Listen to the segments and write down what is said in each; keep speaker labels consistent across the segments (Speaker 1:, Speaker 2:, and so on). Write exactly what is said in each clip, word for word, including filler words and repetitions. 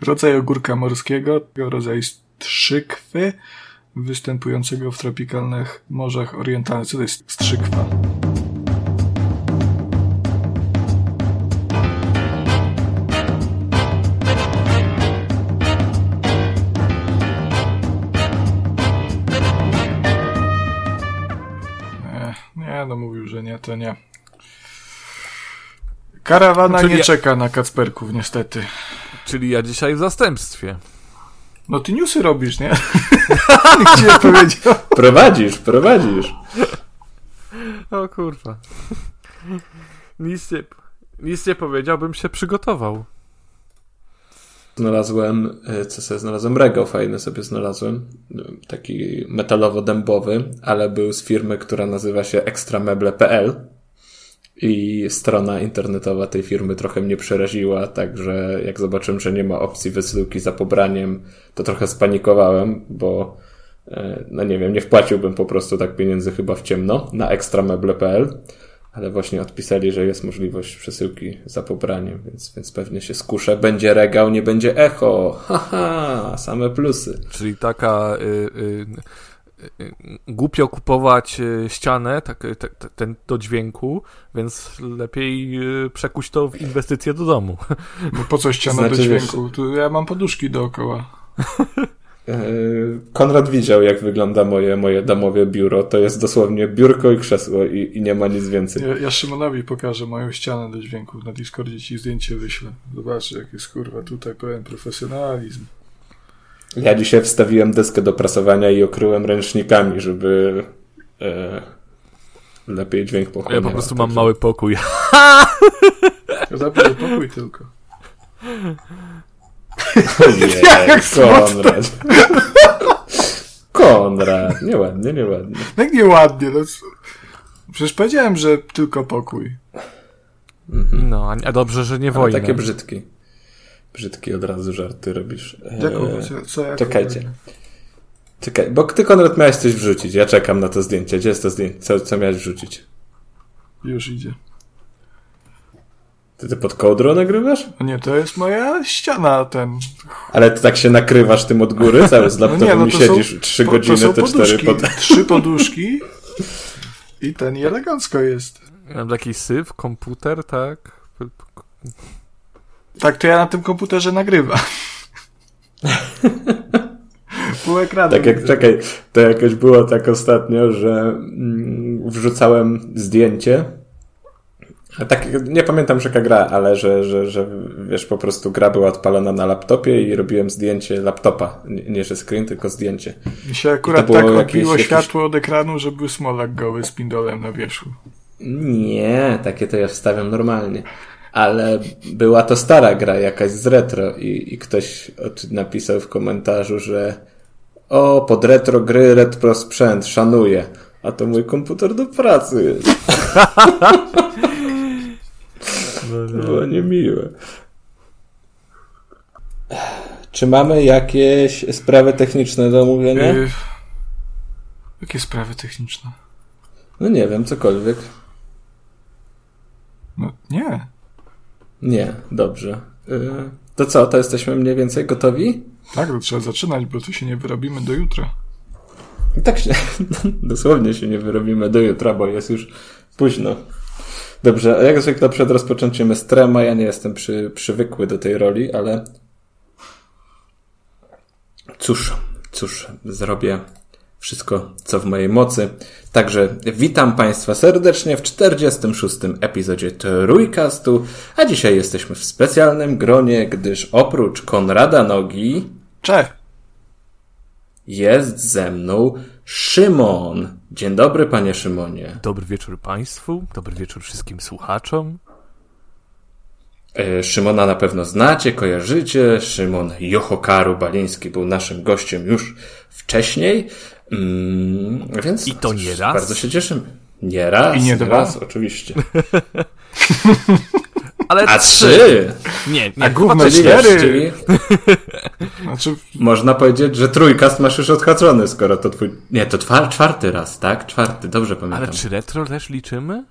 Speaker 1: Rodzaj ogórka morskiego, rodzaj strzykwy, występującego w tropikalnych morzach orientalnych. Co to jest strzykwa? Nie, nie, no mówił, że nie, to nie. Karawana Czyli nie ja... czeka na Kacperków, niestety.
Speaker 2: Czyli ja dzisiaj w zastępstwie.
Speaker 1: No ty newsy robisz, nie? Gdzie powiedział?
Speaker 3: Prowadzisz, prowadzisz.
Speaker 2: O kurwa. Nic nie, nic nie powiedział, bym się przygotował.
Speaker 3: Znalazłem, co sobie znalazłem? Regał fajny sobie znalazłem. Taki metalowo-dębowy, ale był z firmy, która nazywa się ekstrameble kropka p l. I strona internetowa tej firmy trochę mnie przeraziła, także jak zobaczyłem, że nie ma opcji wysyłki za pobraniem, to trochę spanikowałem, bo no nie wiem, nie wpłaciłbym po prostu tak pieniędzy chyba w ciemno na ekstrameble kropka p l, ale właśnie odpisali, że jest możliwość przesyłki za pobraniem, więc, więc pewnie się skuszę. Będzie regał, nie będzie echo. Haha, same plusy.
Speaker 2: Czyli taka... Y, y... głupio kupować ścianę tak, te, te, ten, do dźwięku, więc lepiej przekuć to w inwestycje do domu.
Speaker 1: Bo po co ściana znaczy, do dźwięku? Tu ja mam poduszki dookoła.
Speaker 3: Konrad widział, jak wygląda moje, moje domowe biuro. To jest dosłownie biurko i krzesło i, i nie ma nic więcej.
Speaker 1: Ja, ja Szymonowi pokażę moją ścianę do dźwięku. Na Discordzie ci zdjęcie wyślę. Zobaczcie, jak jest kurwa tutaj pełen profesjonalizm.
Speaker 3: Ja dzisiaj wstawiłem deskę do prasowania i okryłem ręcznikami, żeby e, lepiej dźwięk pochłaniał.
Speaker 2: Ja po prostu mam tak, mały pokój.
Speaker 1: Zabiorę pokój tylko.
Speaker 3: Ojej, Konrad. Konrad, nieładnie, nieładnie.
Speaker 1: Jak nieładnie, no. Przecież powiedziałem, że tylko pokój.
Speaker 2: No, a dobrze, że nie wojna.
Speaker 3: Takie brzydki. Brzydki od razu żarty robisz.
Speaker 1: Jaką, co, co jaką
Speaker 3: Czekajcie.
Speaker 1: wojnę?
Speaker 3: Czekaj, bo ty, Konrad, miałeś coś wrzucić. Ja czekam na to zdjęcie. Gdzie jest to zdjęcie? Co, co miałeś wrzucić?
Speaker 1: Już idzie.
Speaker 3: Ty, ty pod kołdrą nagrywasz?
Speaker 1: No nie, to jest moja ściana, ten...
Speaker 3: Ale ty tak się nakrywasz tym od góry, cały z laptopem no nie, no i siedzisz trzy godziny, te cztery pod...
Speaker 1: Trzy poduszki i ten i elegancko jest.
Speaker 2: Mam taki syf, komputer, tak?
Speaker 1: Tak, to ja na tym komputerze nagrywam. Pół ekranu.
Speaker 3: Tak jak, czekaj, to jakoś było tak ostatnio, że mm, wrzucałem zdjęcie. Tak, nie pamiętam, jaka gra, ale że, że, że wiesz, po prostu gra była odpalona na laptopie i robiłem zdjęcie laptopa. Nie, nie że screen, tylko zdjęcie.
Speaker 1: Mi się akurat tak odbiło jakieś... światło od ekranu, że był Smolak goły z pindolem na wierzchu.
Speaker 3: Nie, takie to ja wstawiam normalnie. Ale była to stara gra, jakaś z retro i, i ktoś napisał w komentarzu, że o, pod retro gry, retro sprzęt, szanuję. A to mój komputer do pracy jest. To było niemiłe. Czy mamy jakieś sprawy techniczne do omówienia? Yy,
Speaker 1: jakie sprawy techniczne?
Speaker 3: No nie wiem, cokolwiek.
Speaker 1: No nie.
Speaker 3: Nie, dobrze. Yy, to co, to jesteśmy mniej więcej gotowi?
Speaker 1: Tak, to trzeba zaczynać, bo tu się nie wyrobimy do jutra.
Speaker 3: I tak się, dosłownie się nie wyrobimy do jutra, bo jest już późno. Dobrze, a jak zwykle przed rozpoczęciem Strema, ja nie jestem przy, przywykły do tej roli, ale cóż, cóż, zrobię wszystko, co w mojej mocy. Także witam Państwa serdecznie w czterdziestym szóstym epizodzie Trójkastu, a dzisiaj jesteśmy w specjalnym gronie, gdyż oprócz Konrada Nogi
Speaker 1: Cześć!
Speaker 3: Jest ze mną Szymon. Dzień dobry, panie Szymonie.
Speaker 2: Dobry wieczór Państwu, dobry wieczór wszystkim słuchaczom.
Speaker 3: Szymona na pewno znacie, kojarzycie. Szymon Jochokaru Baliński był naszym gościem już wcześniej. Mm, więc
Speaker 2: I to nie raz.
Speaker 3: Bardzo się cieszymy. Nie raz,
Speaker 1: I nie, nie dwa.
Speaker 3: raz, oczywiście.
Speaker 2: Ale
Speaker 3: A trzy!
Speaker 2: Nie, nie,
Speaker 1: a gówno cztery!
Speaker 3: Czyli... Znaczy... Można powiedzieć, że trójkast masz już odhaczony, skoro to twój... Nie, to twar- czwarty raz, tak? Czwarty, dobrze pamiętam.
Speaker 2: Ale czy retro też liczymy?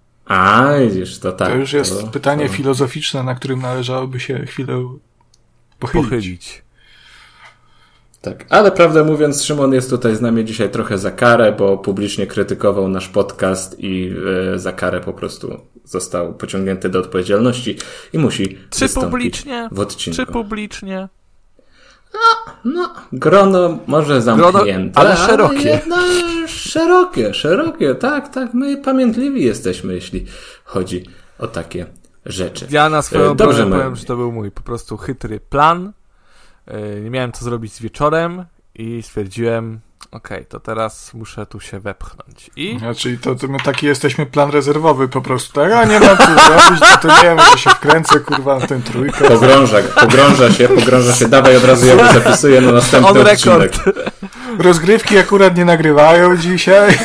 Speaker 3: A, widzisz, to tak.
Speaker 1: To już jest
Speaker 3: to,
Speaker 1: pytanie
Speaker 3: to...
Speaker 1: filozoficzne, na którym należałoby się chwilę pochylić.
Speaker 2: pochylić.
Speaker 3: Tak, ale prawdę mówiąc, Szymon jest tutaj z nami dzisiaj trochę za karę, bo publicznie krytykował nasz podcast i e, za karę po prostu został pociągnięty do odpowiedzialności i musi
Speaker 2: Czy
Speaker 3: wystąpić
Speaker 2: publicznie?
Speaker 3: w odcinku.
Speaker 2: Czy publicznie?
Speaker 3: No, no, grono może zamknięte,
Speaker 2: grono, ale szerokie.
Speaker 3: Ale jedno, szerokie, szerokie, tak, tak, my pamiętliwi jesteśmy, jeśli chodzi o takie rzeczy.
Speaker 2: Ja na swoją
Speaker 3: e, dobrze
Speaker 2: obronę powiem, że to był mój po prostu chytry plan. Nie miałem co zrobić z wieczorem i stwierdziłem, okej, okay, to teraz muszę tu się wepchnąć. I...
Speaker 1: Ja, czyli to, to my taki jesteśmy plan rezerwowy po prostu, tak? A nie mam co zrobić, to, to nie wiem, że się wkręcę, kurwa, na tę trójkę.
Speaker 3: Pogrąża, pogrąża się, pogrąża się, dawaj od razu ją zapisuję na następny
Speaker 2: On
Speaker 3: odcinek.
Speaker 1: Rozgrywki akurat nie nagrywają dzisiaj.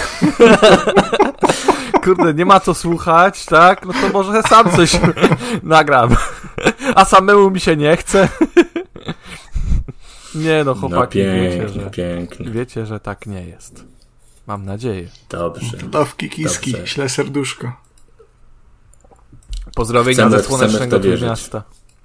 Speaker 2: Kurde, nie ma co słuchać, tak? No to może sam coś nagram. A samemu mi się nie chce. Nie no, chłopaki,
Speaker 3: no pięknie,
Speaker 2: wiecie, że,
Speaker 3: pięknie.
Speaker 2: wiecie, że tak nie jest. Mam nadzieję.
Speaker 3: Dobrze.
Speaker 1: Dawki kiski,
Speaker 3: Dobrze.
Speaker 1: śle serduszko.
Speaker 2: Pozdrowienia
Speaker 3: Chcemy-
Speaker 2: ze
Speaker 3: chcemy w
Speaker 2: słonecznego
Speaker 3: to wierzyć.
Speaker 2: miasta.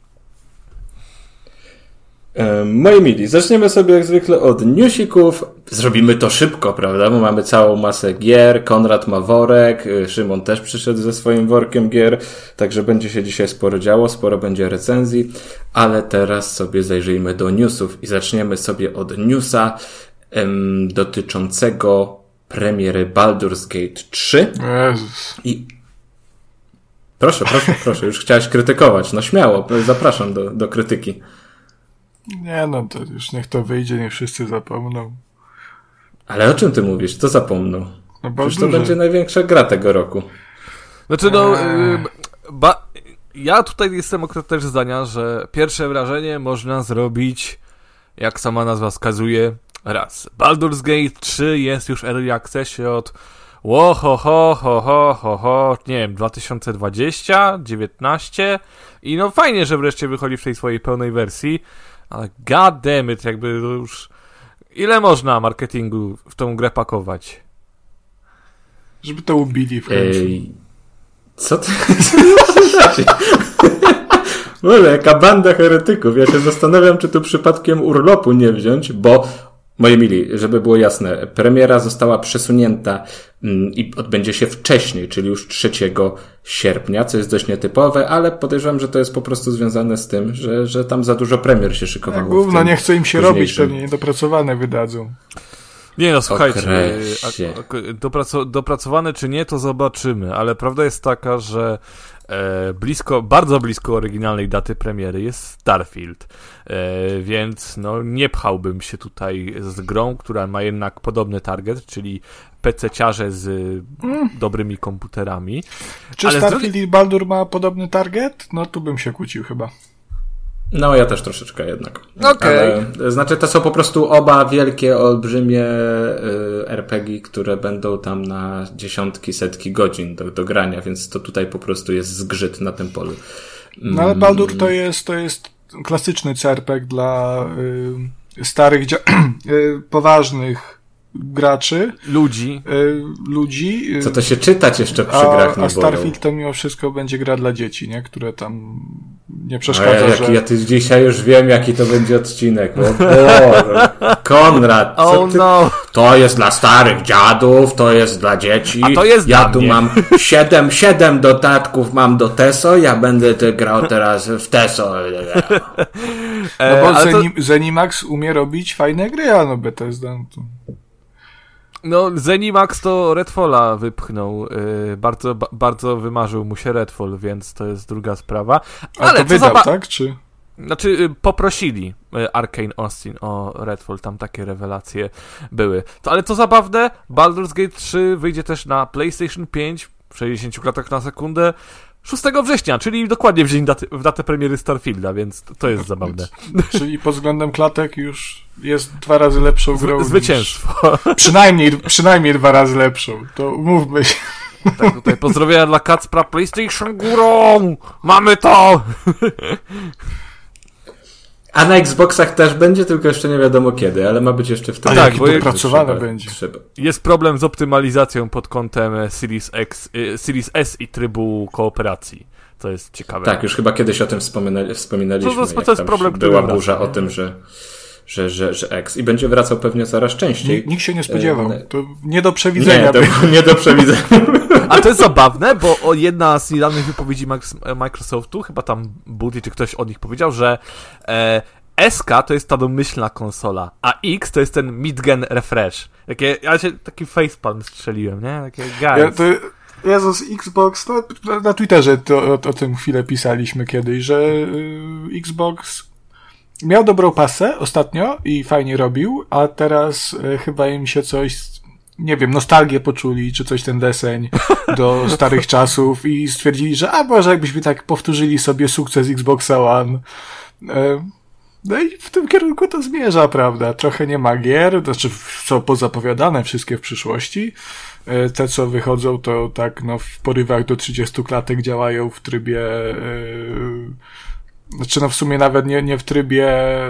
Speaker 3: Moi mili, zaczniemy sobie jak zwykle od newsików. Zrobimy to szybko, prawda? Bo mamy całą masę gier. Konrad ma worek, Szymon też przyszedł ze swoim workiem gier, także będzie się dzisiaj sporo działo, sporo będzie recenzji, ale teraz sobie zajrzyjmy do newsów i zaczniemy sobie od newsa em, dotyczącego premiery Baldur's Gate trzy.
Speaker 1: Jezus.
Speaker 3: I proszę, proszę, proszę, już chciałeś krytykować, no śmiało, zapraszam do, do krytyki.
Speaker 1: Nie no, to już niech to wyjdzie, niech wszyscy zapomną.
Speaker 3: Ale o czym ty mówisz? Co zapomnął?
Speaker 1: No
Speaker 3: Przecież to
Speaker 1: Baldurze.
Speaker 3: będzie największa gra tego roku.
Speaker 2: Znaczy no,
Speaker 1: Eee.
Speaker 2: y, ba, ja tutaj jestem akurat też zdania, że pierwsze wrażenie można zrobić, jak sama nazwa wskazuje, raz. Baldur's Gate trzy jest już Early Accessie od ło, ho, ho, ho, ho, ho, ho, nie wiem, dwa tysiące dwudziesty, dziewiętnaście i no fajnie, że wreszcie wychodzi w tej swojej pełnej wersji, ale god damn it, jakby to już ile można marketingu w tą grę pakować?
Speaker 1: Żeby to ubili w końcu.
Speaker 3: Ej, co ty? Boże, jaka banda heretyków. Ja się zastanawiam, czy tu przypadkiem urlopu nie wziąć, bo moi mili, żeby było jasne, premiera została przesunięta mm, i odbędzie się wcześniej, czyli już trzeciego sierpnia, co jest dość nietypowe, ale podejrzewam, że to jest po prostu związane z tym, że, że tam za dużo premier się szykowało.
Speaker 1: Jak gówno,
Speaker 3: w tym
Speaker 1: nie chce im się robić,
Speaker 3: późniejszym.
Speaker 1: pewnie niedopracowane wydadzą.
Speaker 2: Nie no, słuchajcie,
Speaker 3: Okresie.
Speaker 2: a- a- dopraco- dopracowane czy nie, to zobaczymy, ale prawda jest taka, że e, blisko, bardzo blisko oryginalnej daty premiery jest Starfield, e, więc no nie pchałbym się tutaj z grą, która ma jednak podobny target, czyli pececiarze z mm. dobrymi komputerami.
Speaker 1: Czy
Speaker 2: Ale z
Speaker 1: Starfield
Speaker 2: drugiej-
Speaker 1: i Baldur ma podobny target? No tu bym się kłócił chyba.
Speaker 3: No, ja też troszeczkę jednak.
Speaker 2: Okej.
Speaker 3: Ale, znaczy, to są po prostu oba wielkie, olbrzymie y, er pe gie, które będą tam na dziesiątki, setki godzin do, do grania, więc to tutaj po prostu jest zgrzyt na tym polu.
Speaker 1: No ale Baldur to jest, to jest klasyczny C R P G dla y, starych, dzia- y, poważnych graczy,
Speaker 2: Ludzi.
Speaker 1: y, ludzi. y,
Speaker 3: Co to się czytać jeszcze przy
Speaker 1: a,
Speaker 3: grach nie
Speaker 1: a
Speaker 3: boją.
Speaker 1: Starfield to mimo wszystko będzie gra dla dzieci, nie? Które tam nie
Speaker 3: A
Speaker 1: przeszkadza,
Speaker 3: ja, jak,
Speaker 1: że...
Speaker 3: ja ty dzisiaj już wiem, jaki to będzie odcinek. O Boże. Konrad, co
Speaker 2: Oh
Speaker 3: ty...
Speaker 2: no!
Speaker 3: To jest dla starych dziadów, to jest dla dzieci.
Speaker 2: A to jest
Speaker 3: ja
Speaker 2: dla
Speaker 3: tu
Speaker 2: mnie.
Speaker 3: mam siedem, siedem dodatków mam do Teso, ja będę te grał teraz w Teso.
Speaker 1: No
Speaker 2: E,
Speaker 1: bo
Speaker 2: ale to-
Speaker 1: Zeni- Zenimax umie robić fajne gry, a no Bethesda... No to...
Speaker 2: No, Zenimax to Redfalla wypchnął. Yy, bardzo, ba- bardzo wymarzył mu się Redfall, więc to jest druga sprawa.
Speaker 1: A
Speaker 2: Ale
Speaker 1: to
Speaker 2: co
Speaker 1: wydał,
Speaker 2: za ba-
Speaker 1: tak? Czy...
Speaker 2: Znaczy, y, poprosili y, Arkane Austin o Redfall, tam takie rewelacje były. To, ale co zabawne, Baldur's Gate trzy wyjdzie też na PlayStation pięć w sześćdziesięciu klatkach na sekundę szóstego września, czyli dokładnie w dzień daty, w datę premiery Starfielda, więc to, to jest zabawne.
Speaker 1: Czyli pod względem klatek już jest dwa razy lepszą grą.
Speaker 2: Z, zwycięstwo.
Speaker 1: Niż... Przynajmniej, przynajmniej dwa razy lepszą. To umówmy się.
Speaker 2: Tak, tutaj pozdrowienia dla Kacpra, PlayStation górą! Mamy to!
Speaker 3: A na Xboxach też będzie, tylko jeszcze nie wiadomo kiedy, ale ma być jeszcze w tym
Speaker 1: A
Speaker 2: tak,
Speaker 1: jakie
Speaker 2: bo jak
Speaker 1: dopracowane
Speaker 3: trzeba,
Speaker 1: będzie.
Speaker 3: Trzeba.
Speaker 2: Jest problem z optymalizacją pod kątem Series X, y, Series S i trybu kooperacji. To To jest ciekawe.
Speaker 3: Tak, już chyba kiedyś o tym wspominali, wspominaliśmy.
Speaker 2: To, to, to jest problem, który
Speaker 3: była
Speaker 2: wraca,
Speaker 3: burza
Speaker 2: nie?
Speaker 3: o tym, że, że, że, że X. I będzie wracał pewnie coraz częściej.
Speaker 1: Nikt się nie spodziewał.
Speaker 3: E,
Speaker 1: To nie do przewidzenia.
Speaker 3: Nie, to było nie do przewidzenia.
Speaker 2: A to jest zabawne, bo o jedna z niedawnych wypowiedzi Microsoftu, chyba tam Buddy czy ktoś od nich powiedział, że e, S K to jest ta domyślna konsola, a X to jest ten mid-gen refresh. Takie, ja się taki facepalm strzeliłem, nie? Takie guys.
Speaker 1: Ja, to, Jezus, Xbox, no, na Twitterze to, o, o tym chwilę pisaliśmy kiedyś, że y, Xbox miał dobrą pasę ostatnio i fajnie robił, a teraz y, chyba im się coś, nie wiem, nostalgię poczuli, czy coś ten deseń do starych czasów i stwierdzili, że a może jakbyśmy tak powtórzyli sobie sukces Xboxa One. Y, No i w tym kierunku to zmierza, prawda? Trochę nie ma gier, to znaczy są pozapowiadane wszystkie w przyszłości. Te, co wychodzą, to tak no w porywach do trzydziestu klatek działają w trybie yy, znaczy no w sumie nawet nie, nie w trybie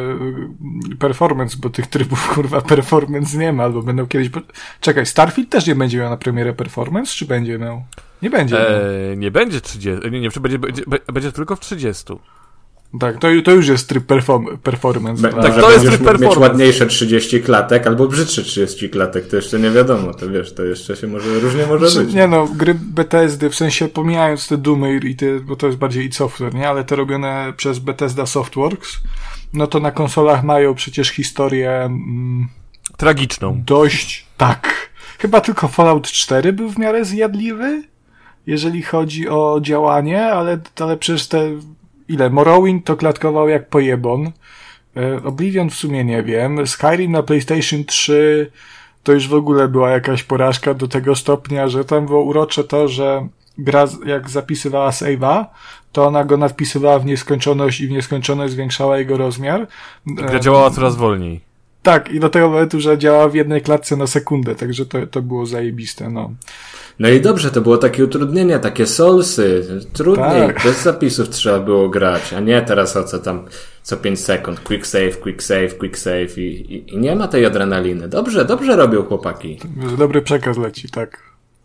Speaker 1: performance, bo tych trybów kurwa performance nie ma, albo będą kiedyś... Czekaj, Starfield też nie będzie miał na premierę performance, czy będzie miał? Nie będzie
Speaker 2: eee,
Speaker 1: miał.
Speaker 2: Nie będzie trzydziestu, nie, nie, będzie, będzie, będzie tylko w trzydziestu.
Speaker 1: Tak, to, to już jest tryb perform- performance.
Speaker 3: Be-
Speaker 1: tak,
Speaker 2: to jest tryb
Speaker 3: mieć
Speaker 2: performance.
Speaker 3: ładniejsze trzydzieści klatek albo brzydsze trzydzieści klatek, to jeszcze nie wiadomo, to wiesz, to jeszcze się może, różnie może
Speaker 1: Znaczy,
Speaker 3: być.
Speaker 1: nie no, gry Bethesdy, w sensie pomijając te Doomy i te, bo to jest bardziej id Software, nie? Ale te robione przez Bethesda Softworks, no to na konsolach mają przecież historię mm,
Speaker 2: tragiczną.
Speaker 1: Dość, tak. Chyba tylko Fallout cztery był w miarę zjadliwy, jeżeli chodzi o działanie, ale, ale przecież te ile? Morrowind to klatkował jak pojebon. Oblivion w sumie nie wiem. Skyrim na PlayStation trzy to już w ogóle była jakaś porażka do tego stopnia, że tam było urocze to, że gra jak zapisywała save'a, to ona go nadpisywała w nieskończoność i w nieskończoność zwiększała jego rozmiar.
Speaker 2: Gra działała coraz wolniej.
Speaker 1: Tak, i do tego momentu, że działa w jednej klatce na sekundę, także to, to było zajebiste, no.
Speaker 3: No i dobrze, to było takie utrudnienie, takie solsy. Trudniej,
Speaker 1: tak.
Speaker 3: bez zapisów trzeba było grać, a nie teraz o co tam co pięć sekund. Quick save, quick save, quick save i, i, i nie ma tej adrenaliny. Dobrze, dobrze robią chłopaki.
Speaker 1: Że dobry przekaz leci, tak.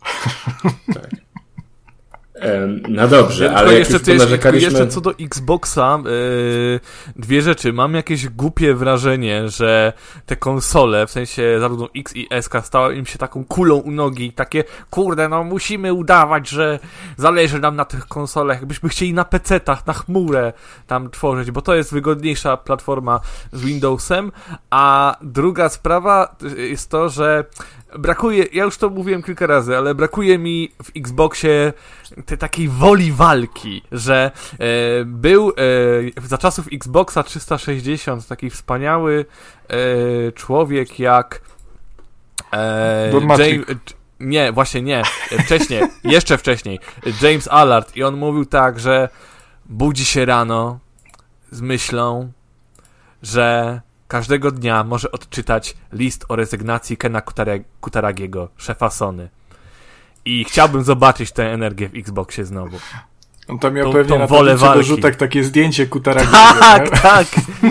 Speaker 3: Tak. No dobrze,
Speaker 2: ja,
Speaker 3: ale jak
Speaker 2: jeszcze,
Speaker 3: już ponarzekaliśmy...
Speaker 2: jeszcze co do Xboxa, yy, dwie rzeczy. Mam jakieś głupie wrażenie, że te konsole, w sensie zarówno X i S stały im się taką kulą u nogi, takie, kurde, no musimy udawać, że zależy nam na tych konsolach, jakbyśmy chcieli na pecetach, na chmurę tam tworzyć, bo to jest wygodniejsza platforma z Windowsem, a druga sprawa jest to, że brakuje, ja już to mówiłem kilka razy, ale brakuje mi w Xboxie tej takiej woli walki, że e, był e, za czasów Xboxa trzysta sześćdziesiąt taki wspaniały e, człowiek jak e, James, nie, właśnie nie, wcześniej, jeszcze wcześniej, James Allard i on mówił tak, że budzi się rano z myślą, że każdego dnia może odczytać list o rezygnacji Kena Kutaragiego, szefa Sony. I chciałbym zobaczyć tę energię w Xboxie znowu.
Speaker 1: On tam miał
Speaker 2: tą,
Speaker 1: pewnie
Speaker 2: tą
Speaker 1: na
Speaker 2: wolę walki.
Speaker 1: dorzutek takie zdjęcie Kutaragiego.
Speaker 2: Tak,
Speaker 1: nie?
Speaker 2: tak.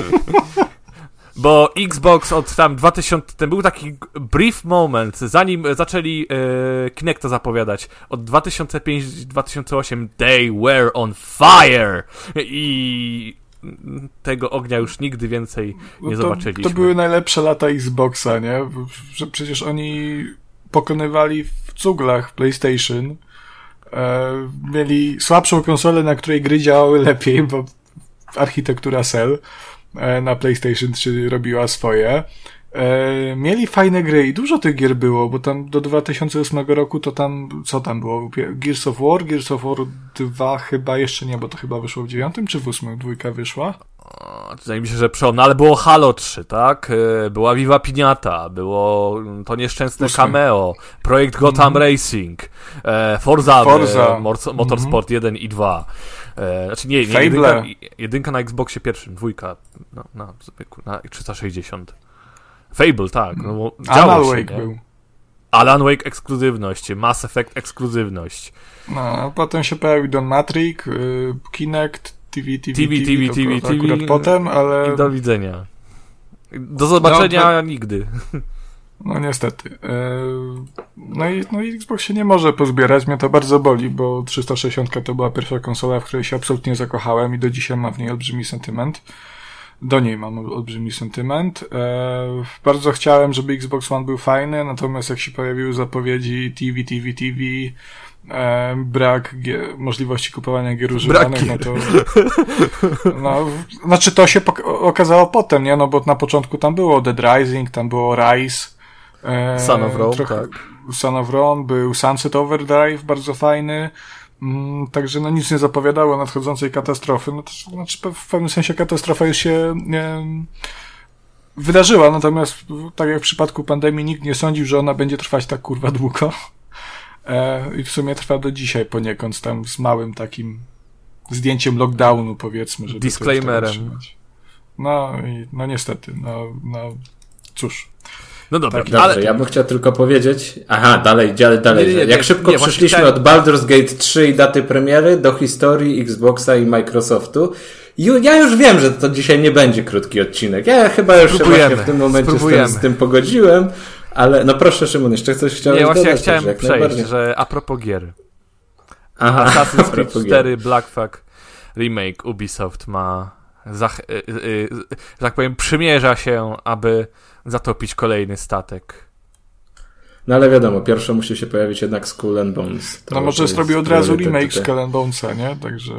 Speaker 2: Bo Xbox od tam dwa tysiące... Ten był taki brief moment, zanim zaczęli e, Kinecta zapowiadać. Od dwa tysiące piąty do dwa tysiące ósmego they were on fire! I... tego ognia już nigdy więcej nie
Speaker 1: no to,
Speaker 2: zobaczyliśmy.
Speaker 1: To były najlepsze lata Xboxa, nie? Że przecież oni pokonywali w cuglach PlayStation. E, mieli słabszą konsolę, na której gry działały lepiej, bo architektura Cell e, na PlayStation trzy robiła swoje. E, mieli fajne gry i dużo tych gier było, bo tam do dwa tysiące ósmego roku to tam, co tam było? Gears of War, Gears of War dwa chyba jeszcze nie, bo to chyba wyszło w dziewiątym czy w ósmym? Dwójka wyszła?
Speaker 2: Wydaje mi się, że przełom, no ale było Halo trzy, tak? Była Viva Piniata, było to nieszczęsne
Speaker 1: Ósmy.
Speaker 2: Cameo, projekt Gotham mm. Racing, e, Forza, Forza. E, Motorsport mm-hmm. jeden i dwa. E, znaczy nie, nie jedynka, jedynka na Xboxie pierwszym, dwójka na, na, na trzysta sześćdziesiąt. Fable, tak. No,
Speaker 1: Alan Wake był.
Speaker 2: Alan Wake ekskluzywność, Mass Effect ekskluzywność.
Speaker 1: No, a potem się pojawił Don Matrix, y, Kinect, T V, T V,
Speaker 2: T V, T V, T V,
Speaker 1: akurat potem, ale...
Speaker 2: I do widzenia. Do zobaczenia
Speaker 1: no,
Speaker 2: nigdy.
Speaker 1: No niestety. No i, no i Xbox się nie może pozbierać, mnie to bardzo boli, bo trzysta sześćdziesiąt to była pierwsza konsola, w której się absolutnie zakochałem i do dzisiaj mam w niej olbrzymi sentyment. Do niej mam olbrzymi sentyment. Bardzo chciałem, żeby Xbox One był fajny, natomiast jak się pojawiły zapowiedzi T V, T V, T V, brak gier, możliwości kupowania gier używanych, no to no, znaczy to się pok- okazało potem, nie? No bo na początku tam było Dead Rising, tam było Rise, e,
Speaker 2: Son of Rome,
Speaker 1: trochę,
Speaker 2: tak.
Speaker 1: Son of Rome, był Sunset Overdrive, bardzo fajny, mm, także no nic nie zapowiadało nadchodzącej katastrofy, no to znaczy w pewnym sensie katastrofa już się nie, wydarzyła, natomiast tak jak w przypadku pandemii nikt nie sądził, że ona będzie trwać tak kurwa długo. I w sumie trwa do dzisiaj poniekąd, tam z małym takim zdjęciem lockdownu, powiedzmy, żeby
Speaker 2: disclaimerem.
Speaker 1: No i no niestety, no, no cóż.
Speaker 2: No dobra,
Speaker 3: Dobrze,
Speaker 2: ale...
Speaker 3: ja bym chciał tylko powiedzieć, aha, dalej, dalej, dalej.
Speaker 2: Nie, nie, nie,
Speaker 3: jak szybko
Speaker 2: nie,
Speaker 3: przeszliśmy
Speaker 2: chciałem...
Speaker 3: od Baldur's Gate trzy i daty premiery do historii Xboxa i Microsoftu. I ja już wiem, że to dzisiaj nie będzie krótki odcinek. Ja chyba już się właśnie w tym momencie z tym, z tym pogodziłem. Ale, no proszę Szymon, jeszcze coś chciałeś
Speaker 2: Nie, właśnie
Speaker 3: dodać?
Speaker 2: ja chciałem
Speaker 3: jak
Speaker 2: przejść, że a propos gier.
Speaker 3: Aha,
Speaker 2: Assassin's Creed cztery Black Flag Remake Ubisoft ma, zach- y- y- y- że tak powiem, przymierza się, aby zatopić kolejny statek.
Speaker 3: No ale wiadomo, pierwsze musi się pojawić jednak Skull and Bones.
Speaker 1: To no może zrobił od razu remake Skull and Bonesa, nie? Także...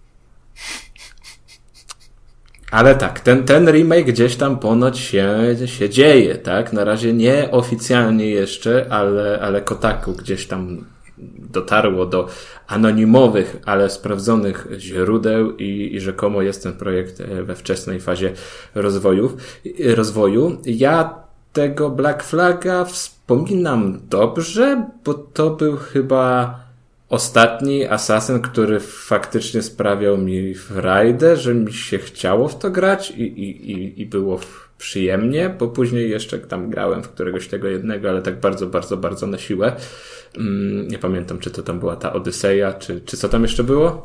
Speaker 3: Ale tak, ten, ten remake gdzieś tam ponoć się, się dzieje, tak? Na razie nie oficjalnie jeszcze, ale, ale Kotaku gdzieś tam dotarło do anonimowych, ale sprawdzonych źródeł i, i rzekomo jest ten projekt we wczesnej fazie rozwoju. rozwoju. Ja tego Black Flaga wspominam dobrze, bo to był chyba ostatni Assassin, który faktycznie sprawiał mi frajdę, że mi się chciało w to grać i, i, i, i było przyjemnie, bo później jeszcze tam grałem w któregoś tego jednego, ale tak bardzo, bardzo, bardzo na siłę. Nie pamiętam, czy to tam była ta Odyseja, czy, czy co tam jeszcze było?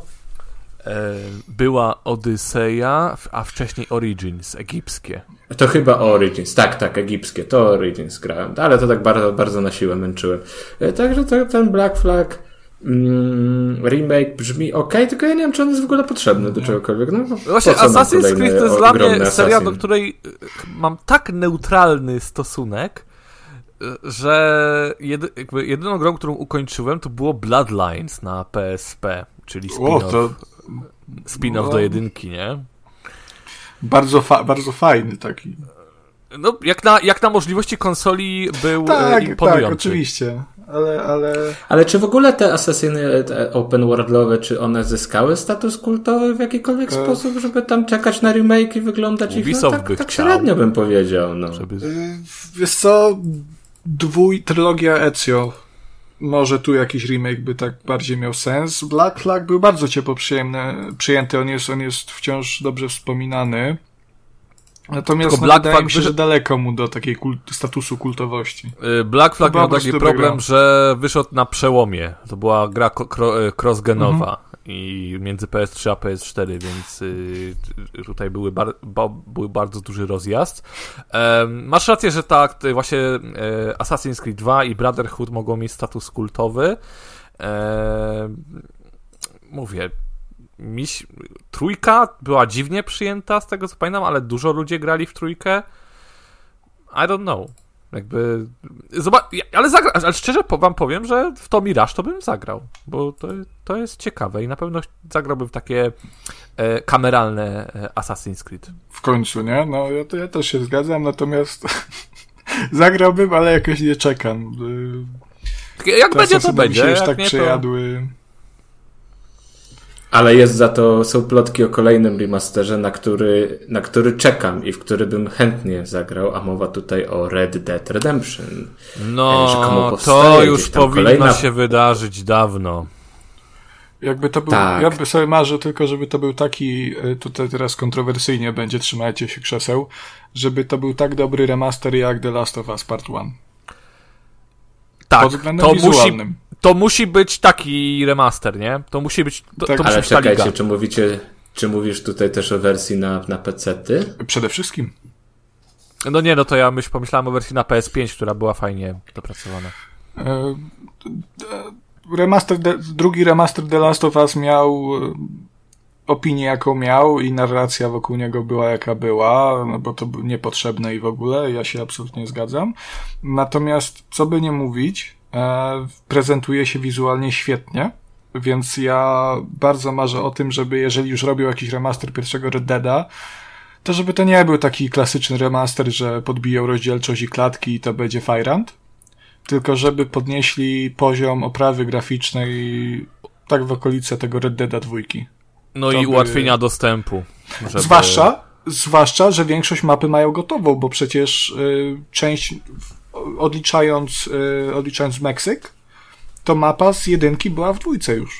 Speaker 2: Była Odyseja, a wcześniej Origins, egipskie.
Speaker 3: To chyba Origins, tak, tak, egipskie, to Origins grałem, ale to tak bardzo, bardzo na siłę męczyłem. Także to, ten Black Flag mm, remake brzmi okej, okay, tylko ja nie wiem, czy on jest w ogóle potrzebny do czegokolwiek. No,
Speaker 2: właśnie Assassin's Creed to jest dla mnie seria, do której mam tak neutralny stosunek, że jedy, jakby jedyną grą, którą ukończyłem, to było Bloodlines na P S P, czyli spin-off, o, to... spin-off no. do jedynki, nie?
Speaker 1: Bardzo, fa- bardzo fajny taki.
Speaker 2: No, jak na, jak na możliwości konsoli był
Speaker 1: tak,
Speaker 2: imponujący.
Speaker 1: Tak, oczywiście. Ale, ale...
Speaker 3: ale czy w ogóle te asesyny te open worldowe, czy one zyskały status kultowy w jakikolwiek e... sposób, żeby tam czekać na remake i wyglądać ich? No, tak, tak średnio bym powiedział. No.
Speaker 2: Żeby...
Speaker 1: Wiesz co, dwój, trylogia Ezio, może tu jakiś remake by tak bardziej miał sens. Black Flag był bardzo ciepło przyjemny, przyjęty, on jest, on jest wciąż dobrze wspominany. Natomiast no, wydaje mi się, wyszedł... że daleko mu do takiej kult... statusu kultowości.
Speaker 2: Black Flag miał taki problem, gra. że wyszedł na przełomie. To była gra cross-genowa mhm. i między P S trzy a P S cztery, więc y, tutaj były, bar... ba... był bardzo duży rozjazd. Um, masz rację, że tak, właśnie e, Assassin's Creed dwa i Brotherhood mogą mieć status kultowy. E, mówię, Miś... Trójka była dziwnie przyjęta, z tego co pamiętam, ale dużo ludzi grali w trójkę. I don't know. Jakby... Zobacz... Ale, zagra... ale szczerze wam powiem, że w to Mirage to bym zagrał, bo to, to jest ciekawe i na pewno zagrałbym w takie e, kameralne e, Assassin's Creed.
Speaker 1: W końcu, nie? No ja, to, ja też się zgadzam, natomiast zagrałbym, ale jakoś nie czekam.
Speaker 2: Jak Te będzie, to będzie.
Speaker 1: Się już
Speaker 2: jak
Speaker 1: tak
Speaker 2: nie,
Speaker 1: przejadły...
Speaker 2: to...
Speaker 3: Ale jest za to, są plotki o kolejnym remasterze, na który, na który czekam i w który bym chętnie zagrał, a mowa tutaj o Red Dead Redemption.
Speaker 2: No, to już powinno kolejna... się wydarzyć dawno.
Speaker 1: Jakby to był, tak. Ja by sobie marzę tylko, żeby to był taki, tutaj teraz kontrowersyjnie będzie, trzymajcie się krzeseł, żeby to był tak dobry remaster jak The Last of Us Part jeden.
Speaker 2: Tak,
Speaker 1: pod względem
Speaker 2: to
Speaker 1: wizualnym.
Speaker 2: musi... To musi być taki remaster, nie? To musi być... To,
Speaker 1: tak,
Speaker 2: to
Speaker 3: ale
Speaker 2: musi
Speaker 3: czekajcie,
Speaker 2: liga.
Speaker 3: czy mówicie, czy mówisz tutaj też o wersji na, na pecety?
Speaker 1: Przede wszystkim.
Speaker 2: No nie, no to ja myśl, pomyślałem o wersji na P S pięć, która była fajnie dopracowana.
Speaker 1: Remaster, drugi remaster The Last of Us miał opinię, jaką miał i narracja wokół niego była, jaka była, no bo to niepotrzebne i w ogóle, ja się absolutnie zgadzam. Natomiast, co by nie mówić, e, prezentuje się wizualnie świetnie, więc ja bardzo marzę o tym, żeby jeżeli już robił jakiś remaster pierwszego Red Deada, to żeby to nie był taki klasyczny remaster, że podbiją rozdzielczość i klatki i to będzie fajrant, tylko żeby podnieśli poziom oprawy graficznej tak w okolice tego Red Deada dwójki.
Speaker 2: No
Speaker 1: to
Speaker 2: i
Speaker 1: by...
Speaker 2: ułatwienia dostępu. Żeby...
Speaker 1: Zwłaszcza, zwłaszcza, że większość mapy mają gotową, bo przecież y, część, odliczając, y, odliczając Meksyk, to mapa z jedynki była w dwójce już.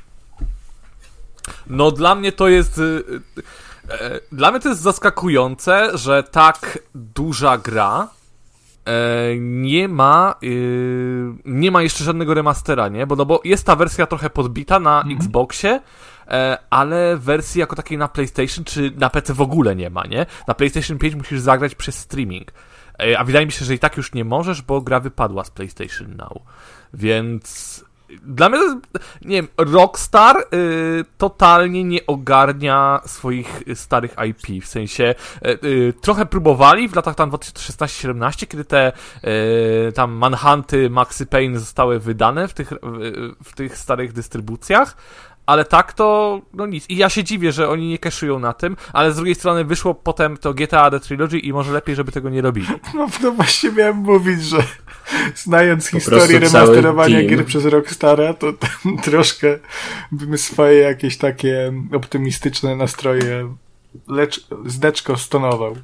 Speaker 2: No dla mnie to jest... Y, y, y, dla mnie to jest zaskakujące, że tak duża gra y, nie ma y, nie ma jeszcze żadnego remastera, nie? Bo, no bo jest ta wersja trochę podbita na mhm. Xboxie, ale wersji jako takiej na PlayStation czy na P C w ogóle nie ma, nie? Na PlayStation pięć musisz zagrać przez streaming. A wydaje mi się, że i tak już nie możesz, bo gra wypadła z PlayStation Now. Więc dla mnie, nie wiem, Rockstar y, totalnie nie ogarnia swoich starych I P. W sensie y, y, trochę próbowali w latach tam dwa tysiące szesnaście siedemnaście, kiedy te y, tam Manhunty, Maxi Payne zostały wydane w tych, y, w tych starych dystrybucjach. Ale tak to, no nic. I ja się dziwię, że oni nie cashują na tym, ale z drugiej strony wyszło potem to G T A The Trilogy i może lepiej, żeby tego nie robili.
Speaker 1: No, no właśnie miałem mówić, że znając po historię remasterowania gier przez Rockstara, to tam troszkę bym swoje jakieś takie optymistyczne nastroje lecz zdeczko stonował.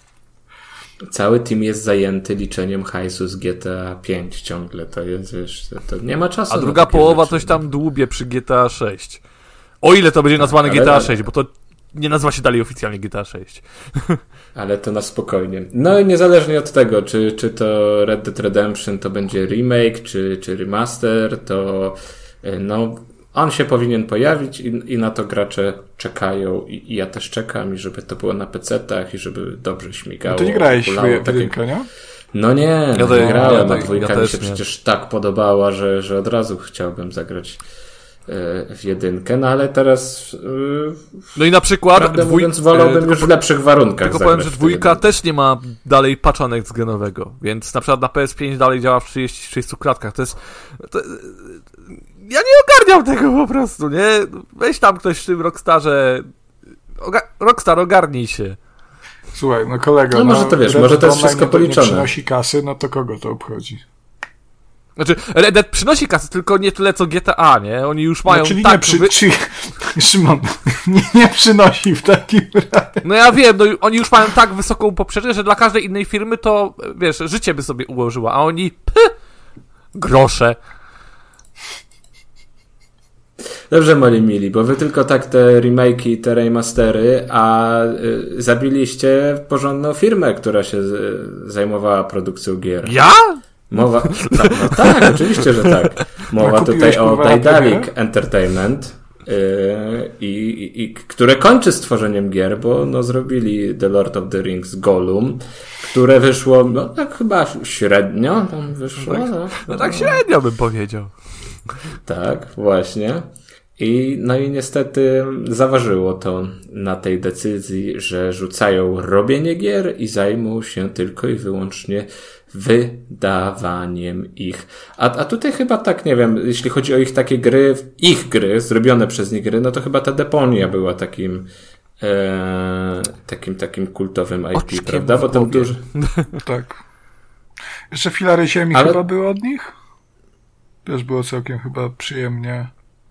Speaker 3: Cały team jest zajęty liczeniem hajsu z G T A pięć ciągle, to jest, wiesz, to, to nie ma czasu.
Speaker 2: A druga połowa rzeczy. Coś tam dłubie przy G T A sześć. O ile to będzie nazwane ale, G T A sześć, bo to nie nazywa się dalej oficjalnie G T A sześć.
Speaker 3: Ale to na spokojnie. No i niezależnie od tego, czy, czy to Red Dead Redemption to będzie remake, czy, czy remaster, to no... On się powinien pojawić i, i na to gracze czekają i, i ja też czekam i żeby to było na pecetach i żeby dobrze śmigało.
Speaker 1: No to nie grałeś w jedynkę, nie?
Speaker 3: No nie,
Speaker 2: ja
Speaker 3: nie
Speaker 2: to,
Speaker 3: grałem,
Speaker 2: ja
Speaker 3: a dwójka ja mi się nie. przecież tak podobała, że, że od razu chciałbym zagrać w jedynkę, no ale teraz yy,
Speaker 2: no i na przykład
Speaker 3: prawdę dwój... mówiąc wolałbym e, już w lepszych warunkach
Speaker 2: tylko powiem, że dwójka też nie ma dalej patcha nextgenowego, więc na przykład na P S pięć dalej działa w trzydziestu sześciu klatkach, to jest to... ja nie ogarniam tego po prostu, nie? Weź tam ktoś w tym Rockstarze Oga... Rockstar, ogarnij się.
Speaker 1: Słuchaj, no kolego,
Speaker 3: no może to wiesz,
Speaker 1: Red
Speaker 3: może to jest
Speaker 1: Online
Speaker 3: wszystko policzone.
Speaker 1: Nie przynosi kasy, no to kogo to obchodzi?
Speaker 2: Znaczy, Red Dead przynosi kasy, tylko nie tyle co G T A, nie? Oni już mają
Speaker 1: no, czyli
Speaker 2: tak...
Speaker 1: Nie przy...
Speaker 2: wy...
Speaker 1: czy... Szymon, nie, nie przynosi w takim razie.
Speaker 2: No ja wiem, no oni już mają tak wysoką poprzeczkę, że dla każdej innej firmy to, wiesz, życie by sobie ułożyła, a oni... Py, grosze.
Speaker 3: Dobrze, moi mili, bo wy tylko tak te remake'i i te remastery, a y, zabiliście porządną firmę, która się z, zajmowała produkcją gier.
Speaker 2: Ja?
Speaker 3: Mowa, tak, no tak, oczywiście, że tak. Mowa tutaj o Daedalic Entertainment, yy, i, i, które kończy z tworzeniem gier, bo no, zrobili The Lord of the Rings Gollum, które wyszło, no tak chyba średnio tam wyszło.
Speaker 2: No tak,
Speaker 3: no,
Speaker 2: no tak średnio bym powiedział.
Speaker 3: Tak, właśnie. I no i niestety zaważyło to na tej decyzji, że rzucają robienie gier i zajmą się tylko i wyłącznie wydawaniem ich. A, a tutaj chyba tak, nie wiem, jeśli chodzi o ich takie gry, ich gry, zrobione przez nich gry, no to chyba ta Deponia była takim e, takim takim kultowym I P,
Speaker 2: Oczkiem
Speaker 3: prawda? Bo tam dużo...
Speaker 1: Tak. Jeszcze Filary Ziemi
Speaker 3: Ale...
Speaker 1: chyba były od nich? Też było całkiem chyba przyjemnie.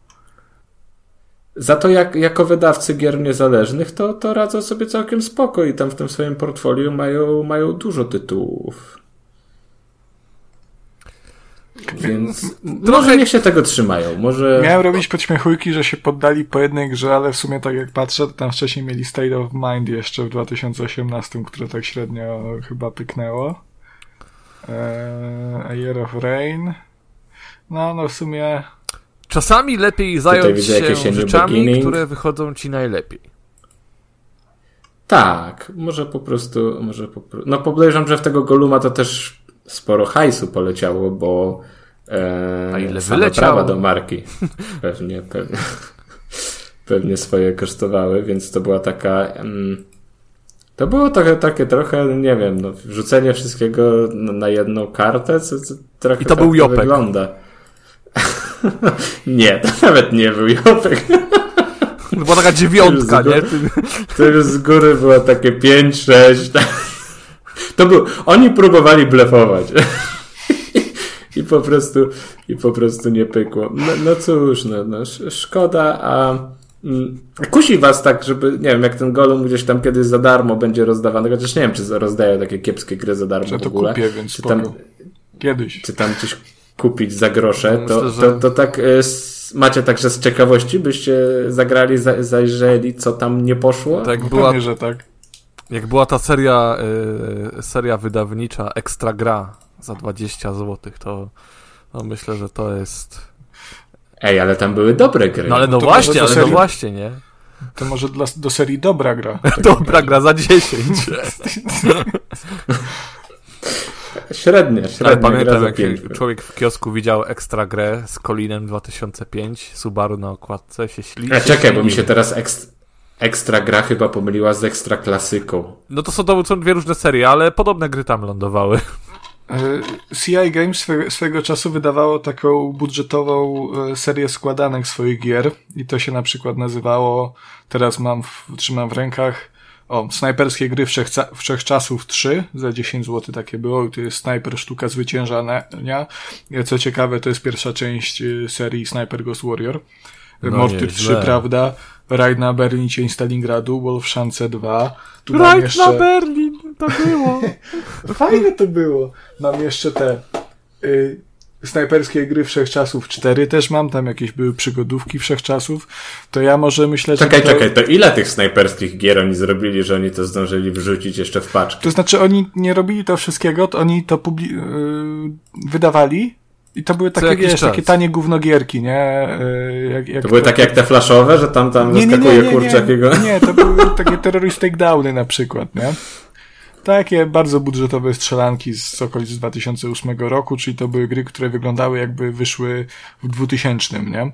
Speaker 3: Za to jak, jako wydawcy gier niezależnych to, to radzą sobie całkiem spoko i tam w tym swoim portfolio mają, mają dużo tytułów. Więc może niech się tego trzymają. Może...
Speaker 1: Miałem robić podśmiechujki, że się poddali po jednej grze, ale w sumie tak jak patrzę, to tam wcześniej mieli State of Mind jeszcze w dwa tysiące osiemnastym, które tak średnio chyba pyknęło. Eee, A Year of Rain. No, no w sumie...
Speaker 2: Czasami lepiej zająć się rzeczami, które wychodzą ci najlepiej.
Speaker 3: Tak, może po prostu, może po prostu, no podejrzewam, że w tego Goluma to też sporo hajsu poleciało, bo e,
Speaker 2: A ile
Speaker 3: same
Speaker 2: wyleciało?
Speaker 3: prawa do marki pewnie, pewnie, pewnie swoje kosztowały, więc to była taka, mm, to było takie, takie trochę, nie wiem, no, wrzucenie wszystkiego na, na jedną kartę, co, co trochę
Speaker 2: I to
Speaker 3: tak
Speaker 2: był Jopek.
Speaker 3: wygląda. Nie, to nawet nie był Jopek.
Speaker 2: To była taka dziewiątka,
Speaker 3: To
Speaker 2: nie?
Speaker 3: już To już z góry było takie pięć, sześć. To był, oni próbowali blefować. I po prostu, i po prostu nie pykło. No, no cóż, no, no szkoda, a mm, kusi was tak, żeby, nie wiem, jak ten Golum gdzieś tam kiedyś za darmo będzie rozdawany, chociaż nie wiem, czy rozdają takie kiepskie gry za darmo
Speaker 1: Że
Speaker 3: w
Speaker 1: to
Speaker 3: ogóle.
Speaker 1: kupię, więc
Speaker 3: czy tam,
Speaker 1: kiedyś.
Speaker 3: czy tam gdzieś kupić za grosze,
Speaker 2: Myślę,
Speaker 3: to,
Speaker 2: że-
Speaker 3: to, to tak y, s- macie także z ciekawości, byście zagrali, za, zajrzeli, co tam nie poszło?
Speaker 2: Tak jak
Speaker 1: No
Speaker 2: była,
Speaker 1: pewnie, że tak.
Speaker 2: jak była ta seria, y, seria wydawnicza Ekstra Gra za dwadzieścia złotych, to, to myślę, że to jest...
Speaker 3: Ej, ale tam były dobre gry.
Speaker 2: No ale no
Speaker 1: to
Speaker 2: właśnie,
Speaker 1: może to
Speaker 2: ale no
Speaker 1: serio?
Speaker 2: właśnie, nie?
Speaker 1: To może dla, do serii dobra gra.
Speaker 2: Dobra gra za dziesięć.
Speaker 3: Średnia, średnia
Speaker 2: Ale
Speaker 3: gra
Speaker 2: pamiętam,
Speaker 3: za
Speaker 2: jak
Speaker 3: pięć.
Speaker 2: człowiek w kiosku widział Ekstra Grę z Colinem dwa tysiące pięć, Subaru na okładce, się śli.
Speaker 3: A czekaj, bo mi się teraz ekst, ekstra gra chyba pomyliła z ekstra klasyką.
Speaker 2: No to są, to są dwie różne serie, ale podobne gry tam lądowały.
Speaker 1: C I Games swego, swego czasu wydawało taką budżetową e, serię składanek swoich gier i to się na przykład nazywało, teraz mam w, trzymam w rękach, o, snajperskie gry wszechca, wszechczasów trzy, za dziesięć złotych takie było, to jest snajper sztuka zwyciężania. Co ciekawe, to jest pierwsza część e, serii Sniper Ghost Warrior.
Speaker 2: No
Speaker 1: Morty
Speaker 2: nieźle.
Speaker 1: trzy, prawda? Rajd na Berlin, cień Stalingradu, Wolfschanze dwa. Tu mam
Speaker 2: Rajd
Speaker 1: jeszcze...
Speaker 2: na Berlin, to było.
Speaker 1: Fajne to było. Mam jeszcze te y, snajperskie gry wszechczasów cztery też mam, tam jakieś były przygodówki wszechczasów. To ja może myślę,
Speaker 3: Czekaj,
Speaker 1: że... To,
Speaker 3: czekaj, to ile tych snajperskich gier oni zrobili, że oni to zdążyli wrzucić jeszcze w paczki?
Speaker 1: to znaczy oni nie robili to wszystkiego, to oni to publi- y, wydawali i to były takie,
Speaker 2: jakiś
Speaker 1: wiesz,
Speaker 2: czas.
Speaker 1: takie tanie gównogierki, nie? Y, jak, jak
Speaker 3: To były takie jak te flashowe, że tam tam
Speaker 1: nie, nie,
Speaker 3: wyskakuje
Speaker 1: nie, nie,
Speaker 3: kurczak
Speaker 1: nie,
Speaker 3: jego...
Speaker 1: nie, to były takie terrorist takedowny na przykład, nie? Takie bardzo budżetowe strzelanki z okolic dwa tysiące ósmego roku, czyli to były gry, które wyglądały jakby wyszły w dwutysięcznym, nie?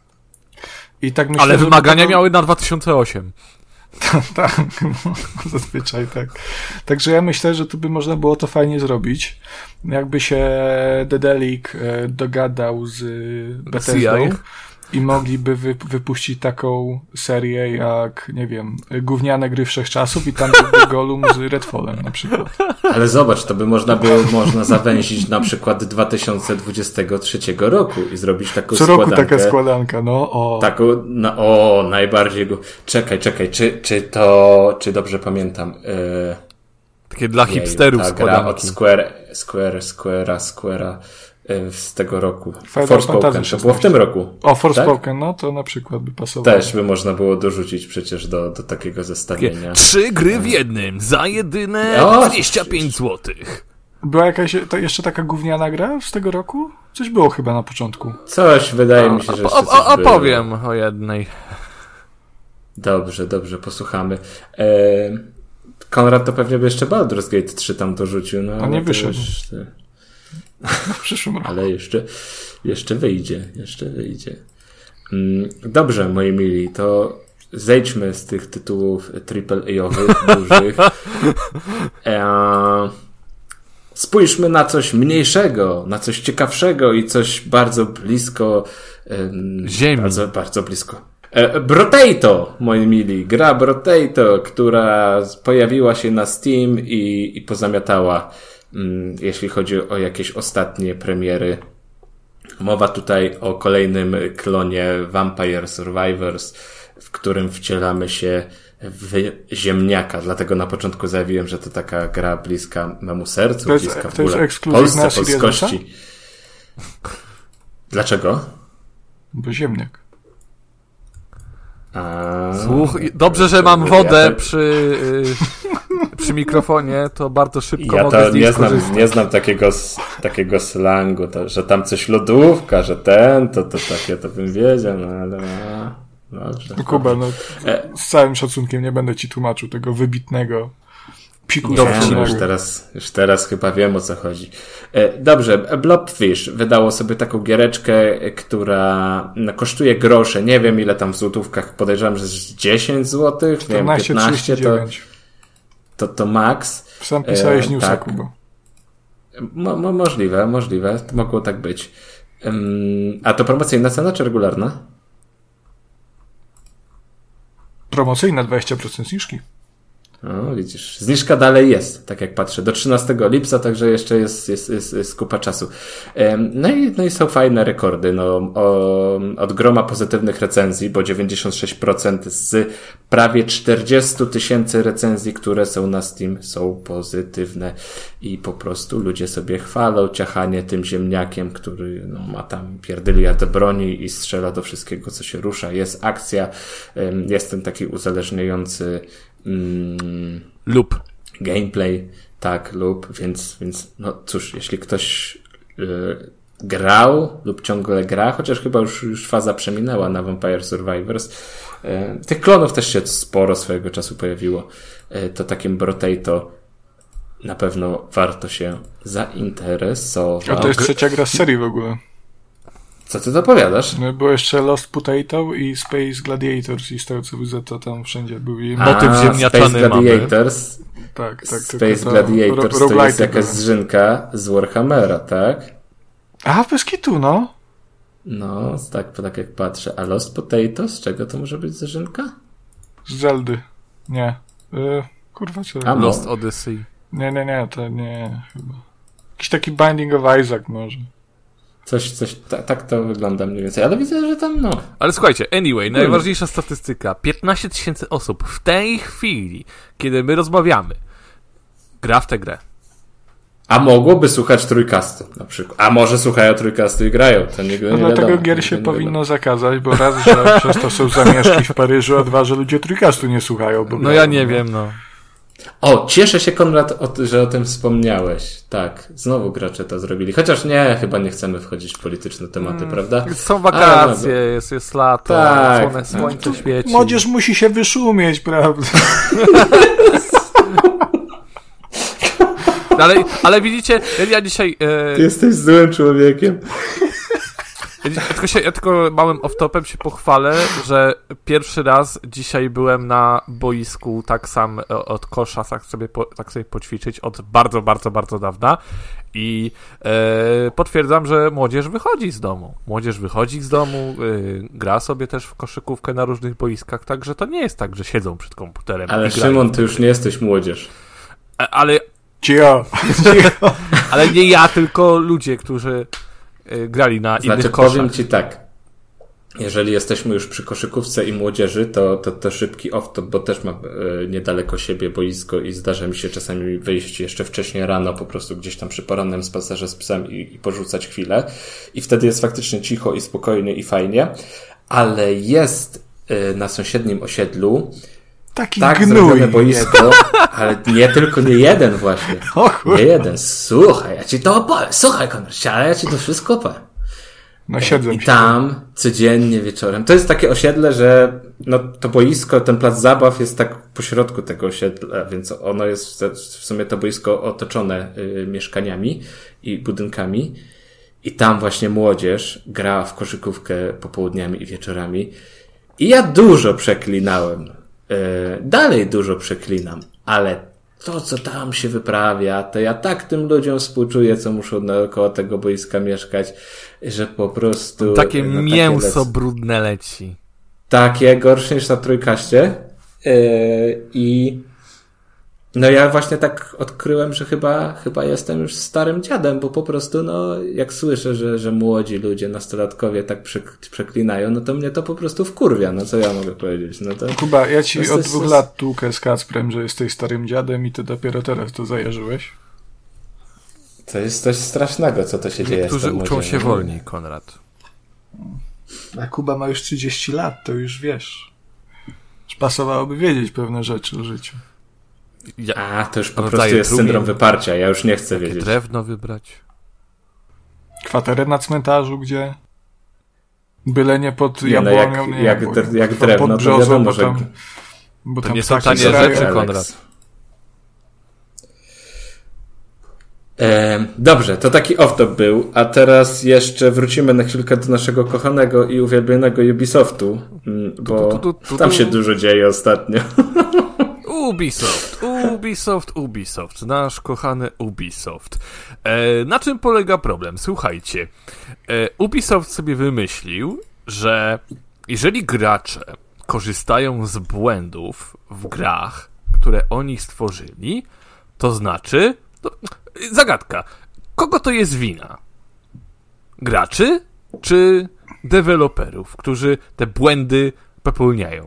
Speaker 1: I tak myślę,
Speaker 2: Ale
Speaker 1: że
Speaker 2: wymagania
Speaker 1: to...
Speaker 2: miały na dwa tysiące osiem.
Speaker 1: Tak, no, zazwyczaj tak. Także ja myślę, że tu by można było to fajnie zrobić. Jakby się Dedelic e, dogadał z Bethesdą
Speaker 2: C I.
Speaker 1: i mogliby wy, wypuścić taką serię jak, nie wiem, gówniane gry wszechczasów i tam byłby Golum z Redfallem na przykład.
Speaker 3: Ale zobacz, to by można było można zawęzić na przykład dwa tysiące dwudziestego trzeciego roku i zrobić taką
Speaker 1: Co roku
Speaker 3: składankę.
Speaker 1: taka składanka, no o.
Speaker 3: Taką, no, o, najbardziej go... Czekaj, czekaj, czy, czy to, czy dobrze pamiętam? Yy,
Speaker 2: Takie dla
Speaker 3: nie,
Speaker 2: hipsterów
Speaker 3: ta gra od
Speaker 2: składanki.
Speaker 3: Square, Square, Square'a, Square'a yy, z tego roku.
Speaker 1: Final
Speaker 3: Forspoken,
Speaker 1: Fantasy
Speaker 3: to było w tym roku.
Speaker 1: O, Forspoken, no to na przykład by pasowało.
Speaker 3: Też by można było dorzucić przecież do, do takiego zestawienia.
Speaker 2: Trzy gry w jednym, za jedyne
Speaker 3: O,
Speaker 2: dwadzieścia pięć złotych.
Speaker 1: Była jakaś, to jeszcze taka gówniana gra z tego roku? Coś było chyba na początku.
Speaker 3: Coś, wydaje mi się, że jeszcze
Speaker 2: A,
Speaker 3: coś
Speaker 2: a, a
Speaker 3: było.
Speaker 2: powiem o jednej.
Speaker 3: Dobrze, dobrze, posłuchamy. E, Konrad to pewnie by jeszcze Baldur's Gate trzy tam dorzucił. No,
Speaker 1: On
Speaker 3: ale
Speaker 1: nie
Speaker 3: to
Speaker 1: wyszedł.
Speaker 3: Już,
Speaker 1: W przyszłym roku.
Speaker 3: ale jeszcze, jeszcze wyjdzie, jeszcze wyjdzie. Mm, Dobrze, moi mili, to zejdźmy z tych tytułów triple A-owych, dużych. E, Spójrzmy na coś mniejszego, na coś ciekawszego i coś bardzo blisko em,
Speaker 2: Ziemi.
Speaker 3: Bardzo, bardzo blisko. E, Brotato, moi mili, gra Brotato, która pojawiła się na Steam i, i pozamiatała, mm, jeśli chodzi o jakieś ostatnie premiery. Mowa tutaj o kolejnym klonie Vampire Survivors, w którym wcielamy się w ziemniaka. Dlatego na początku zajawiłem, że to taka gra bliska memu sercu,
Speaker 1: To jest-
Speaker 3: bliska w
Speaker 1: to jest
Speaker 3: ogóle
Speaker 1: ekskluzywna
Speaker 3: Polsce,
Speaker 1: Serious
Speaker 3: polskości. Dlaczego?
Speaker 1: Bo ziemniak.
Speaker 3: A,
Speaker 2: Słuch, dobrze, że mam
Speaker 3: ja
Speaker 2: wodę
Speaker 3: to-
Speaker 2: przy, y, przy mikrofonie, to bardzo szybko
Speaker 3: Ja
Speaker 2: mogę
Speaker 3: to
Speaker 2: z niej
Speaker 3: nie znam,
Speaker 2: skorzystać.
Speaker 3: nie znam takiego, s- takiego slangu, to, że tam coś lodówka, że ten, to, to takie, to bym wiedział, no ale no, Dobrze.
Speaker 1: No Kuba, no z całym szacunkiem nie będę ci tłumaczył tego wybitnego psikusa.
Speaker 3: Nie, no już teraz, już teraz chyba wiem, o co chodzi. Dobrze, Blobfish wydało sobie taką giereczkę, która no, kosztuje grosze. Nie wiem, ile tam w złotówkach. Podejrzewam, że z dziesięć złotych, nie wiem, piętnaście to, to, to max.
Speaker 1: Sam pisałeś newsa, tak. Kuba.
Speaker 3: Mo, mo, możliwe, możliwe. To mogło tak być. Um, a to promocyjna cena, czy regularna?
Speaker 1: Promocyjna, dwadzieścia procent zniżki.
Speaker 3: No, widzisz, zniżka dalej jest, tak jak patrzę, do trzynastego lipca, także jeszcze jest, jest, jest, jest kupa czasu. No i, no i są fajne rekordy, no, o, od groma pozytywnych recenzji, bo dziewięćdziesiąt sześć procent z prawie czterdzieści tysięcy recenzji, które są na Steam, są pozytywne i po prostu ludzie sobie chwalą ciachanie tym ziemniakiem, który no, ma tam pierdyliard broni i strzela do wszystkiego, co się rusza. Jest akcja, jest ten taki uzależniający Mm,
Speaker 2: lub
Speaker 3: gameplay, tak, lub, więc, więc no cóż, jeśli ktoś y, grał lub ciągle gra, chociaż chyba już, już faza przeminęła na Vampire Survivors, y, tych klonów też się sporo swojego czasu pojawiło, y, to takim Brotato na pewno warto się zainteresować.
Speaker 1: A to jest trzecia gra z serii w ogóle.
Speaker 3: Co ty dopowiadasz?
Speaker 1: No, było jeszcze Lost Potato i Space Gladiators i z tego co widzę, to tam wszędzie były
Speaker 2: motyw ziemniaczany.
Speaker 3: Space Gladiators.
Speaker 1: Mamy. Tak, tak.
Speaker 3: Space Gladiators ro- to jest jakaś zżynka z Warhammera, tak?
Speaker 1: A, bez kitu, no.
Speaker 3: No, tak, tak jak patrzę. A Lost Potato, z czego to może być zżynka?
Speaker 1: Z Zeldy. Nie. Yy, kurwa, co?
Speaker 3: A,
Speaker 2: Lost Odyssey.
Speaker 1: Nie, nie, nie, to nie, chyba. Jakiś taki Binding of Isaac może.
Speaker 3: Coś, coś, ta, tak to wygląda mniej więcej, ale widzę, że tam no.
Speaker 2: Ale słuchajcie, anyway, najważniejsza statystyka. piętnaście tysięcy osób w tej chwili, kiedy my rozmawiamy, gra w tę grę.
Speaker 3: A mogłoby słuchać trójkastu na przykład. A może słuchają trójkastu i grają. To nigdy
Speaker 1: no
Speaker 3: nie
Speaker 1: dlatego
Speaker 3: wiadomo,
Speaker 1: gier się
Speaker 3: nie
Speaker 1: powinno
Speaker 3: wiadomo.
Speaker 1: zakazać, bo raz, że przez to są zamieszki w Paryżu, a dwa, że ludzie trójkastu nie słuchają. Bo
Speaker 2: no ja nie wiem, no.
Speaker 3: O, cieszę się, Konrad, że o tym wspomniałeś. Tak, znowu gracze to zrobili. Chociaż nie, chyba nie chcemy wchodzić w polityczne tematy, hmm. prawda?
Speaker 2: Są wakacje, no, jest, jest lato,
Speaker 3: tak,
Speaker 2: słone, słońce
Speaker 3: tak.
Speaker 2: świeci.
Speaker 1: Młodzież musi się wyszumieć, prawda?
Speaker 2: ale, ale widzicie, ja dzisiaj... E...
Speaker 3: Ty jesteś złym człowiekiem.
Speaker 2: Ja tylko, się, ja tylko małym off-topem się pochwalę, że pierwszy raz dzisiaj byłem na boisku tak sam od kosza, tak sobie, po, tak sobie poćwiczyć od bardzo, bardzo, bardzo dawna i e, potwierdzam, że młodzież wychodzi z domu. Młodzież wychodzi z domu, e, gra sobie też w koszykówkę na różnych boiskach, także to nie jest tak, że siedzą przed komputerem.
Speaker 3: Ale Szymon, ty już nie jesteś młodzież.
Speaker 2: E, ale...
Speaker 1: Cio. Cio.
Speaker 2: Ale nie ja, tylko ludzie, którzy grali na
Speaker 3: znaczy,
Speaker 2: innych koszach.
Speaker 3: Powiem ci tak, jeżeli jesteśmy już przy koszykówce i młodzieży, to, to, to szybki off-top, bo też mam y, niedaleko siebie boisko i zdarza mi się czasami wyjść jeszcze wcześniej rano, po prostu gdzieś tam przy porannym spacerze z psem i, i porzucać chwilę i wtedy jest faktycznie cicho i spokojnie i fajnie, ale jest y, na sąsiednim osiedlu
Speaker 1: Taki
Speaker 3: tak
Speaker 1: gnój.
Speaker 3: zrobione boisko, ale nie tylko, nie jeden właśnie. Nie jeden. Słuchaj, ja ci to opowiem. Słuchaj, Konrad, ale ja ci to wszystko opowiem.
Speaker 1: No siedzę.
Speaker 3: I tam codziennie wieczorem. To jest takie osiedle, że no to boisko, ten plac zabaw jest tak pośrodku tego osiedla, więc ono jest w sumie to boisko otoczone y, mieszkaniami i budynkami. I tam właśnie młodzież gra w koszykówkę popołudniami i wieczorami. I ja dużo przeklinałem. Dalej dużo przeklinam, ale to, co tam się wyprawia, to ja tak tym ludziom współczuję, co muszą naokoło tego boiska mieszkać, że po prostu...
Speaker 2: Takie
Speaker 3: no,
Speaker 2: mięso
Speaker 3: takie lec...
Speaker 2: brudne leci.
Speaker 3: Takie, gorsze niż na trójkaście. Yy, I no ja właśnie tak odkryłem, że chyba, chyba jestem już starym dziadem, bo po prostu no, jak słyszę, że, że młodzi ludzie, nastolatkowie tak przeklinają, no to mnie to po prostu wkurwia, no co ja mogę powiedzieć? No to,
Speaker 1: Kuba, ja ci
Speaker 3: to
Speaker 1: od
Speaker 3: jest,
Speaker 1: dwóch
Speaker 3: jest...
Speaker 1: lat tłukę z Kacprem, że jesteś starym dziadem i ty dopiero teraz to zajarzyłeś.
Speaker 3: To jest coś strasznego, co to się dzieje.
Speaker 2: Niektórzy uczą się wolniej, Konrad.
Speaker 1: A Kuba ma już trzydzieści lat, to już wiesz. Już pasowałoby wiedzieć pewne rzeczy o życiu.
Speaker 3: Ja, A, to już po prostu jest trumien, syndrom wyparcia, ja już nie chcę wiedzieć.
Speaker 2: Drewno wybrać.
Speaker 1: Kwaterę na cmentarzu, gdzie? Byle nie pod
Speaker 3: Nie, no
Speaker 1: jabłonią,
Speaker 3: jak,
Speaker 1: nie,
Speaker 3: jak,
Speaker 1: bo,
Speaker 3: dr- jak
Speaker 1: pod
Speaker 3: drewno, to
Speaker 1: brzozą,
Speaker 3: wiadomo,
Speaker 1: bo
Speaker 3: że...
Speaker 1: tam, bo
Speaker 2: To
Speaker 1: tam
Speaker 2: nie są
Speaker 1: ptaki
Speaker 2: tanie
Speaker 1: srają.
Speaker 2: rzeczy,
Speaker 3: Alex.
Speaker 2: Konrad.
Speaker 3: E, dobrze, to taki off-top był, a teraz jeszcze wrócimy na chwilkę do naszego kochanego i uwielbionego Ubisoftu, mm, bo
Speaker 2: Tu, tu, tu, tu,
Speaker 3: tam
Speaker 2: tu.
Speaker 3: się dużo dzieje ostatnio.
Speaker 2: Ubisoft, Ubisoft, Ubisoft, nasz kochany Ubisoft. E, na czym polega problem? Słuchajcie, e, Ubisoft sobie wymyślił, że jeżeli gracze korzystają z błędów w grach, które oni stworzyli, to znaczy... To, zagadka. Kogo to jest wina? Graczy czy deweloperów, którzy te błędy popełniają?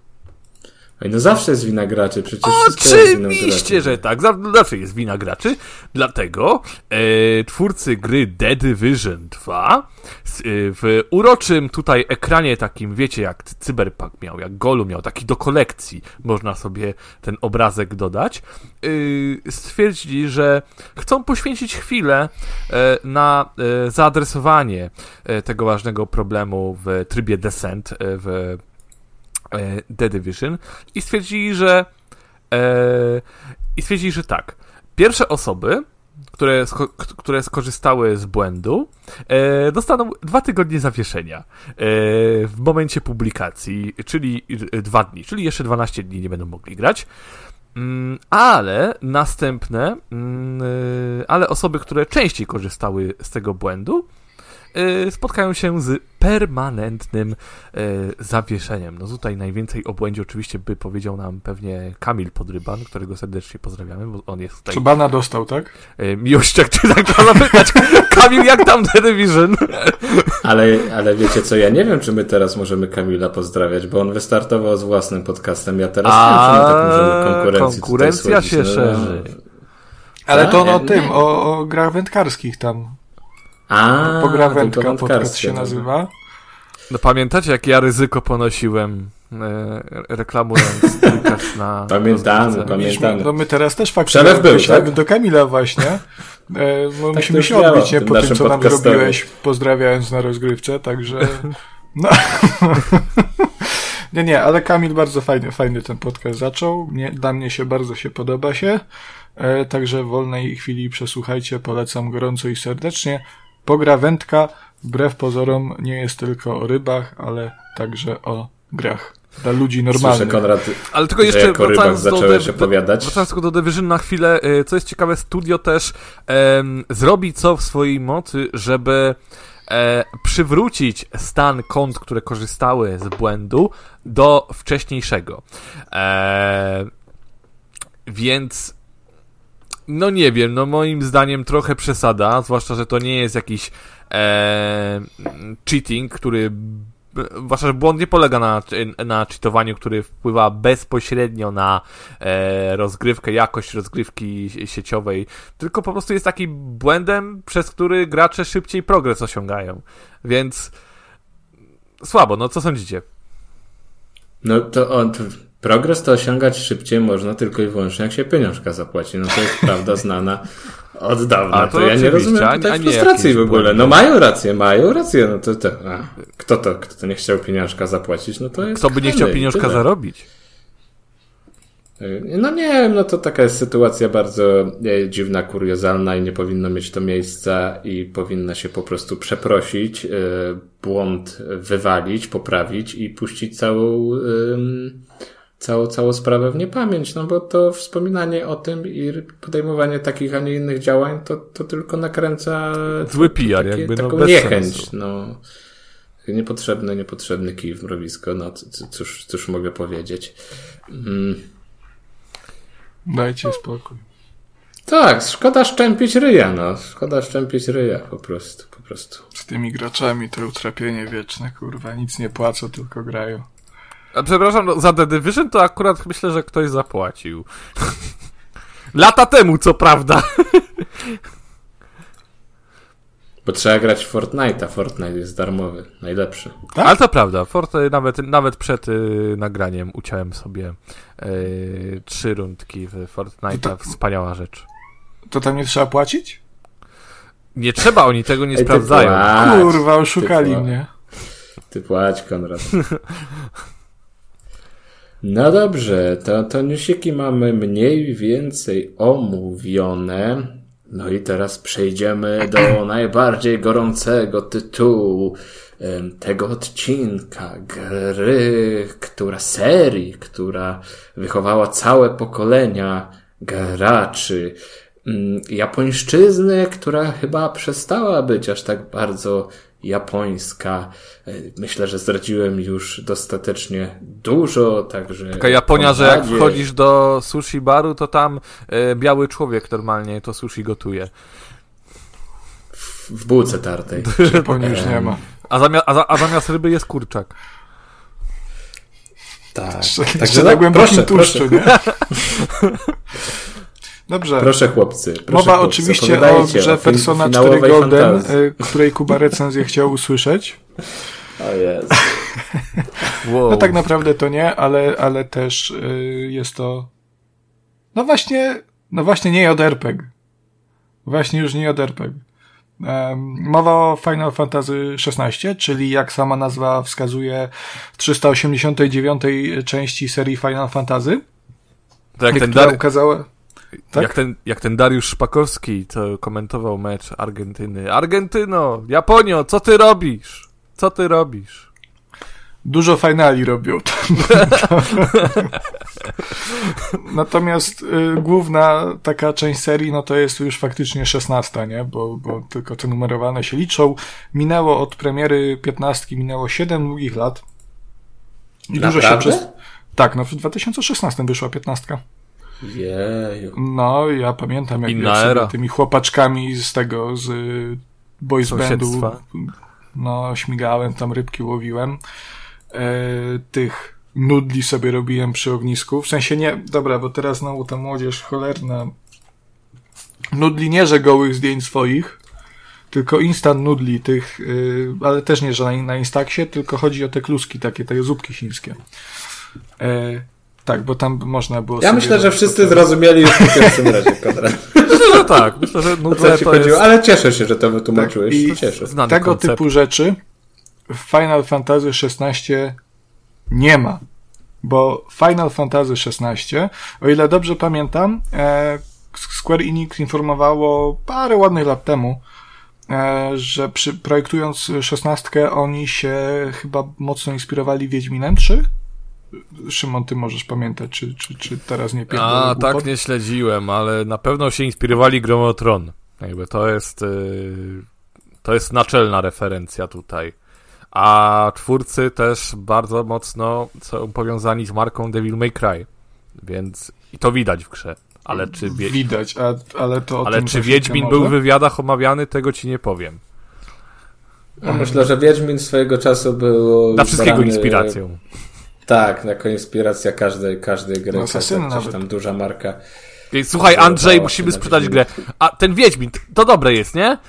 Speaker 3: Oj, no zawsze jest wina graczy, przecież wszystko jest winą
Speaker 2: Oczywiście,
Speaker 3: graczy.
Speaker 2: że tak. Zawsze jest wina graczy. Dlatego e, twórcy gry The Division dwa s- e, w uroczym tutaj ekranie takim, wiecie, jak Cyberpunk miał, jak Golu miał, taki do kolekcji, można sobie ten obrazek dodać, e, stwierdzili, że chcą poświęcić chwilę e, na e, zaadresowanie e, tego ważnego problemu w trybie Descent, e, w The Division i stwierdzili, że e, i stwierdzili, że tak. Pierwsze osoby, które, sko- które skorzystały z błędu, e, dostaną dwa tygodnie zawieszenia e, w momencie publikacji, czyli e, dwa dni, czyli jeszcze dwanaście dni nie będą mogli grać. Mm, ale następne, mm, e, ale osoby, które częściej korzystały z tego błędu, spotkają się z permanentnym e, zawieszeniem. No tutaj najwięcej o błędzie oczywiście by powiedział nam pewnie Kamil Podryban, którego serdecznie pozdrawiamy, bo on jest tutaj...
Speaker 1: Co bana dostał, tak?
Speaker 2: E, miłość, jak ty tak można zapytać. Kamil, jak tam The Division?
Speaker 3: Ale, ale wiecie co, ja nie wiem, czy my teraz możemy Kamila pozdrawiać, bo on wystartował z własnym podcastem, ja teraz
Speaker 2: A,
Speaker 3: nie wiem, czy my tak możemy konkurencji
Speaker 2: konkurencja
Speaker 3: tutaj
Speaker 2: się
Speaker 3: schodzić.
Speaker 2: szerzy.
Speaker 1: Ale
Speaker 3: Tak?
Speaker 1: to on o
Speaker 3: Nie.
Speaker 1: tym, o, o grach wędkarskich tam.
Speaker 3: A,
Speaker 1: Pograwędka
Speaker 3: tylko
Speaker 1: podcast
Speaker 3: wędkarskie,
Speaker 1: się
Speaker 3: dobra.
Speaker 1: nazywa.
Speaker 2: No pamiętacie, jak ja ryzyko ponosiłem e, reklamując Dreamcast na...
Speaker 3: Pamiętamy,
Speaker 2: rozgrywce?
Speaker 3: pamiętamy.
Speaker 1: No my teraz też faktycznie
Speaker 3: Przelew był,
Speaker 1: myślałem
Speaker 3: tak?
Speaker 1: do Kamila właśnie. E, bo
Speaker 3: Tak
Speaker 1: musimy
Speaker 3: to
Speaker 1: się
Speaker 3: działa
Speaker 1: odbić
Speaker 3: w
Speaker 1: nie,
Speaker 3: tym
Speaker 1: po tym,
Speaker 3: naszym
Speaker 1: co nam
Speaker 3: podcastowie.
Speaker 1: zrobiłeś, pozdrawiając na rozgrywce, także... No. nie, nie, ale Kamil bardzo fajny, fajny ten podcast zaczął. Mnie, dla mnie się bardzo się podoba się. E, także w wolnej chwili przesłuchajcie, polecam gorąco i serdecznie. Pograwędka wbrew pozorom nie jest tylko o rybach, ale także o grach. Dla ludzi
Speaker 3: Słyszę,
Speaker 1: normalnych.
Speaker 3: Konrad,
Speaker 2: Ale tylko
Speaker 3: że
Speaker 2: jeszcze
Speaker 3: jako rybak
Speaker 2: wracając do,
Speaker 3: zacząłeś
Speaker 2: do,
Speaker 3: opowiadać.
Speaker 2: wracając tylko do Division na chwilę, y, co jest ciekawe, studio też em, zrobi co w swojej mocy, żeby e, przywrócić stan kont, które korzystały z błędu do wcześniejszego. E, więc no nie wiem, no moim zdaniem trochę przesada, zwłaszcza, że to nie jest jakiś e, cheating, który zwłaszcza, że błąd nie polega na, na cheatowaniu, który wpływa bezpośrednio na e, rozgrywkę, jakość rozgrywki sieciowej, tylko po prostu jest takim błędem, przez który gracze szybciej progres osiągają. Więc słabo, no co sądzicie?
Speaker 3: No to on, progres to osiągać szybciej można tylko i wyłącznie jak się pieniążka zapłaci. No to jest prawda znana od dawna.
Speaker 2: A, to
Speaker 3: to ja nie
Speaker 2: oczywiście,
Speaker 3: rozumiem
Speaker 2: a-
Speaker 3: tutaj
Speaker 2: a nie
Speaker 3: frustracji
Speaker 2: jakieś
Speaker 3: w ogóle.
Speaker 2: błędy.
Speaker 3: No mają rację, mają rację. No to, to a, kto to, kto to nie chciał pieniążka zapłacić? No to jest
Speaker 2: Kto by nie
Speaker 3: chamy
Speaker 2: chciał
Speaker 3: i
Speaker 2: pieniążka
Speaker 3: tyle.
Speaker 2: zarobić?
Speaker 3: No nie wiem, no to taka jest sytuacja bardzo e, dziwna, kuriozalna i nie powinno mieć to miejsca i powinna się po prostu przeprosić, e, błąd wywalić, poprawić i puścić całą, ym, całą, całą sprawę w niepamięć, no bo to wspominanie o tym i podejmowanie takich, a nie innych działań to, to tylko nakręca
Speaker 2: Zły P R,
Speaker 3: takie,
Speaker 2: jakby, no,
Speaker 3: taką
Speaker 2: bez
Speaker 3: niechęć,
Speaker 2: sensu.
Speaker 3: no. Niepotrzebny, niepotrzebny kij w mrowisko, no c- cóż, cóż mogę powiedzieć. Mm.
Speaker 1: Dajcie spokój.
Speaker 3: Tak, szkoda szczępić ryja, no. Szkoda szczępić ryja, po prostu, po prostu.
Speaker 1: Z tymi graczami to utrapienie wieczne, kurwa. Nic nie płacą, tylko grają.
Speaker 2: A przepraszam, no, za The Division to akurat myślę, że ktoś zapłacił. Lata temu, co prawda.
Speaker 3: Bo trzeba grać w Fortnite'a. Fortnite jest darmowy, najlepszy.
Speaker 1: Tak?
Speaker 2: Ale to prawda, Forte nawet, nawet przed y, nagraniem uciąłem sobie y, trzy rundki w Fortnite'a.
Speaker 1: To-
Speaker 2: Wspaniała rzecz.
Speaker 1: To tam nie trzeba płacić?
Speaker 2: Nie trzeba, oni tego nie
Speaker 3: Ej, ty
Speaker 2: sprawdzają.
Speaker 3: płacz,
Speaker 1: Kurwa, oszukali
Speaker 3: ty płacz.
Speaker 1: mnie.
Speaker 3: Ty płać, Konrad. No dobrze, to, to newsiki mamy mniej więcej omówione. No i teraz przejdziemy do najbardziej gorącego tytułu tego odcinka, gry, która serii, która wychowała całe pokolenia graczy. Japońszczyzny, która chyba przestała być aż tak bardzo japońska. Myślę, że zdradziłem już dostatecznie dużo, także...
Speaker 2: Taka Japonia, że jak wchodzisz do sushi baru, to tam e, biały człowiek normalnie to sushi gotuje.
Speaker 3: W, w bułce tartej.
Speaker 1: W Japonii już nie ma.
Speaker 2: A, zamia- a, za- a zamiast ryby jest kurczak.
Speaker 3: Tak.
Speaker 1: Także na głębokim tłuszczu, nie? Dobrze.
Speaker 3: Proszę chłopcy. Proszę
Speaker 1: Mowa
Speaker 3: chłopcy,
Speaker 1: oczywiście o grze Persona cztery Golden, fantazji. Której Kuba recenzję chciał usłyszeć.
Speaker 3: O Jezu.
Speaker 2: Wow.
Speaker 1: No tak naprawdę to nie, ale, ale też yy, jest to no właśnie, no właśnie nie J R P G. Właśnie już nie J R P G. Um, mowa o Final Fantasy szesnaście, czyli jak sama nazwa wskazuje trzysta osiemdziesiątej dziewiątej części serii Final Fantasy.
Speaker 2: To jak ten
Speaker 1: która
Speaker 2: Dar...
Speaker 1: ukazała... Tak?
Speaker 2: Jak, ten, jak ten Dariusz Szpakowski, co komentował mecz Argentyny. Argentyno, Japonio, co ty robisz? Co ty robisz?
Speaker 1: Dużo finali robią. Natomiast y, główna taka część serii, no to jest już faktycznie szesnasta, nie? Bo, bo tylko te numerowane się liczą. Minęło od premiery piętnastki, minęło siedem długich lat. I
Speaker 3: Naprawdę?
Speaker 1: dużo się przez... Tak, no w dwa tysiące szesnastym wyszła piętnastka.
Speaker 3: Jeju.
Speaker 1: No, ja pamiętam, jak,
Speaker 2: Inna
Speaker 1: jak sobie
Speaker 2: era.
Speaker 1: tymi chłopaczkami z tego, z y, boys bandu,
Speaker 2: Sąsiedztwa.
Speaker 1: no, śmigałem, tam rybki łowiłem. E, tych nudli sobie robiłem przy ognisku. W sensie nie, dobra, bo teraz znowu ta młodzież cholerna. Nudli nie, że gołych zdjęć swoich, tylko instant nudli tych, y, ale też nie, że na, na Instaxie, tylko chodzi o te kluski takie, te zupki chińskie. E, tak, bo tam można było
Speaker 3: Ja
Speaker 1: sobie
Speaker 3: myślę, że wszyscy
Speaker 1: to...
Speaker 3: zrozumieli już w pierwszym razie, Konrad.
Speaker 2: Myślę, że tak. Myślę, że
Speaker 3: O
Speaker 2: nudle
Speaker 3: co ci
Speaker 2: to
Speaker 3: chodziło?
Speaker 2: jest
Speaker 3: Ale cieszę się, że to wytłumaczyłeś.
Speaker 1: Tak, i
Speaker 3: to cieszę.
Speaker 2: znany
Speaker 1: tego
Speaker 2: koncept.
Speaker 1: typu rzeczy w Final Fantasy szesnaście nie ma. Bo Final Fantasy szesnaście, o ile dobrze pamiętam, e, Square Enix informowało parę ładnych lat temu, e, że przy, projektując szesnastkę oni się chyba mocno inspirowali Wiedźminem trzy. Szymon, ty możesz pamiętać, czy, czy, czy teraz nie pierdolę
Speaker 2: A,
Speaker 1: głupot?
Speaker 2: tak nie śledziłem, ale na pewno się inspirowali grą o Tron. Jakby to jest yy, to jest naczelna referencja tutaj. A twórcy też bardzo mocno są powiązani z marką Devil May Cry. Więc i to widać w grze. Ale czy wie...
Speaker 1: Widać, a, ale to o
Speaker 2: Ale
Speaker 1: tym
Speaker 2: czy
Speaker 1: za chwilkę
Speaker 2: Wiedźmin
Speaker 1: może?
Speaker 2: był w wywiadach omawiany, tego ci nie powiem.
Speaker 3: Ja myślę, że Wiedźmin swojego czasu był...
Speaker 2: Na wszystkiego
Speaker 3: brany-
Speaker 2: inspiracją.
Speaker 3: Tak, jako inspiracja każdej, każdej gry.
Speaker 1: No, Asasyny
Speaker 3: Gdzieś
Speaker 1: nawet.
Speaker 3: tam duża marka.
Speaker 2: Więc, słuchaj,
Speaker 3: To-
Speaker 2: Andrzej,
Speaker 3: to
Speaker 2: musimy
Speaker 3: się
Speaker 2: sprzedać
Speaker 3: na
Speaker 2: grę. A ten Wiedźmin, to dobre jest, nie?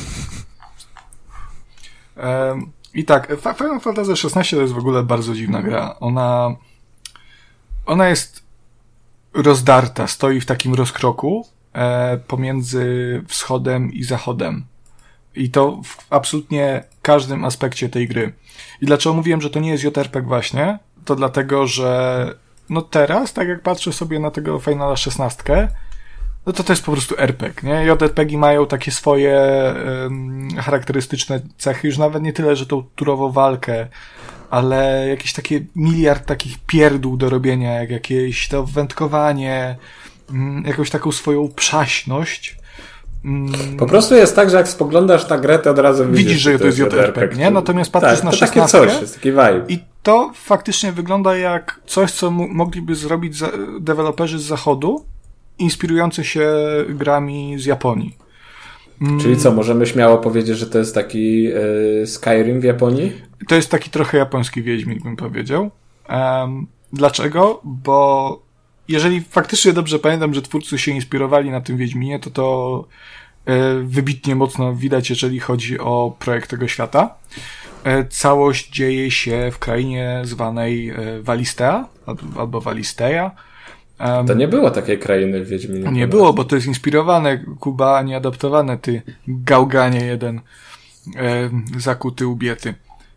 Speaker 1: Um, I tak, Fa- Final Fantasy szesnaście to jest w ogóle bardzo dziwna gra. Ona ona jest rozdarta, stoi w takim rozkroku e, pomiędzy wschodem i zachodem. I to w absolutnie każdym aspekcie tej gry. I dlaczego mówiłem, że to nie jest J R P G właśnie? To dlatego, że no teraz, tak jak patrzę sobie na tego Finala szesnastkę, no to to jest po prostu R P G, nie? J R P G mają takie swoje um, charakterystyczne cechy, już nawet nie tyle, że tą turową walkę, ale jakieś takie miliard takich pierdół do robienia, jak jakieś to wędkowanie, um, jakąś taką swoją przaśność. Um,
Speaker 3: Po prostu jest tak, że jak spoglądasz na grę, to od razu widzisz,
Speaker 1: Widzisz, że to jest J R P G, nie? Natomiast patrzysz
Speaker 3: tak,
Speaker 1: na
Speaker 3: to takie
Speaker 1: szesnastkę
Speaker 3: coś, jest taki vibe.
Speaker 1: i to faktycznie wygląda jak coś, co mu- mogliby zrobić za- deweloperzy z zachodu, inspirujący się grami z Japonii. Mm,
Speaker 3: Czyli co, możemy śmiało powiedzieć, że to jest taki y, Skyrim w Japonii?
Speaker 1: To jest taki trochę japoński Wiedźmin, bym powiedział. Um, dlaczego? Bo jeżeli faktycznie dobrze pamiętam, że twórcy się inspirowali na tym Wiedźminie, to to e, wybitnie mocno widać, jeżeli chodzi o projekt tego świata. E, całość dzieje się w krainie zwanej e, Valistea, albo, albo Valisteia. Um,
Speaker 3: To nie było takiej krainy w Wiedźminie.
Speaker 1: Nie było, bo to jest inspirowane, Kuba, a nie adaptowane, ty gałganie jeden, e, zakuty ubiety.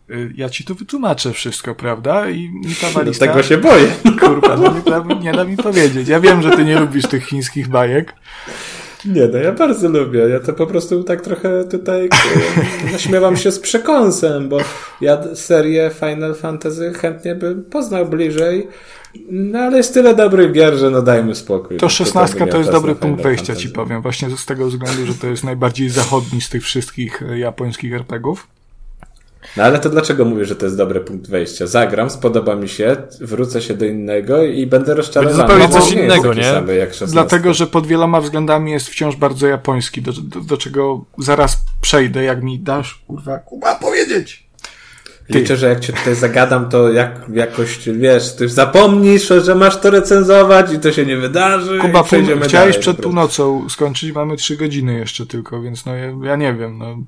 Speaker 1: Ja ci tu wytłumaczę wszystko, prawda? I, i ta walista...
Speaker 3: Tego się boję.
Speaker 1: Kurwa, no nie, da, nie da mi powiedzieć. Ja wiem, że ty nie lubisz tych chińskich bajek.
Speaker 3: Nie, no ja bardzo lubię. Ja to po prostu tak trochę tutaj naśmiewam się z przekąsem, bo ja serię Final Fantasy chętnie bym poznał bliżej, no ale jest tyle dobrych gier, że no dajmy spokój.
Speaker 1: To szesnastka to jest dobry punkt wejścia,
Speaker 3: Fantasy.
Speaker 1: ci powiem. Właśnie z tego względu, że to jest najbardziej zachodni z tych wszystkich japońskich er pe gie ów.
Speaker 3: No ale to dlaczego mówię, że to jest dobry punkt wejścia? Zagram, spodoba mi się, wrócę się do innego i będę rozczarowany.
Speaker 2: Będzie zupełnie
Speaker 3: no,
Speaker 2: coś
Speaker 3: nie
Speaker 2: innego, nie?
Speaker 3: Samy jak
Speaker 1: Dlatego, że pod wieloma względami jest wciąż bardzo japoński, do, do, do czego zaraz przejdę, jak mi dasz, kurwa, Kuba, powiedzieć. Ty.
Speaker 3: Liczę, że jak cię tutaj zagadam, to jak, jakoś, wiesz, ty zapomnisz, że masz to recenzować i to się nie wydarzy.
Speaker 1: Kuba, pół, chciałeś
Speaker 3: dalej,
Speaker 1: przed północą skończyć, mamy trzy godziny jeszcze tylko, więc no ja, ja nie wiem, no.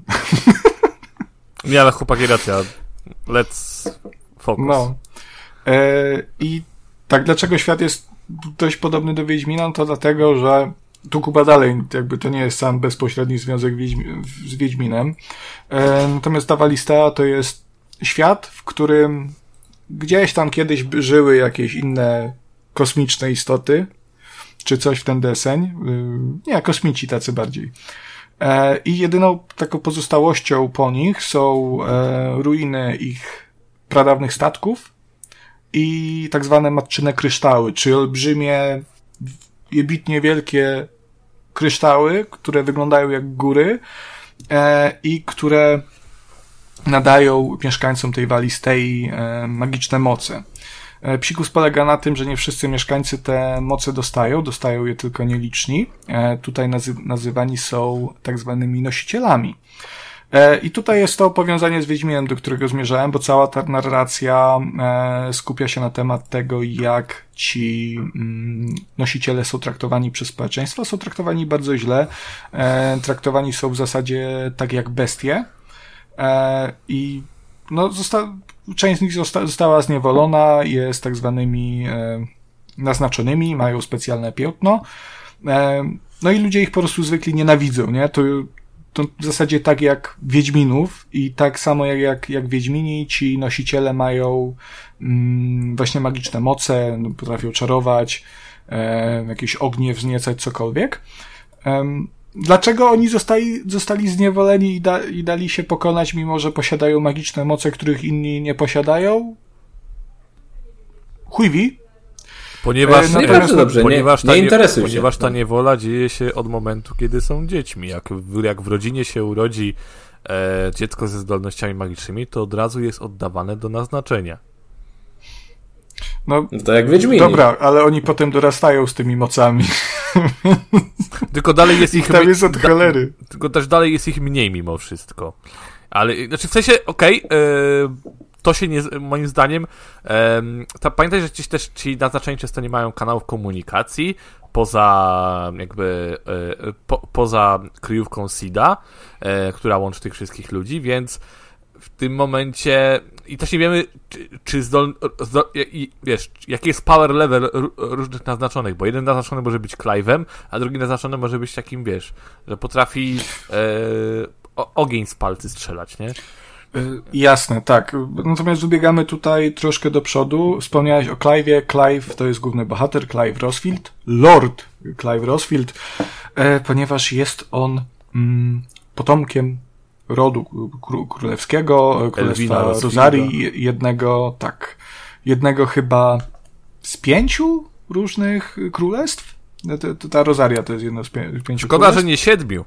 Speaker 2: Nie, ale chłopaki racja. Let's focus.
Speaker 1: No. E, I tak, dlaczego świat jest dość podobny do Wiedźmina? No to dlatego, że tu Kuba dalej, jakby to nie jest sam bezpośredni związek Wiedźmi- z Wiedźminem. E, natomiast ta Walista to jest świat, w którym gdzieś tam kiedyś żyły jakieś inne kosmiczne istoty, czy coś w ten deseń. E, nie, kosmici tacy bardziej. I jedyną taką pozostałością po nich są e, ruiny ich pradawnych statków i tak zwane matczyne kryształy, czyli olbrzymie, jebitnie wielkie kryształy, które wyglądają jak góry e, i które nadają mieszkańcom tej Walistei e, magiczne moce. Psikus polega na tym, że nie wszyscy mieszkańcy te moce dostają, dostają je tylko nieliczni. E, tutaj nazy- nazywani są tak zwanymi nosicielami. E, I tutaj jest to powiązanie z Wiedźminem, do którego zmierzałem, bo cała ta narracja e, skupia się na temat tego, jak ci mm, nosiciele są traktowani przez społeczeństwo. Są traktowani bardzo źle. E, traktowani są w zasadzie tak jak bestie. E, I no, zosta- część z nich zosta- została zniewolona, jest tak zwanymi e, naznaczonymi, mają specjalne piętno. E, no i ludzie ich po prostu zwykli nienawidzą, nie? To, to w zasadzie tak jak Wiedźminów i tak samo jak, jak, jak Wiedźmini, ci nosiciele mają mm, właśnie magiczne moce, no, potrafią czarować, e, jakieś ognie wzniecać, cokolwiek. E, Dlaczego oni zostali, zostali zniewoleni i, da, i dali się pokonać, mimo że posiadają magiczne moce, których inni nie posiadają? Chuj wie.
Speaker 2: Ponieważ,
Speaker 1: E, no
Speaker 2: e,
Speaker 3: bardzo dobrze,
Speaker 2: ponieważ,
Speaker 3: nie-
Speaker 2: ta
Speaker 3: nie interesuj się.
Speaker 2: ponieważ ta niewola dzieje się od momentu, kiedy są dziećmi. Jak w, jak w rodzinie się urodzi e, dziecko ze zdolnościami magicznymi, to od razu jest oddawane do naznaczenia.
Speaker 1: No,
Speaker 3: No to jak Wiedźmini.
Speaker 1: dobra, ale oni potem dorastają z tymi mocami.
Speaker 2: Tylko dalej jest ich...
Speaker 1: Tam jest od cholery.
Speaker 2: Tylko też dalej jest ich mniej mimo wszystko. Ale, znaczy w sensie, okej, okay, to się nie, moim zdaniem, e, ta, pamiętaj, że ci też ci naznaczeni często nie mają kanałów komunikacji poza jakby, e, po, poza kryjówką Sida, e, która łączy tych wszystkich ludzi, więc w tym momencie i też nie wiemy, czy, czy zdol, zdol, i, wiesz, jaki jest power level r, różnych naznaczonych, bo jeden naznaczony może być Clive'em, a drugi naznaczony może być takim, wiesz, że potrafi e, o, ogień z palcy strzelać, nie?
Speaker 1: Jasne, tak. Natomiast wybiegamy tutaj troszkę do przodu. Wspomniałeś o Clive'ie. Clive to jest główny bohater, Clive Rosfield. Lord Clive Rosfield, e, ponieważ jest on mm, potomkiem rodu kró- królewskiego, królestwa Rosarii, jednego, tak, jednego chyba z pięciu różnych królestw. Ta, ta, ta Rosaria to jest jedno z pię- pięciu
Speaker 2: Szkoda,
Speaker 1: królestw.
Speaker 2: że nie siedmiu.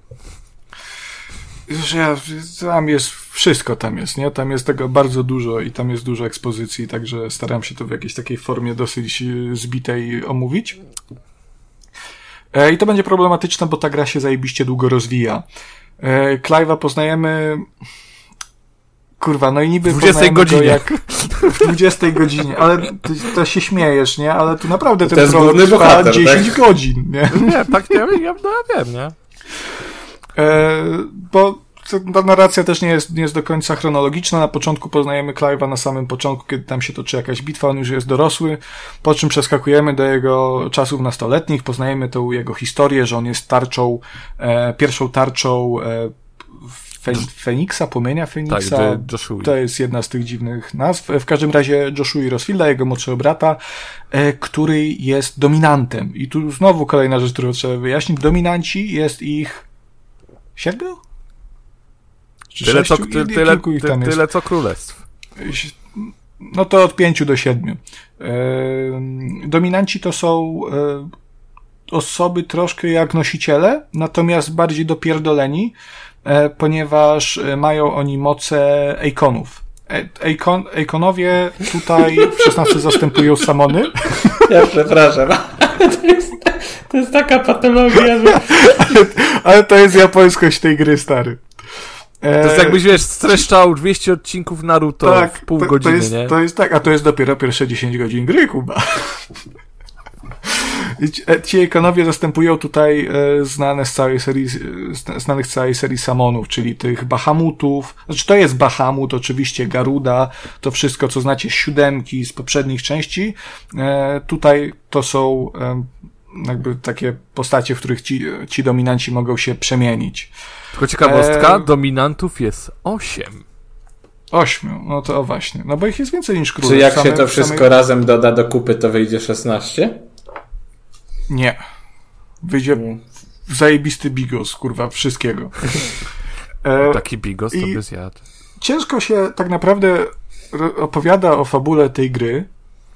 Speaker 1: Że ja, tam jest wszystko tam jest, nie? Tam jest tego bardzo dużo i tam jest dużo ekspozycji, także staram się to w jakiejś takiej formie dosyć zbitej omówić. E, I to będzie problematyczne, bo ta gra się zajebiście długo rozwija. E, Clive'a poznajemy... Kurwa, no i niby
Speaker 2: w dwudziestej godzinie.
Speaker 1: Go jak w dwudziestej godzinie, ale ty, to się śmiejesz, nie? Ale tu naprawdę
Speaker 3: To
Speaker 1: ten
Speaker 3: jest
Speaker 1: prolog
Speaker 3: główny
Speaker 1: trwa
Speaker 3: bohater,
Speaker 1: dziesięć
Speaker 3: tak?
Speaker 1: godzin, nie?
Speaker 2: Nie, tak, ja, ja, no, ja wiem, nie?
Speaker 1: E, bo ta narracja też nie jest, nie jest do końca chronologiczna. Na początku poznajemy Clive'a na samym początku, kiedy tam się toczy jakaś bitwa, on już jest dorosły, po czym przeskakujemy do jego czasów nastoletnich, poznajemy tą jego historię, że on jest tarczą, e, pierwszą tarczą e, Fe- Feniksa, Płomienia Feniksa.
Speaker 2: Tak, Joshua.
Speaker 1: To jest jedna z tych dziwnych nazw. W każdym razie Joshua Rosfielda, jego młodszego brata, e, który jest dominantem. I tu znowu kolejna rzecz, którą trzeba wyjaśnić. Dominanci jest ich siedmiu? Czy
Speaker 2: Tyle, co,
Speaker 1: sześciu?
Speaker 2: ty,
Speaker 1: I-
Speaker 2: tyle,
Speaker 1: kilku ich
Speaker 2: ty,
Speaker 1: tam jest.
Speaker 2: tyle co królestw.
Speaker 1: No to od pięciu do siedmiu. E, dominanci to są e, osoby troszkę jak nosiciele, natomiast bardziej dopierdoleni, e, ponieważ e, mają oni moce Eikonów. E, Eikon, Eikonowie tutaj w szesnastce zastępują Samony.
Speaker 3: Ja przepraszam, ale to jest, to jest taka patologia, że...
Speaker 1: ale, ale to jest japońskość tej gry, stary. E,
Speaker 2: To jest jakbyś, wiesz, streszczał dwieście odcinków Naruto
Speaker 1: tak,
Speaker 2: w pół
Speaker 1: to,
Speaker 2: godziny,
Speaker 1: to jest,
Speaker 2: nie?
Speaker 1: To jest tak, a to jest dopiero pierwsze dziesięć godzin gry, Kuba. I ci, ci Eikonowie zastępują tutaj e, znane z całej serii, e, znanych z całej serii Samonów, czyli tych Bahamutów. Znaczy to jest Bahamut, oczywiście Garuda, to wszystko, co znacie z siódemki, z poprzednich części. E, tutaj to są e, jakby takie postacie, w których ci, ci dominanci mogą się przemienić.
Speaker 2: Tylko ciekawostka,
Speaker 1: E...
Speaker 2: dominantów jest osiem.
Speaker 1: Ośmiu, no to właśnie. No bo ich jest więcej niż królów.
Speaker 3: Czy jak
Speaker 1: same,
Speaker 3: się to wszystko
Speaker 1: same...
Speaker 3: razem doda do kupy, to wyjdzie szesnaście?
Speaker 1: Nie. Wyjdzie zajebisty bigos, kurwa, wszystkiego. E,
Speaker 2: Taki bigos to
Speaker 1: i-
Speaker 2: by zjadł.
Speaker 1: ciężko się tak naprawdę ro- opowiada o fabule tej gry,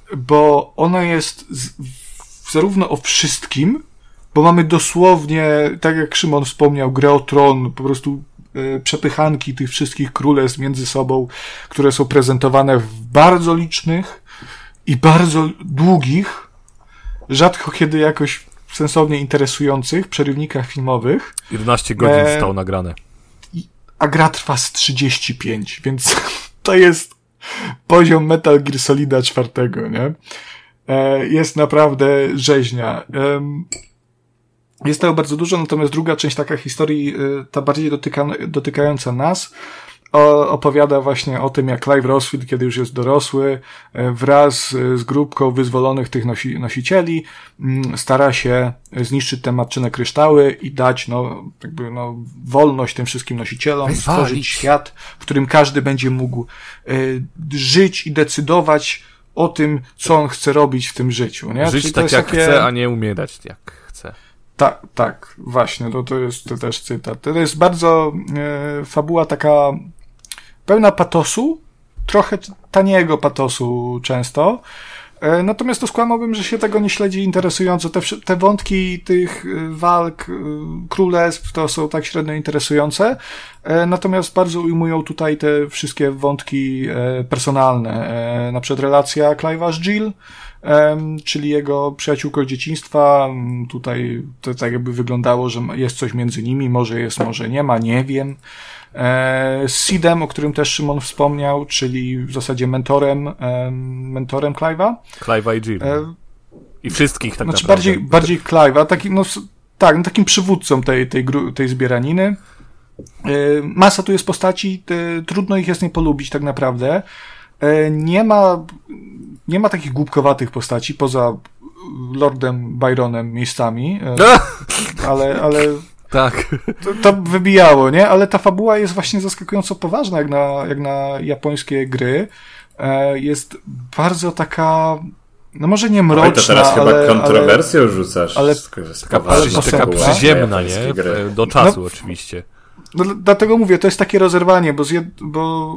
Speaker 1: bo ona jest z, w, zarówno o wszystkim, bo mamy dosłownie, tak jak Szymon wspomniał, grę o tron, po prostu e, przepychanki tych wszystkich królestw między sobą, które są prezentowane w bardzo licznych i bardzo długich, rzadko kiedy jakoś sensownie interesujących przerywnikach filmowych,
Speaker 2: jedenaście godzin
Speaker 1: E,
Speaker 2: zostało nagrane.
Speaker 1: a gra trwa z trzydzieści pięć, więc to jest poziom Metal Gear Solida czwartego, nie? E, jest naprawdę rzeźnia. Em, Jest tego bardzo dużo, natomiast druga część taka historii, y, ta bardziej dotyka, dotykająca nas, o, opowiada właśnie o tym, jak Clive Rosfield, kiedy już jest dorosły, y, wraz z grupką wyzwolonych tych nosi, nosicieli, mm, stara się zniszczyć te matczyne kryształy i dać, no, jakby, no, wolność tym wszystkim nosicielom,
Speaker 2: Wywalić.
Speaker 1: stworzyć świat, w którym każdy będzie mógł y, żyć i decydować o tym, co on chce robić w tym życiu, nie?
Speaker 2: Żyć
Speaker 1: Czyli to
Speaker 2: tak
Speaker 1: jest
Speaker 2: jak
Speaker 1: takie...
Speaker 2: chce, a nie umierać jak chce.
Speaker 1: Tak, tak, właśnie, to, to jest to też cytat. To jest bardzo e, fabuła taka pełna patosu, trochę taniego patosu często, e, natomiast to skłamałbym, że się tego nie śledzi interesująco. Te, wszy- te wątki tych e, walk, e, królestw to są tak średnio interesujące, e, natomiast bardzo ujmują tutaj te wszystkie wątki e, personalne. E, na przykład relacja Clive'a z Jill, Em, czyli jego przyjaciółką z dzieciństwa. Em, Tutaj to tak jakby wyglądało, że jest coś między nimi, może jest, może nie ma, nie wiem. E, z Sidem, o którym też Szymon wspomniał, czyli w zasadzie mentorem, em, mentorem Clive'a.
Speaker 2: Clive'a i Jill.
Speaker 1: E,
Speaker 2: I wszystkich tak
Speaker 1: znaczy
Speaker 2: naprawdę.
Speaker 1: bardziej, bardziej Clive'a, takim, no, s- tak, no, takim przywódcą tej, tej, gru, tej zbieraniny. E, Masa tu jest postaci, te, trudno ich jest nie polubić tak naprawdę. E, Nie ma, nie ma takich głupkowatych postaci, poza Lordem Byronem miejscami, e, ale, ale
Speaker 2: Tak.
Speaker 1: to, to wybijało, nie? Ale ta fabuła jest właśnie zaskakująco poważna, jak na, jak na japońskie gry. E, Jest bardzo taka, no może nie mroczna,
Speaker 3: Oj, to teraz
Speaker 1: ale,
Speaker 3: chyba kontrowersją rzucasz.
Speaker 1: ale-
Speaker 3: skoro jest
Speaker 2: Taka,
Speaker 3: poważna
Speaker 2: przy,
Speaker 1: ale
Speaker 2: taka
Speaker 1: posępna.
Speaker 3: fabuła
Speaker 2: przyziemna,
Speaker 3: japońskiej
Speaker 2: nie?
Speaker 3: gry.
Speaker 2: Do czasu
Speaker 1: No,
Speaker 2: oczywiście.
Speaker 1: No, dl- dlatego mówię, to jest takie rozerwanie, bo z, jed, bo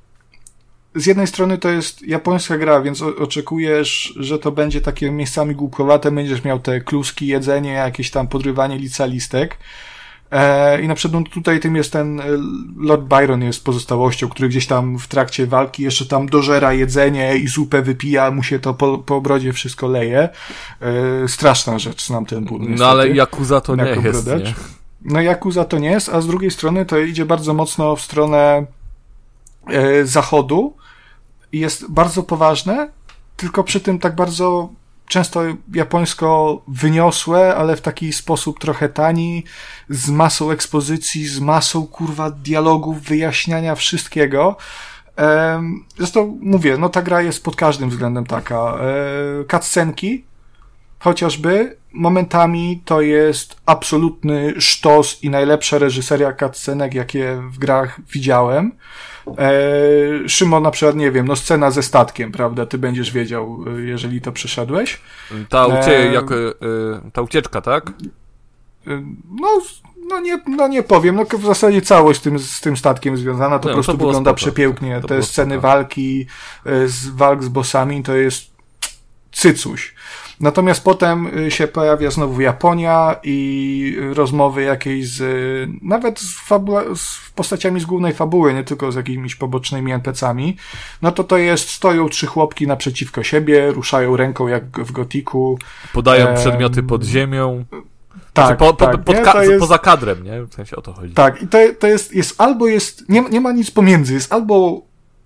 Speaker 1: z jednej strony to jest japońska gra, więc o, oczekujesz, że to będzie takie miejscami głupkowate, będziesz miał te kluski, jedzenie, jakieś tam podrywanie lica listek. E, I na przykład no, tutaj tym jest ten e, Lord Byron jest pozostałością, który gdzieś tam w trakcie walki jeszcze tam dożera jedzenie i zupę wypija, mu się to po, po brodzie wszystko leje. E, straszna rzecz, znam ten ból.
Speaker 2: No ale Yakuza to nie
Speaker 1: Jako
Speaker 2: jest,
Speaker 1: brodacz.
Speaker 2: nie?
Speaker 1: No Yakuza to nie jest, a z drugiej strony to idzie bardzo mocno w stronę e, zachodu i jest bardzo poważne, tylko przy tym tak bardzo często japońsko wyniosłe, ale w taki sposób trochę tani, z masą ekspozycji, z masą kurwa dialogów, wyjaśniania wszystkiego. Em, Zresztą mówię, no ta gra jest pod każdym względem taka. E, cutscenki chociażby momentami to jest absolutny sztos i najlepsza reżyseria cutscenek, jakie w grach widziałem. E, Szymon, na przykład, nie wiem, no scena ze statkiem, prawda? Ty będziesz wiedział, jeżeli to przeszedłeś.
Speaker 2: Ta, ucie-
Speaker 1: e,
Speaker 2: jak, y, ta ucieczka, tak?
Speaker 1: No, no, nie, no nie powiem, no w zasadzie całość z tym, z tym statkiem związana, to
Speaker 2: no,
Speaker 1: po prostu
Speaker 2: to
Speaker 1: wygląda
Speaker 2: spoko.
Speaker 1: przepięknie.
Speaker 2: To
Speaker 1: Te
Speaker 2: było
Speaker 1: sceny
Speaker 2: spoko.
Speaker 1: walki, z walk z bossami, to jest cycuś. Natomiast potem się pojawia znowu Japonia i rozmowy jakieś z, nawet z, fabula, z postaciami z głównej fabuły, nie tylko z jakimiś pobocznymi en pe ce ami, no to to jest, stoją trzy chłopki naprzeciwko siebie, ruszają ręką jak w Gotiku.
Speaker 2: Podają
Speaker 1: Ehm,
Speaker 2: przedmioty pod ziemią.
Speaker 1: Tak,
Speaker 2: znaczy po, po,
Speaker 1: tak,
Speaker 2: pod
Speaker 1: nie?
Speaker 2: ka-
Speaker 1: To jest,
Speaker 2: poza kadrem, nie? W sensie o to chodzi.
Speaker 1: tak, i to, to jest, jest albo jest, nie, nie ma nic pomiędzy, jest albo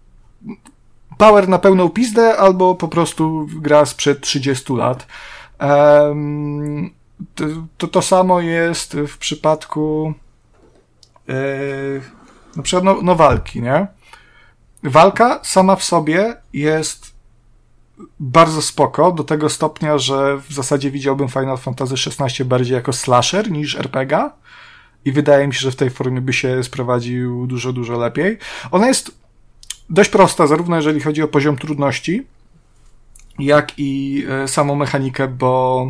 Speaker 1: power na pełną pizdę, albo po prostu gra sprzed trzydziestu lat. Um, to, to to samo jest w przypadku e, na przykład no, no walki, nie? Walka sama w sobie jest bardzo spoko, do tego stopnia, że w zasadzie widziałbym Final Fantasy szesnaście bardziej jako slasher niż er pe gie i wydaje mi się, że w tej formie by się sprowadził dużo, dużo lepiej. Ona jest dość prosta, zarówno jeżeli chodzi o poziom trudności, jak i e, samą mechanikę, bo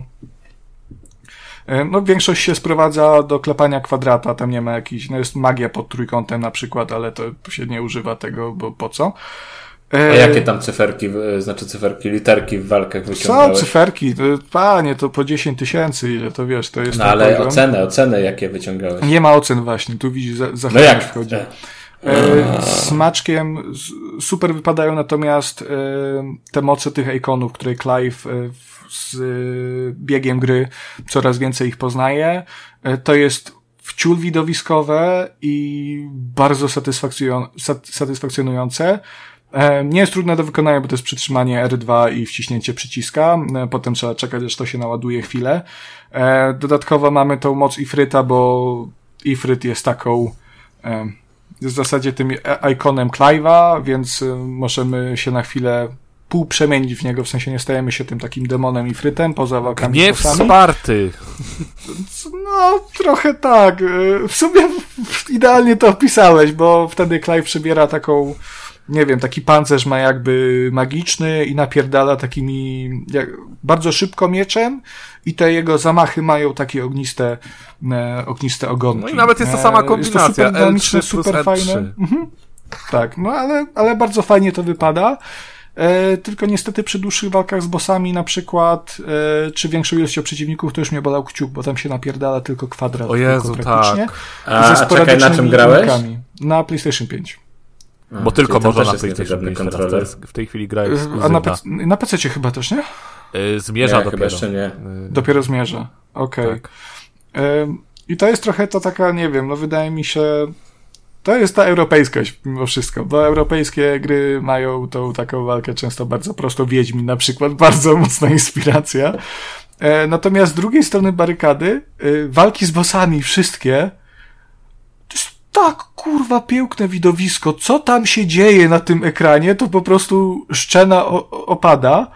Speaker 1: e, no większość się sprowadza do klepania kwadrata, tam nie ma jakiejś, no jest magia pod trójkątem na przykład, ale to się nie używa tego, bo po co?
Speaker 3: A jakie tam cyferki, znaczy cyferki, literki w walkach wyciągałeś?
Speaker 1: Są cyferki, to, panie, to po dziesięć tysięcy, ile to wiesz, to jest...
Speaker 3: No ale poziom. ocenę, ocenę jakie wyciągałeś?
Speaker 1: Nie ma ocen właśnie, tu widzisz, za, za
Speaker 3: no jak?
Speaker 1: wchodzi. E, smaczkiem super wypadają natomiast e, te moce tych ikonów, które Clive e, z e, biegiem gry coraz więcej ich poznaje. E, to jest wciul widowiskowe i bardzo satysfakcjon- satysfakcjonujące. Nie jest trudne do wykonania, bo to jest przytrzymanie er dwa i wciśnięcie przyciska. Potem trzeba czekać, aż to się naładuje chwilę. Dodatkowo mamy tą moc Ifryta, bo Ifryt jest taką, jest w zasadzie tym ikonem Clive'a, więc możemy się na chwilę pół przemienić w niego, w sensie nie stajemy się tym takim demonem Ifrytem poza walkami
Speaker 2: Nie
Speaker 1: z bossami.
Speaker 2: wsparty.
Speaker 1: No, trochę tak. W sumie idealnie to opisałeś, bo wtedy Clive przybiera taką, nie wiem, taki pancerz ma jakby magiczny i napierdala takimi jak, bardzo szybko mieczem i te jego zamachy mają takie ogniste e, ogniste ogonki.
Speaker 2: No i nawet jest ta sama kombinacja.
Speaker 1: Jest to super dynamiczne,
Speaker 2: el trzy plus
Speaker 1: super
Speaker 2: el trzy.
Speaker 1: fajne. Mhm. Tak, no ale, ale bardzo fajnie to wypada. E, tylko niestety przy dłuższych walkach z bossami na przykład, e, czy większą ilością przeciwników, to już mnie bolał kciuk, bo tam się napierdala tylko kwadrat.
Speaker 2: O Jezu,
Speaker 1: tylko praktycznie.
Speaker 2: tak.
Speaker 3: A, a czekaj, na czym grałeś?
Speaker 1: Unikami. Na PlayStation pięć.
Speaker 3: A,
Speaker 2: Bo tylko można na
Speaker 3: jest
Speaker 2: PlayStation pięć teraz, to jest, w tej chwili gra jest
Speaker 1: A na, pe- na P C chyba też, nie?
Speaker 2: Yy, zmierza
Speaker 3: nie,
Speaker 2: dopiero.
Speaker 3: chyba jeszcze nie.
Speaker 2: Yy,
Speaker 1: Dopiero zmierza. Okej. Okay.
Speaker 2: tak.
Speaker 1: Ym, I to jest trochę to taka, nie wiem, no wydaje mi się, to jest ta europejskość mimo wszystko, bo europejskie gry mają tą taką walkę często bardzo prosto. Wiedźmin na przykład, bardzo mocna inspiracja. E, natomiast z drugiej strony barykady, y, walki z bossami, wszystkie, to jest tak kurwa piękne widowisko, co tam się dzieje na tym ekranie, to po prostu szczena o, opada.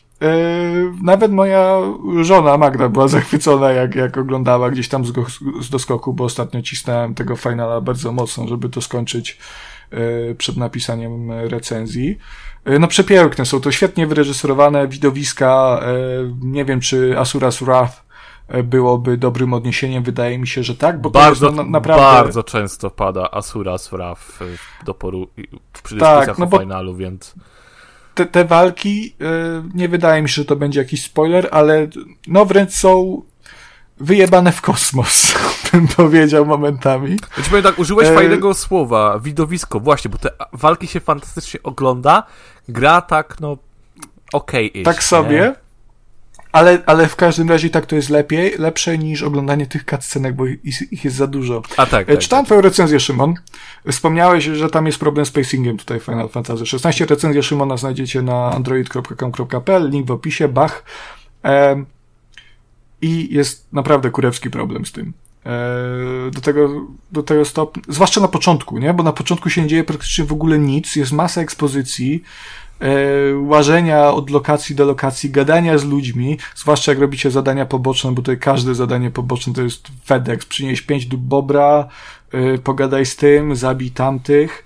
Speaker 1: Yy, nawet moja żona Magda była zachwycona, jak, jak oglądała gdzieś tam z, go, z doskoku, bo ostatnio cisnąłem tego finala bardzo mocno, żeby to skończyć yy, przed napisaniem recenzji. Yy, no przepiękne są to, świetnie wyreżyserowane widowiska. Yy, nie wiem, czy Asura's Wrath byłoby dobrym odniesieniem, wydaje mi się, że tak, bo
Speaker 2: bardzo,
Speaker 1: to jest no, naprawdę...
Speaker 2: bardzo często pada Asura's Wrath do poru... przy dyskusjach tak, no o finalu, więc...
Speaker 1: Te, te walki, yy, nie wydaje mi się, że to będzie jakiś spoiler, ale no wręcz są wyjebane w kosmos, bym powiedział momentami.
Speaker 2: Ja ci powiem tak, użyłeś
Speaker 1: e...
Speaker 2: fajnego słowa, widowisko, właśnie, bo te walki się fantastycznie ogląda, gra tak, no, okej okay
Speaker 1: tak sobie, nie? Ale, ale w każdym razie tak to jest lepiej, lepsze niż oglądanie tych cutscenek, bo ich, ich jest za dużo.
Speaker 2: A tak, tak.
Speaker 1: Czytałem
Speaker 2: tak.
Speaker 1: twoją recenzję, Szymon. Wspomniałeś, że tam jest problem z pacingiem tutaj w Final Fantasy szesnaście. Recenzję Szymona znajdziecie na android kropka com kropka p l, link w opisie, bach. Ehm, I jest naprawdę kurewski problem z tym. Ehm, do tego, do tego stopnia, zwłaszcza na początku, nie? Bo na początku się nie dzieje praktycznie w ogóle nic, jest masa ekspozycji, łażenia od lokacji do lokacji, gadania z ludźmi, zwłaszcza jak robicie zadania poboczne, bo tutaj każde zadanie poboczne to jest FedEx, przynieś pięć dób bobra, pogadaj z tym, zabij tamtych.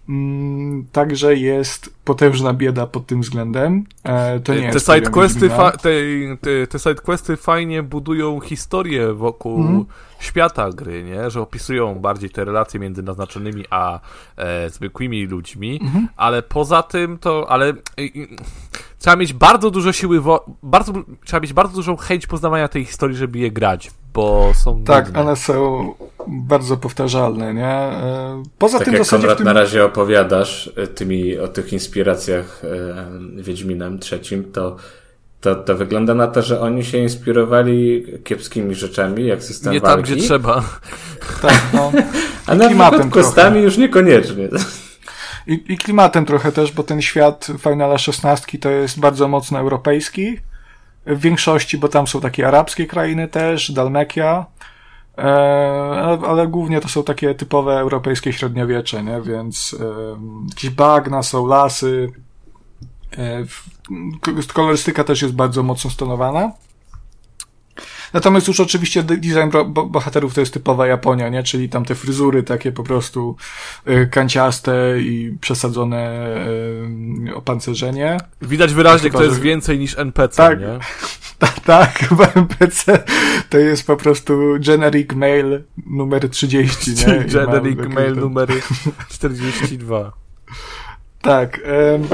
Speaker 1: Także jest potężna bieda pod tym względem. To nie
Speaker 2: te
Speaker 1: jest
Speaker 2: sidequesty fa- te, te, te sidequesty fajnie budują historię wokół mm. świata gry, nie? Że opisują bardziej te relacje między naznaczonymi a e, zwykłymi ludźmi, mm-hmm. ale poza tym to, ale e, e, trzeba mieć bardzo dużo siły, wo- bardzo, trzeba mieć bardzo dużą chęć poznawania tej historii, żeby je grać, bo są
Speaker 1: tak,
Speaker 2: nudne.
Speaker 1: One są bardzo powtarzalne, nie? Poza
Speaker 3: tak
Speaker 1: tym
Speaker 3: jak
Speaker 1: w zasadzie
Speaker 3: Konrad
Speaker 1: w tym...
Speaker 3: na razie opowiadasz tymi, o tych inspiracjach e, Wiedźminem trzecim, to, to, to wygląda na to, że oni się inspirowali kiepskimi rzeczami, jak system
Speaker 2: nie
Speaker 3: walki.
Speaker 2: tam, gdzie trzeba.
Speaker 1: Tak, no.
Speaker 3: A na przykład questami już niekoniecznie.
Speaker 1: I, I klimatem trochę też, bo ten świat Finala szesnastki to jest bardzo mocno europejski. W większości, bo tam są takie arabskie krainy też, Dalmekia, e, ale, ale głównie to są takie typowe europejskie średniowiecze, nie? Więc e, jakieś bagna, są lasy, e, kolorystyka też jest bardzo mocno stonowana. Natomiast już oczywiście design bohaterów to jest typowa Japonia, nie? Czyli tam te fryzury takie po prostu y, kanciaste i przesadzone y, opancerzenie.
Speaker 2: Widać wyraźnie,
Speaker 1: chyba,
Speaker 2: kto jest
Speaker 1: że...
Speaker 2: więcej niż N P C,
Speaker 1: tak,
Speaker 2: nie?
Speaker 1: Tak, tak, chyba N P C to jest po prostu generic mail numer trzydzieści, nie?
Speaker 2: Generic mail ten... numer czterdzieści dwa.
Speaker 1: Tak. Ym,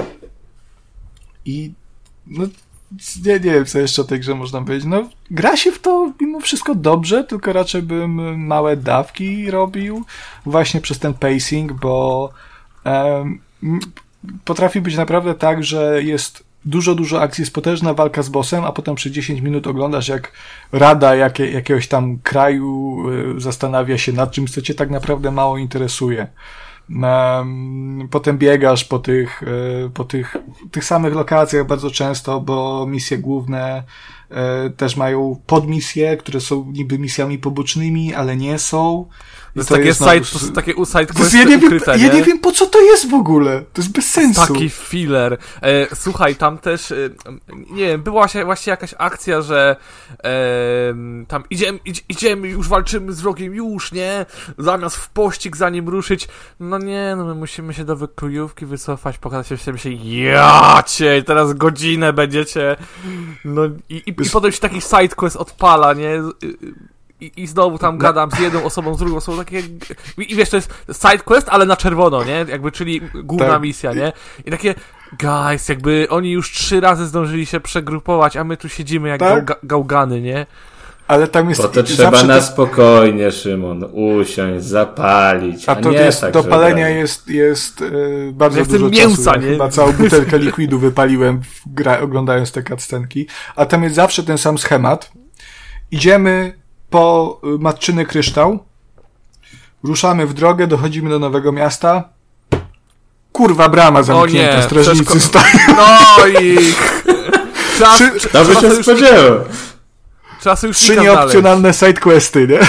Speaker 1: I no Nie, nie wiem, co jeszcze o tej grze można powiedzieć. No, gra się w to mimo wszystko dobrze, tylko raczej bym małe dawki robił właśnie przez ten pacing, bo um, potrafi być naprawdę tak, że jest dużo, dużo akcji, jest potężna walka z bossem, a potem przez dziesięć minut oglądasz, jak rada jakie, jakiegoś tam kraju y, zastanawia się nad czymś, co cię tak naprawdę mało interesuje. Um, potem biegasz po tych, y, po tych, tych samych lokacjach bardzo często, bo misje główne y, też mają podmisje, które są niby misjami pobocznymi, ale nie są.
Speaker 2: To, jest to, takie
Speaker 1: jest
Speaker 2: side,
Speaker 1: no,
Speaker 2: to są takie side questy
Speaker 1: ja nie, wiem,
Speaker 2: ukryte,
Speaker 1: ja
Speaker 2: nie?
Speaker 1: nie wiem, po co to jest w ogóle. To jest bez sensu.
Speaker 2: Taki filler. E, słuchaj, tam też, e, nie wiem, była się właśnie jakaś akcja, że e, tam idziemy, idź, idziemy, już walczymy z wrogiem, już, nie? Zamiast w pościg za nim ruszyć. No nie, no my musimy się do wykryjówki wycofać, pokazać się, wszyscy się, ja cię, teraz godzinę będziecie. No i, i, i potem się taki sidequest odpala, nie? I, I znowu tam gadam z jedną osobą, z drugą osobą, takie... I, i wiesz, to jest sidequest, ale na czerwono, nie? Jakby, czyli główna tak. misja, nie? I takie, guys, jakby oni już trzy razy zdążyli się przegrupować, a my tu siedzimy jak tak? gałga, gałgany, nie?
Speaker 1: Ale tam jest...
Speaker 3: Bo to trzeba na to... spokojnie, Szymon, usiąść, zapalić, a,
Speaker 1: a to
Speaker 3: nie
Speaker 1: jest,
Speaker 3: tak,
Speaker 1: do palenia jest, jest yy, bardzo
Speaker 2: ja
Speaker 1: dużo
Speaker 2: mięsa,
Speaker 1: czasu.
Speaker 2: nie?
Speaker 1: Ja chyba całą butelkę likwidu wypaliłem w gra, oglądając te cutscenki. A tam jest zawsze ten sam schemat. Idziemy po matczyny kryształ, ruszamy w drogę, dochodzimy do nowego miasta. Kurwa, brama zamknięta, nie, strażnicy przeszko... stoją.
Speaker 2: No i... Czas,
Speaker 3: Trzy, to by się spodziewał.
Speaker 1: Trzy nieopcjonalne sidequesty, nie?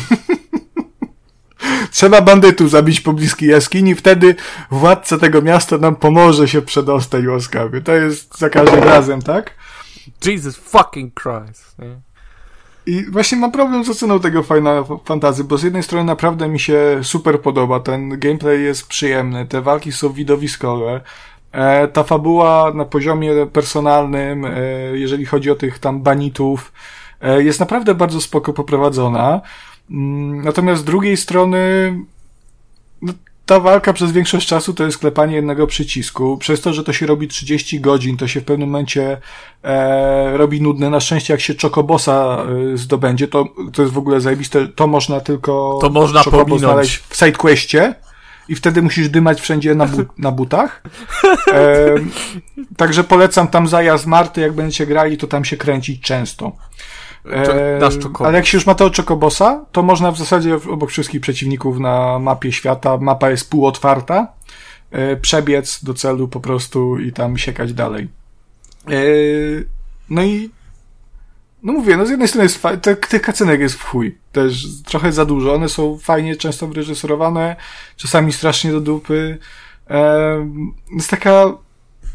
Speaker 1: Trzeba bandytów zabić po bliskiej jaskini, wtedy władca tego miasta nam pomoże się przedostać łaskawie. To jest za każdym razem, tak?
Speaker 2: Jesus fucking Christ, nie?
Speaker 1: I właśnie mam problem z oceną tego Final Fantasy, bo z jednej strony naprawdę mi się super podoba, ten gameplay jest przyjemny, te walki są widowiskowe, e, ta fabuła na poziomie personalnym, e, jeżeli chodzi o tych tam banitów, e, jest naprawdę bardzo spoko poprowadzona, mm, natomiast z drugiej strony no, ta walka przez większość czasu to jest klepanie jednego przycisku. Przez to, że to się robi trzydzieści godzin, to się w pewnym momencie e, robi nudne. Na szczęście jak się Chocobossa e, zdobędzie, to, to jest w ogóle zajebiste. To można tylko
Speaker 2: to można
Speaker 1: Chocobo znaleźć w sidequestie i wtedy musisz dymać wszędzie na, bu- na butach. E, także polecam tam zajazd Marty, jak będziecie grali, to tam się kręcić często. E, ale jak się już ma to Chocobossa, to można w zasadzie obok wszystkich przeciwników na mapie świata, mapa jest półotwarta, e, przebiec do celu po prostu i tam siekać dalej. E, no i no mówię, no z jednej strony jest fa- te, tych kacynek jest w chuj, też trochę za dużo, one są fajnie często wyreżyserowane, czasami strasznie do dupy. E, jest taka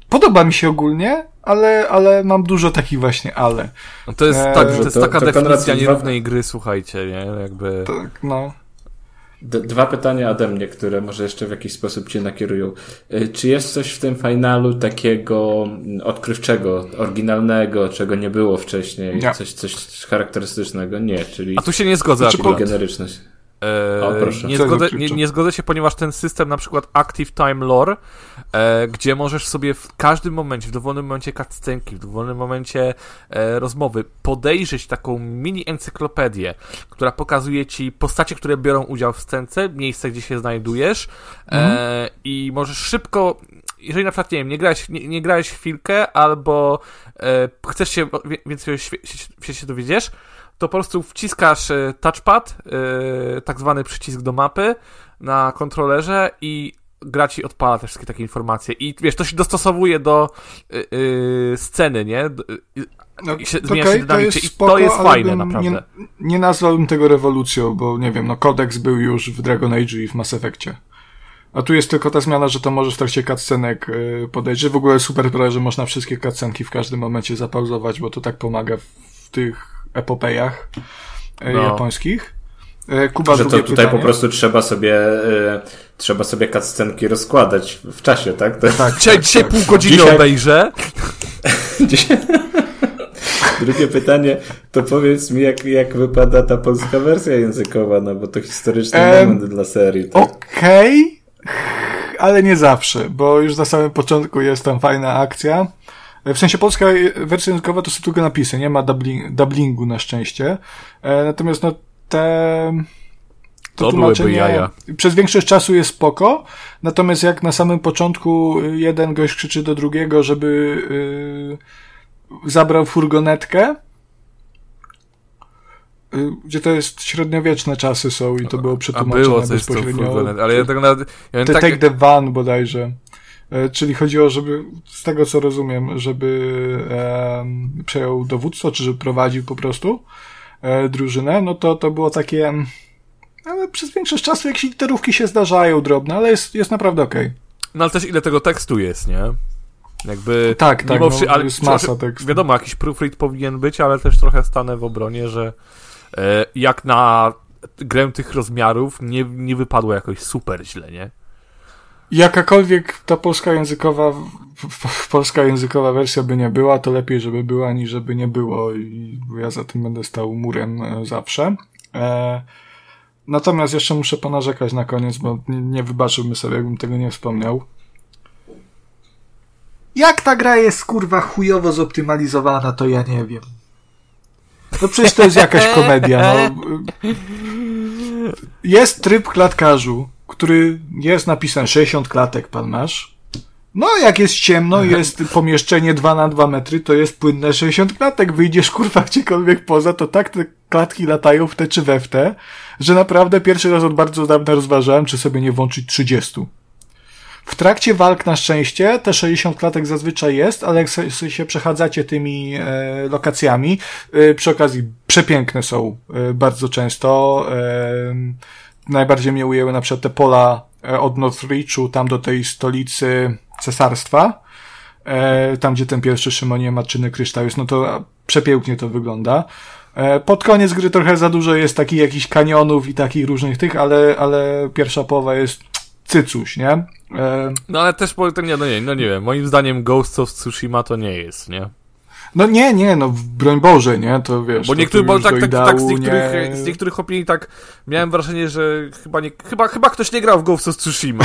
Speaker 1: podoba mi się ogólnie, ale, ale mam dużo takich właśnie ale.
Speaker 2: No to jest,
Speaker 1: e,
Speaker 2: tak, to jest
Speaker 3: to,
Speaker 2: taka
Speaker 3: to
Speaker 2: definicja
Speaker 3: Konrad,
Speaker 2: nierównej dwa... gry, słuchajcie, nie? Jakby...
Speaker 1: Tak, no.
Speaker 3: D- dwa pytania ode mnie, które może jeszcze w jakiś sposób cię nakierują. Czy jest coś w tym finalu takiego odkrywczego, oryginalnego, czego nie było wcześniej?
Speaker 1: Nie.
Speaker 3: Coś, coś charakterystycznego? Nie, czyli...
Speaker 2: A tu się nie zgodzę
Speaker 3: Znaczy,
Speaker 2: akurat.
Speaker 3: generyczność.
Speaker 2: Eee,
Speaker 3: O, proszę.
Speaker 2: nie,
Speaker 1: Co
Speaker 2: zgodzę,
Speaker 1: jest
Speaker 2: nie,
Speaker 1: odkrywcze?
Speaker 2: nie zgodzę się, ponieważ ten system, na przykład Active Time Lore, e, gdzie możesz sobie w każdym momencie, w dowolnym momencie cutscenki, w dowolnym momencie e, rozmowy podejrzeć taką mini encyklopedię, która pokazuje ci postacie, które biorą udział w scence, miejsce, gdzie się znajdujesz e,
Speaker 1: Mhm.
Speaker 2: i możesz szybko, jeżeli na przykład, nie wiem, nie grałeś, nie, nie grałeś chwilkę albo e, chcesz się więcej się, się dowiedzieć, to po prostu wciskasz touchpad, yy, tak zwany przycisk do mapy na kontrolerze i gra ci odpala te wszystkie takie informacje. I wiesz, to się dostosowuje do yy, yy, sceny, nie? Yy,
Speaker 1: No,
Speaker 2: i się,
Speaker 1: to
Speaker 2: zmienia
Speaker 1: okay,
Speaker 2: się dynamicznie.
Speaker 1: to jest
Speaker 2: I
Speaker 1: spoko,
Speaker 2: to jest
Speaker 1: ale
Speaker 2: fajne,
Speaker 1: bym
Speaker 2: naprawdę.
Speaker 1: Nie, nie nazwałbym tego rewolucją, bo nie wiem, no kodeks był już w Dragon Age i w Mass Effectie. A tu jest tylko ta zmiana, że to możesz w trakcie cutscenek yy, podejrzeć. W ogóle super, że można wszystkie cutscenki w każdym momencie zapauzować, bo to tak pomaga w, w tych epopejach yy,
Speaker 2: No.
Speaker 1: japońskich. Yy, Kuba,
Speaker 3: Że to
Speaker 1: drugie
Speaker 3: tutaj
Speaker 1: pytanie.
Speaker 3: po prostu trzeba sobie y, trzeba sobie cutscenki rozkładać w czasie, tak? To...
Speaker 1: Tak,
Speaker 2: Dzisiaj,
Speaker 1: tak,
Speaker 2: dzisiaj
Speaker 1: tak,
Speaker 2: pół
Speaker 1: tak.
Speaker 2: godziny
Speaker 3: Dzisiaj-
Speaker 2: obejrzę.
Speaker 3: Dzisiaj... Drugie pytanie, to powiedz mi, jak, jak wypada ta polska wersja językowa, no bo to historyczny
Speaker 1: Em,
Speaker 3: moment dla serii. Tak?
Speaker 1: Okej, ale nie zawsze, bo już na samym początku jest tam fajna akcja. W sensie polska wersja językowa to są tylko napisy, nie ma dubling, dublingu na szczęście. E, natomiast no te...
Speaker 2: To byłyby jaja.
Speaker 1: Przez większość czasu jest spoko, natomiast jak na samym początku jeden gość krzyczy do drugiego, żeby yy, zabrał furgonetkę, yy, gdzie to jest średniowieczne czasy są i to było
Speaker 2: A
Speaker 1: przetłumaczone
Speaker 2: było coś z tą
Speaker 1: bezpośrednio.
Speaker 2: furgonet, ale ja tak nawet... Ja
Speaker 1: To
Speaker 2: tak,
Speaker 1: Take the van bodajże. E, czyli chodziło, żeby, z tego co rozumiem, żeby e, przejął dowództwo, czy żeby prowadził po prostu e, drużynę, no to to było takie... Ale przez większość czasu jakieś literówki się zdarzają drobne, ale jest, jest naprawdę okej. Okay.
Speaker 2: no ale też ile tego tekstu jest, nie? Jakby...
Speaker 1: Tak, tak,
Speaker 2: mimo
Speaker 1: no,
Speaker 2: wszy- ale,
Speaker 1: jest masa tekstu.
Speaker 2: Wiadomo, jakiś proofread powinien być, ale też trochę stanę w obronie, że e, jak na grę tych rozmiarów nie, nie wypadło jakoś super źle, nie?
Speaker 1: Jakakolwiek ta polska językowa, polska językowa wersja by nie była, to lepiej, żeby była, niż żeby nie było i ja za tym będę stał murem e, zawsze. E, natomiast jeszcze muszę ponarzekać na koniec, bo nie, nie wybaczyłbym sobie, jakbym tego nie wspomniał. Jak ta gra jest, kurwa, chujowo zoptymalizowana, to ja nie wiem. No przecież to jest jakaś komedia, no. Jest tryb klatkarzu, który jest napisany sześćdziesiąt klatek pan masz. No jak jest ciemno, jest pomieszczenie dwa na dwa metry, to jest płynne sześćdziesiąt klatek. Wyjdziesz kurwa gdziekolwiek poza, to tak te klatki latają w te czy we w te, że naprawdę pierwszy raz od bardzo dawna rozważałem, czy sobie nie włączyć trzydziestu. W trakcie walk na szczęście te sześćdziesiąt klatek zazwyczaj jest, ale jak sobie się przechadzacie tymi e, lokacjami, e, przy okazji przepiękne są e, bardzo często. E, najbardziej mnie ujęły na przykład te pola e, od Northreachu tam do tej stolicy cesarstwa, e, tam gdzie ten pierwszy Szymonie Matczyny kryształ jest, no to przepięknie to wygląda. E, pod koniec gry trochę za dużo jest takich jakichś kanionów i takich różnych tych, ale, ale pierwsza połowa jest cycuś, nie? E,
Speaker 2: No ale też, bo to nie, no nie, no nie wiem, moim zdaniem Ghost of Tsushima to nie jest, nie?
Speaker 1: No nie, nie, no broń Boże, nie, to wiesz.
Speaker 2: Bo
Speaker 1: to
Speaker 2: niektórzy, bo tak, tak, tak z
Speaker 1: ideału
Speaker 2: niektórych,
Speaker 1: nie...
Speaker 2: z niektórych opinii tak miałem wrażenie, że chyba nie, chyba, chyba ktoś nie grał w Ghost of Tsushima.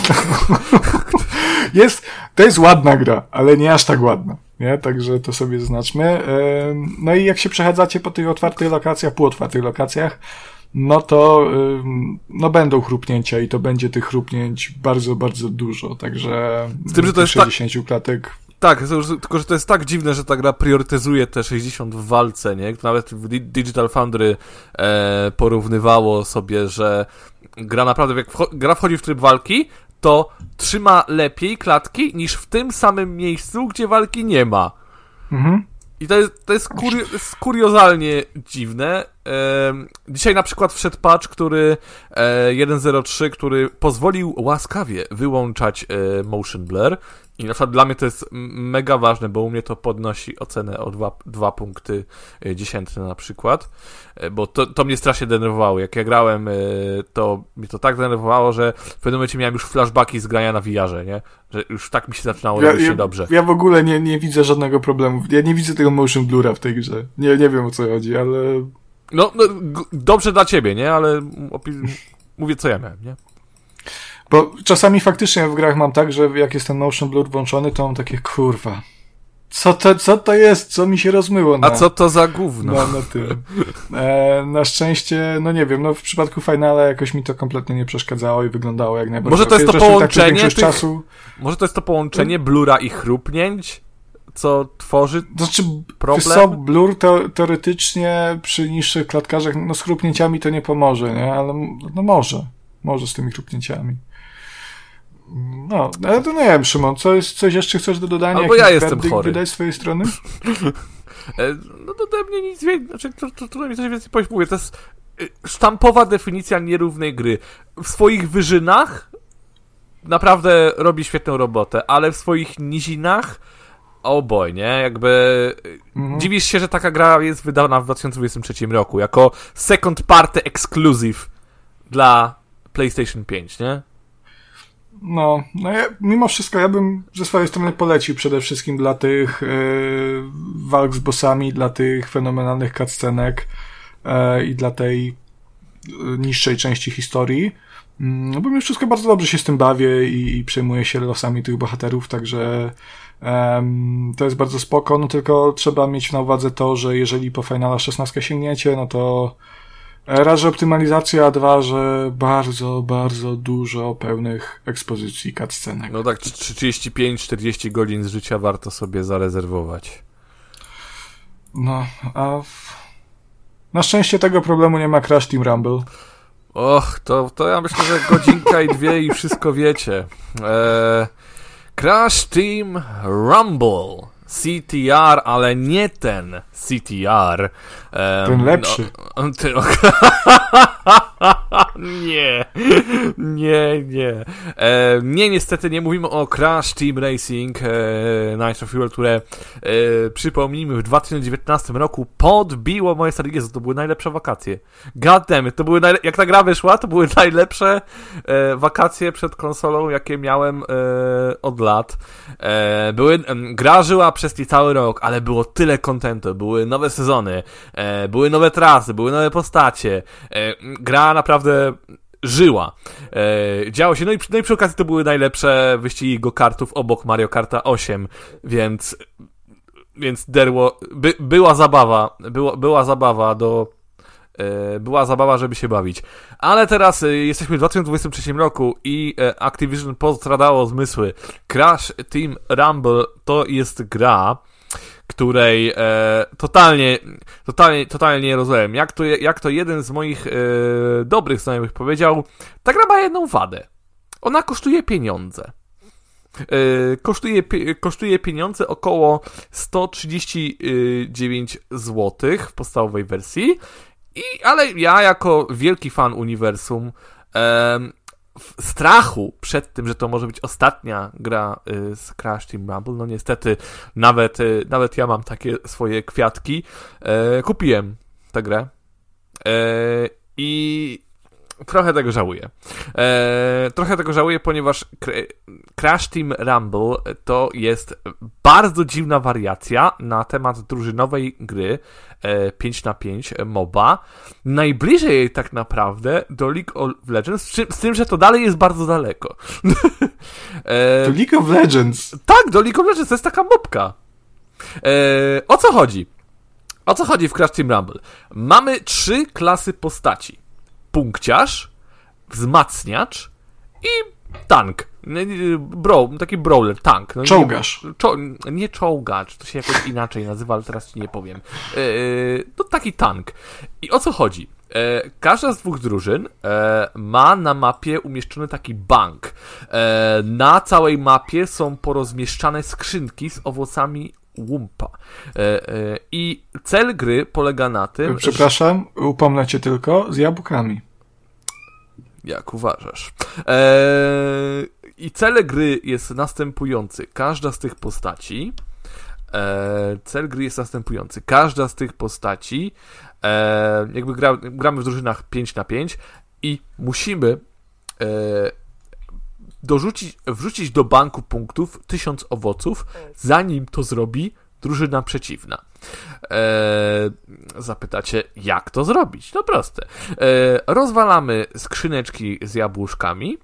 Speaker 1: Jest, to jest ładna gra, ale nie aż tak ładna, nie, także to sobie zaznaczmy. No i jak się przechadzacie po tych otwartych lokacjach, półotwartych lokacjach, no to no będą chrupnięcia i to będzie tych chrupnięć bardzo, bardzo dużo, także
Speaker 2: z tym, że to jest
Speaker 1: sześćdziesiąt tak... klatek.
Speaker 2: Tak, tylko że to jest tak dziwne, że ta gra priorytetyzuje te sześćdziesiąt w walce, nie? Nawet w Digital Foundry e, porównywało sobie, że gra naprawdę, jak wcho- gra wchodzi w tryb walki, to trzyma lepiej klatki niż w tym samym miejscu, gdzie walki nie ma.
Speaker 1: Mhm.
Speaker 2: I to jest, to jest, kurio- jest kuriozalnie dziwne e, dzisiaj na przykład wszedł patch, który e, jeden zero trzy, który pozwolił łaskawie wyłączać e, motion blur. I na przykład dla mnie to jest mega ważne, bo u mnie to podnosi ocenę o dwa, dwa punkty dziesiętne na przykład, bo to, to mnie strasznie denerwowało. Jak ja grałem, to mnie to tak denerwowało, że w pewnym momencie miałem już flashbacki z grania na V R-ze, nie? Że już tak mi się zaczynało
Speaker 1: ja,
Speaker 2: robić się
Speaker 1: ja,
Speaker 2: dobrze.
Speaker 1: Ja w ogóle nie, nie widzę żadnego problemu. Ja nie widzę tego motion blura w tej grze. Nie, nie wiem, o co chodzi, ale...
Speaker 2: No, no g- dobrze dla ciebie, nie? Ale opi- mówię, co ja miałem, nie?
Speaker 1: Bo czasami faktycznie w grach mam tak, że jak jest ten motion blur włączony, to mam takie, kurwa, co to, co to jest? Co mi się rozmyło? Na,
Speaker 2: A co to za gówno?
Speaker 1: Na, na tym. E, na szczęście, no nie wiem, no w przypadku Finala jakoś mi to kompletnie nie przeszkadzało i wyglądało jak najbardziej.
Speaker 2: Może to jest to
Speaker 1: Zresztą
Speaker 2: połączenie
Speaker 1: tak
Speaker 2: tych...
Speaker 1: czasu...
Speaker 2: Może to jest to połączenie blura i chrupnięć, co tworzy
Speaker 1: to znaczy,
Speaker 2: problem?
Speaker 1: Co, blur to, teoretycznie przy niższych klatkarzach, no z chrupnięciami to nie pomoże, nie? Ale no może. Może z tymi chrupnięciami. No, ale to nie wiem, Szymon, co jest, coś jeszcze chcesz do dodania?
Speaker 2: Albo ja jestem chory.
Speaker 1: Wydać z twojej strony?
Speaker 2: No to ode mnie nic więcej, znaczy to, to, to mi coś więcej powiedzieć. Mówię, to jest sztampowa definicja nierównej gry. W swoich wyżynach naprawdę robi świetną robotę, ale w swoich nizinach oh boy, nie? Jakby mhm. dziwisz się, że taka gra jest wydana w dwa tysiące dwudziestym trzecim roku jako second party exclusive dla PlayStation pięć, nie?
Speaker 1: No, no ja, mimo wszystko ja bym ze swojej strony polecił przede wszystkim dla tych yy, walk z bossami, dla tych fenomenalnych cutscenek yy, i dla tej yy, niższej części historii. Yy, bo mimo wszystko bardzo dobrze się z tym bawię i, i przejmuję się losami tych bohaterów, także yy, to jest bardzo spoko, no tylko trzeba mieć na uwadze to, że jeżeli po Finala szesnaście sięgniecie, no to raz, że optymalizacja, a dwa, że bardzo, bardzo dużo pełnych ekspozycji cutscenek.
Speaker 2: No tak, trzydzieści pięć czterdzieści godzin z życia warto sobie zarezerwować.
Speaker 1: No, a w... na szczęście tego problemu nie ma Crash Team Rumble.
Speaker 2: Och, to, to ja myślę, że godzinka i dwie i wszystko wiecie. Eee, Crash Team Rumble. C T R, ale nie ten C T R. Um,
Speaker 1: ten lepszy.
Speaker 2: No, ty, nie, nie, nie. E, nie, niestety nie mówimy o Crash Team Racing e, Nitro Fuel, które e, przypomnijmy w dwa tysiące dziewiętnastym roku podbiło moje stare. Jezu, to były najlepsze wakacje. God damn it, to były najle- jak ta gra wyszła, to były najlepsze e, wakacje przed konsolą, jakie miałem e, od lat. E, były, e, gra żyła przez cały rok, ale było tyle kontentu, były nowe sezony, e, były nowe trasy, były nowe postacie, e, gra naprawdę żyła. E, działo się, no i, no i przy okazji to były najlepsze wyścigi go-kartów obok Mario Karta osiem, więc więc derło, by, była zabawa, było, była zabawa do e, była zabawa, żeby się bawić. Ale teraz e, jesteśmy w dwa tysiące dwudziestym trzecim roku i e, Activision postradało zmysły. Crash Team Rumble to jest gra, której e, totalnie, totalnie, totalnie nie rozumiem. Jak to, jak to jeden z moich e, dobrych znajomych powiedział, ta gra ma jedną wadę. Ona kosztuje pieniądze. E, kosztuje, pie, kosztuje pieniądze około sto trzydzieści dziewięć złotych w podstawowej wersji. I, ale ja jako wielki fan uniwersum e, w strachu przed tym, że to może być ostatnia gra y, z Crash Team Rumble, no niestety nawet, y, nawet ja mam takie swoje kwiatki, e, kupiłem tę grę e, i trochę tego żałuję. E, trochę tego żałuję, ponieważ Crash Team Rumble to jest bardzo dziwna wariacja na temat drużynowej gry e, pięć na pięć MOBA. Najbliżej jej tak naprawdę do League of Legends, z, z tym, że to dalej jest bardzo daleko.
Speaker 1: e, do League of Legends?
Speaker 2: Tak, do League of Legends, to jest taka mobka. E, o co chodzi? O co chodzi w Crash Team Rumble? Mamy trzy klasy postaci. Punkciarz, wzmacniacz i tank. Bro, taki brawler, tank. No
Speaker 1: czołgarz.
Speaker 2: Nie, czo, nie czołgacz, to się jakoś inaczej nazywa, ale teraz ci nie powiem. Yy, no taki tank. I o co chodzi? E, każda z dwóch drużyn e, ma na mapie umieszczony taki bank. E, na całej mapie są porozmieszczane skrzynki z owocami Wumpa. E, e, I cel gry polega na tym...
Speaker 1: Przepraszam, że... upomnę cię tylko, z jabłkami.
Speaker 2: Jak uważasz. Eee, I cel gry jest następujący. Każda z tych postaci eee, cel gry jest następujący. Każda z tych postaci eee, jakby gra, gramy w drużynach pięć na pięć i musimy eee, dorzucić, wrzucić do banku punktów tysiąc owoców, zanim to zrobi drużyna przeciwna. Eee, zapytacie, jak to zrobić? No proste. Eee, rozwalamy skrzyneczki z jabłuszkami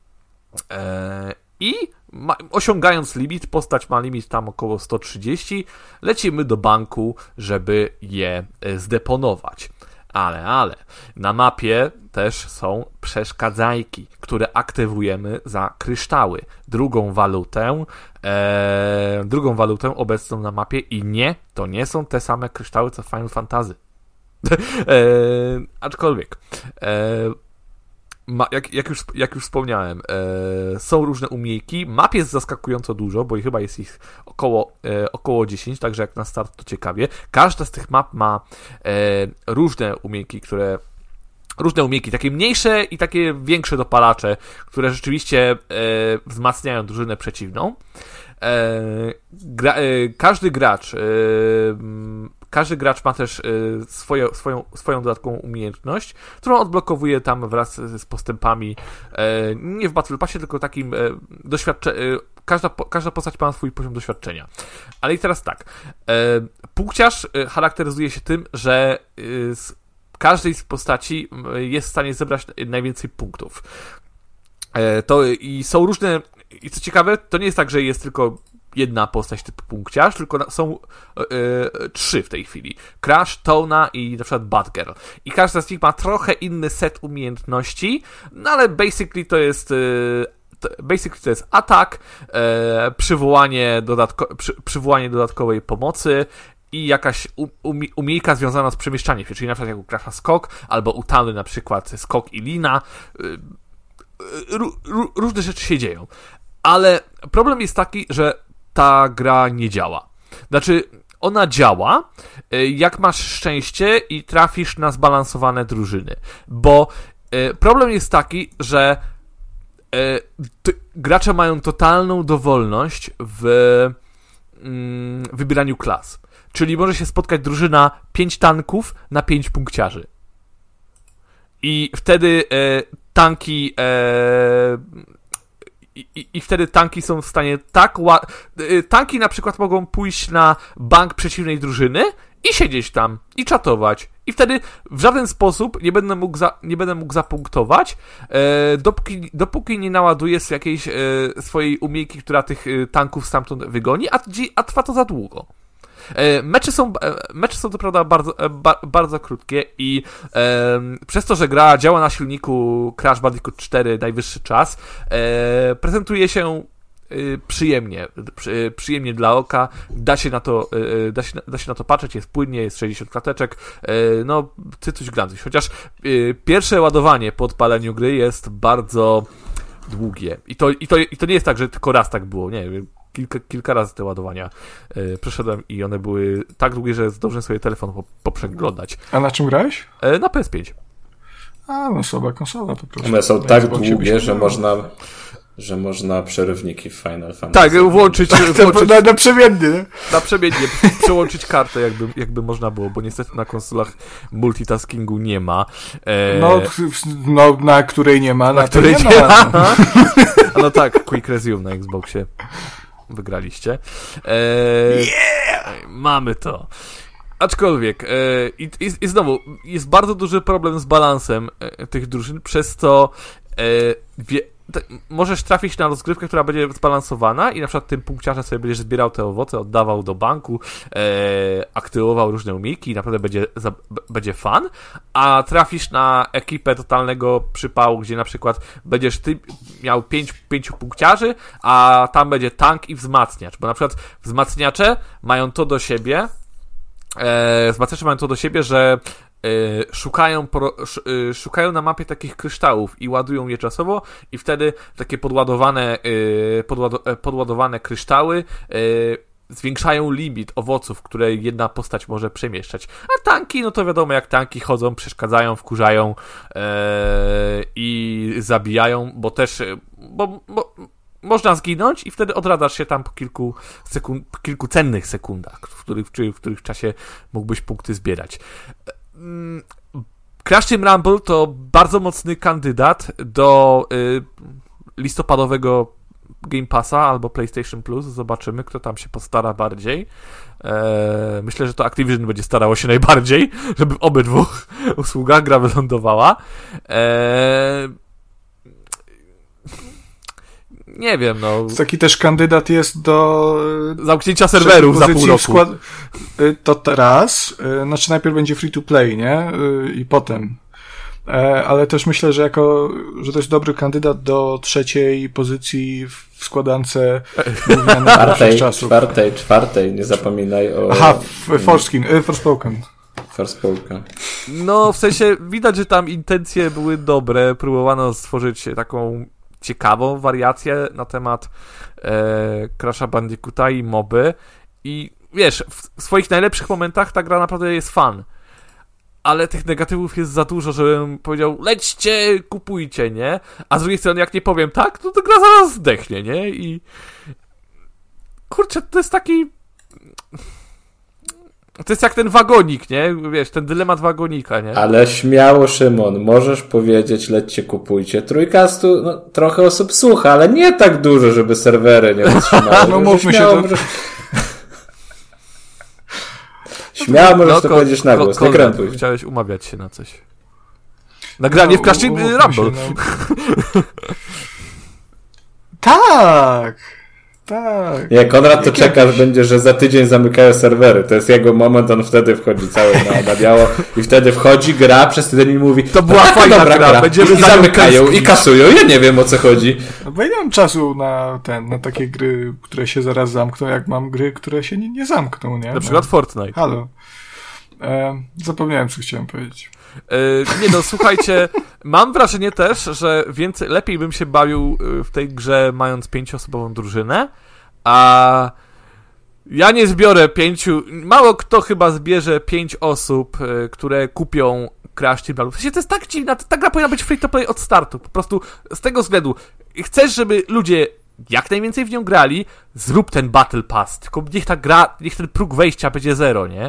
Speaker 2: eee, i ma, osiągając limit, postać ma limit tam około sto trzydzieści, lecimy do banku, żeby je zdeponować. Ale, ale, na mapie też są przeszkadzajki, które aktywujemy za kryształy. Drugą walutę, e, drugą walutę obecną na mapie i nie, to nie są te same kryształy, co w Final Fantasy. e, aczkolwiek, e, ma, jak, jak, już, jak już wspomniałem, e, są różne umiejki. Map jest zaskakująco dużo, bo chyba jest ich około, e, około dziesięć, także jak na start to ciekawie. Każda z tych map ma e, różne umiejki, które różne umiejki, takie mniejsze i takie większe dopalacze, które rzeczywiście e, wzmacniają drużynę przeciwną. E, gra, e, każdy gracz e, każdy gracz ma też e, swoje, swoją, swoją dodatkową umiejętność, którą odblokowuje tam wraz z postępami e, nie w Battle Passie, tylko takim e, doświadcze... E, każda, każda postać ma swój poziom doświadczenia. Ale i teraz tak. E, punkciarz e, charakteryzuje się tym, że e, z każdej z postaci jest w stanie zebrać najwięcej punktów. E, to i są różne... I co ciekawe, to nie jest tak, że jest tylko jedna postać typu punkciarz, tylko są e, e, trzy w tej chwili. Crash, Tona i na przykład Batgirl. I każda z nich ma trochę inny set umiejętności, no ale basically to jest... E, Basically to jest atak, e, przywołanie, dodatko, przy, przywołanie dodatkowej pomocy i jakaś um, umiejka związana z przemieszczaniem się, czyli na przykład jak u Crasha skok, albo u Tany na przykład skok i lina. Ró, ró, różne rzeczy się dzieją. Ale problem jest taki, że ta gra nie działa. Znaczy, ona działa, jak masz szczęście i trafisz na zbalansowane drużyny. Bo problem jest taki, że T- gracze mają totalną dowolność w mm, wybieraniu klas. Czyli może się spotkać drużyna pięć tanków na pięć punkciarzy. I wtedy e, tanki e, i, i wtedy tanki są w stanie tak ła- e, tanki na przykład mogą pójść na bank przeciwnej drużyny i siedzieć tam, i czatować. I wtedy w żaden sposób nie będę mógł, za, nie będę mógł zapunktować, e, dopóki, dopóki nie naładuję z jakiejś e, swojej umiejki, która tych e, tanków stamtąd wygoni, a, a trwa to za długo. E, mecze są, e, mecze są to prawda bardzo, e, ba, bardzo krótkie i e, przez to, że gra działa na silniku Crash Bandicoot cztery najwyższy czas, e, prezentuje się przyjemnie, przy, przyjemnie dla oka, da się na to da się, da się na to patrzeć, jest płynnie, jest sześćdziesiąt klateczek, no cytuś grantuś, chociaż pierwsze ładowanie po odpaleniu gry jest bardzo długie i to, i to, i to nie jest tak, że tylko raz tak było, nie, kilka, kilka razy te ładowania przeszedłem i one były tak długie, że zdążyłem sobie telefon poprzeglądać.
Speaker 1: A na czym grałeś?
Speaker 2: Na P S pięć.
Speaker 1: A, no słaba konsola po prostu.
Speaker 3: One są tak długie, że można że można przerywniki w Final Fantasy.
Speaker 2: Tak, włączyć... włączyć
Speaker 1: na, na przemienny.
Speaker 2: Na przemiennie. Przełączyć kartę, jakby, jakby można było, bo niestety na konsolach multitaskingu nie ma. E...
Speaker 1: No, no, na której nie ma, na, na której nie ma. nie ma.
Speaker 2: No tak, Quick Resume na Xboxie. Wygraliście. E... Yeah! Mamy to. Aczkolwiek, e... i, i, i znowu, jest bardzo duży problem z balansem e, tych drużyn, przez co e... wie... możesz trafić na rozgrywkę, która będzie zbalansowana i na przykład tym punkciarzem sobie będziesz zbierał te owoce, oddawał do banku, e, aktywował różne umiejki i naprawdę będzie, za, b, będzie fan, a trafisz na ekipę totalnego przypału, gdzie na przykład będziesz ty miał pięć, pięciu punkciarzy, a tam będzie tank i wzmacniacz, bo na przykład wzmacniacze mają to do siebie, e, wzmacniacze mają to do siebie, że Szukają, szukają na mapie takich kryształów i ładują je czasowo i wtedy takie podładowane, podłado, podładowane kryształy zwiększają limit owoców, które jedna postać może przemieszczać. A tanki, no to wiadomo, jak tanki chodzą, przeszkadzają, wkurzają e, i zabijają, bo też, bo, bo można zginąć i wtedy odradasz się tam po kilku, sekund, po kilku cennych sekundach, w których, w których czasie mógłbyś punkty zbierać. Crash Team Rumble to bardzo mocny kandydat do y, listopadowego Game Passa albo PlayStation Plus. Zobaczymy, kto tam się postara bardziej. Eee, myślę, że to Activision będzie starało się najbardziej, żeby w obydwu usługach gra wylądowała. Eee, nie wiem, no.
Speaker 1: Taki też kandydat jest do
Speaker 2: zamknięcia serwerów za pół roku.
Speaker 1: Skład... To teraz, znaczy najpierw będzie free to play, nie? I potem. Ale też myślę, że jako, że to jest dobry kandydat do trzeciej pozycji w składance
Speaker 3: czwartej, czwartej, czwartej, nie zapominaj o...
Speaker 1: Aha, Forskin, Forspoken.
Speaker 3: Forspoken.
Speaker 2: No, w sensie widać, że tam intencje były dobre, próbowano stworzyć taką ciekawą wariację na temat e, Crasha Bandicoota i moby i wiesz, w swoich najlepszych momentach ta gra naprawdę jest fun, ale tych negatywów jest za dużo, żebym powiedział lećcie, kupujcie, nie? A z drugiej strony jak nie powiem tak, to ta gra zaraz zdechnie, nie? I kurczę, to jest taki to jest jak ten wagonik, nie? Wiesz, ten dylemat wagonika, nie?
Speaker 3: Ale śmiało, Szymon, możesz powiedzieć, lećcie, kupujcie. Trójkastu, no, trochę osób słucha, ale nie tak dużo, żeby serwery nie wytrzymały.
Speaker 1: No mówmy się, to...
Speaker 3: Możesz... Śmiało możesz no, to ko- powiedzieć na głos, ko- nie krępuj.
Speaker 2: Chciałeś umawiać się na coś. Nagranie no, w Crash Team Rumble. Się, no.
Speaker 1: Tak! Tak.
Speaker 3: Nie, Konrad to czeka, aż będzie, że za tydzień zamykają serwery. To jest jego moment, on wtedy wchodzi cały na, na biało i wtedy wchodzi, gra, przez tydzień i mówi
Speaker 2: to była fajna gra, gra. Będziemy
Speaker 3: i zamykają i kasują. Ja nie wiem, o co chodzi.
Speaker 1: No bo ja nie mam czasu na ten, na takie gry, które się zaraz zamkną, jak mam gry, które się nie, nie zamkną, nie?
Speaker 2: Na przykład no. Fortnite.
Speaker 1: Halo. E, zapomniałem, co chciałem powiedzieć.
Speaker 2: Yy, nie no, słuchajcie, mam wrażenie też, że więcej, lepiej bym się bawił w tej grze mając pięcioosobową drużynę, a ja nie zbiorę pięciu, mało kto chyba zbierze pięć osób, yy, które kupią Crash Team Rumble. W sensie to jest tak dziwna, ta gra powinna być free to play od startu, po prostu z tego względu. Chcesz, żeby ludzie jak najwięcej w nią grali, zrób ten Battle Pass, tylko niech ta gra, niech ten próg wejścia będzie zero, nie?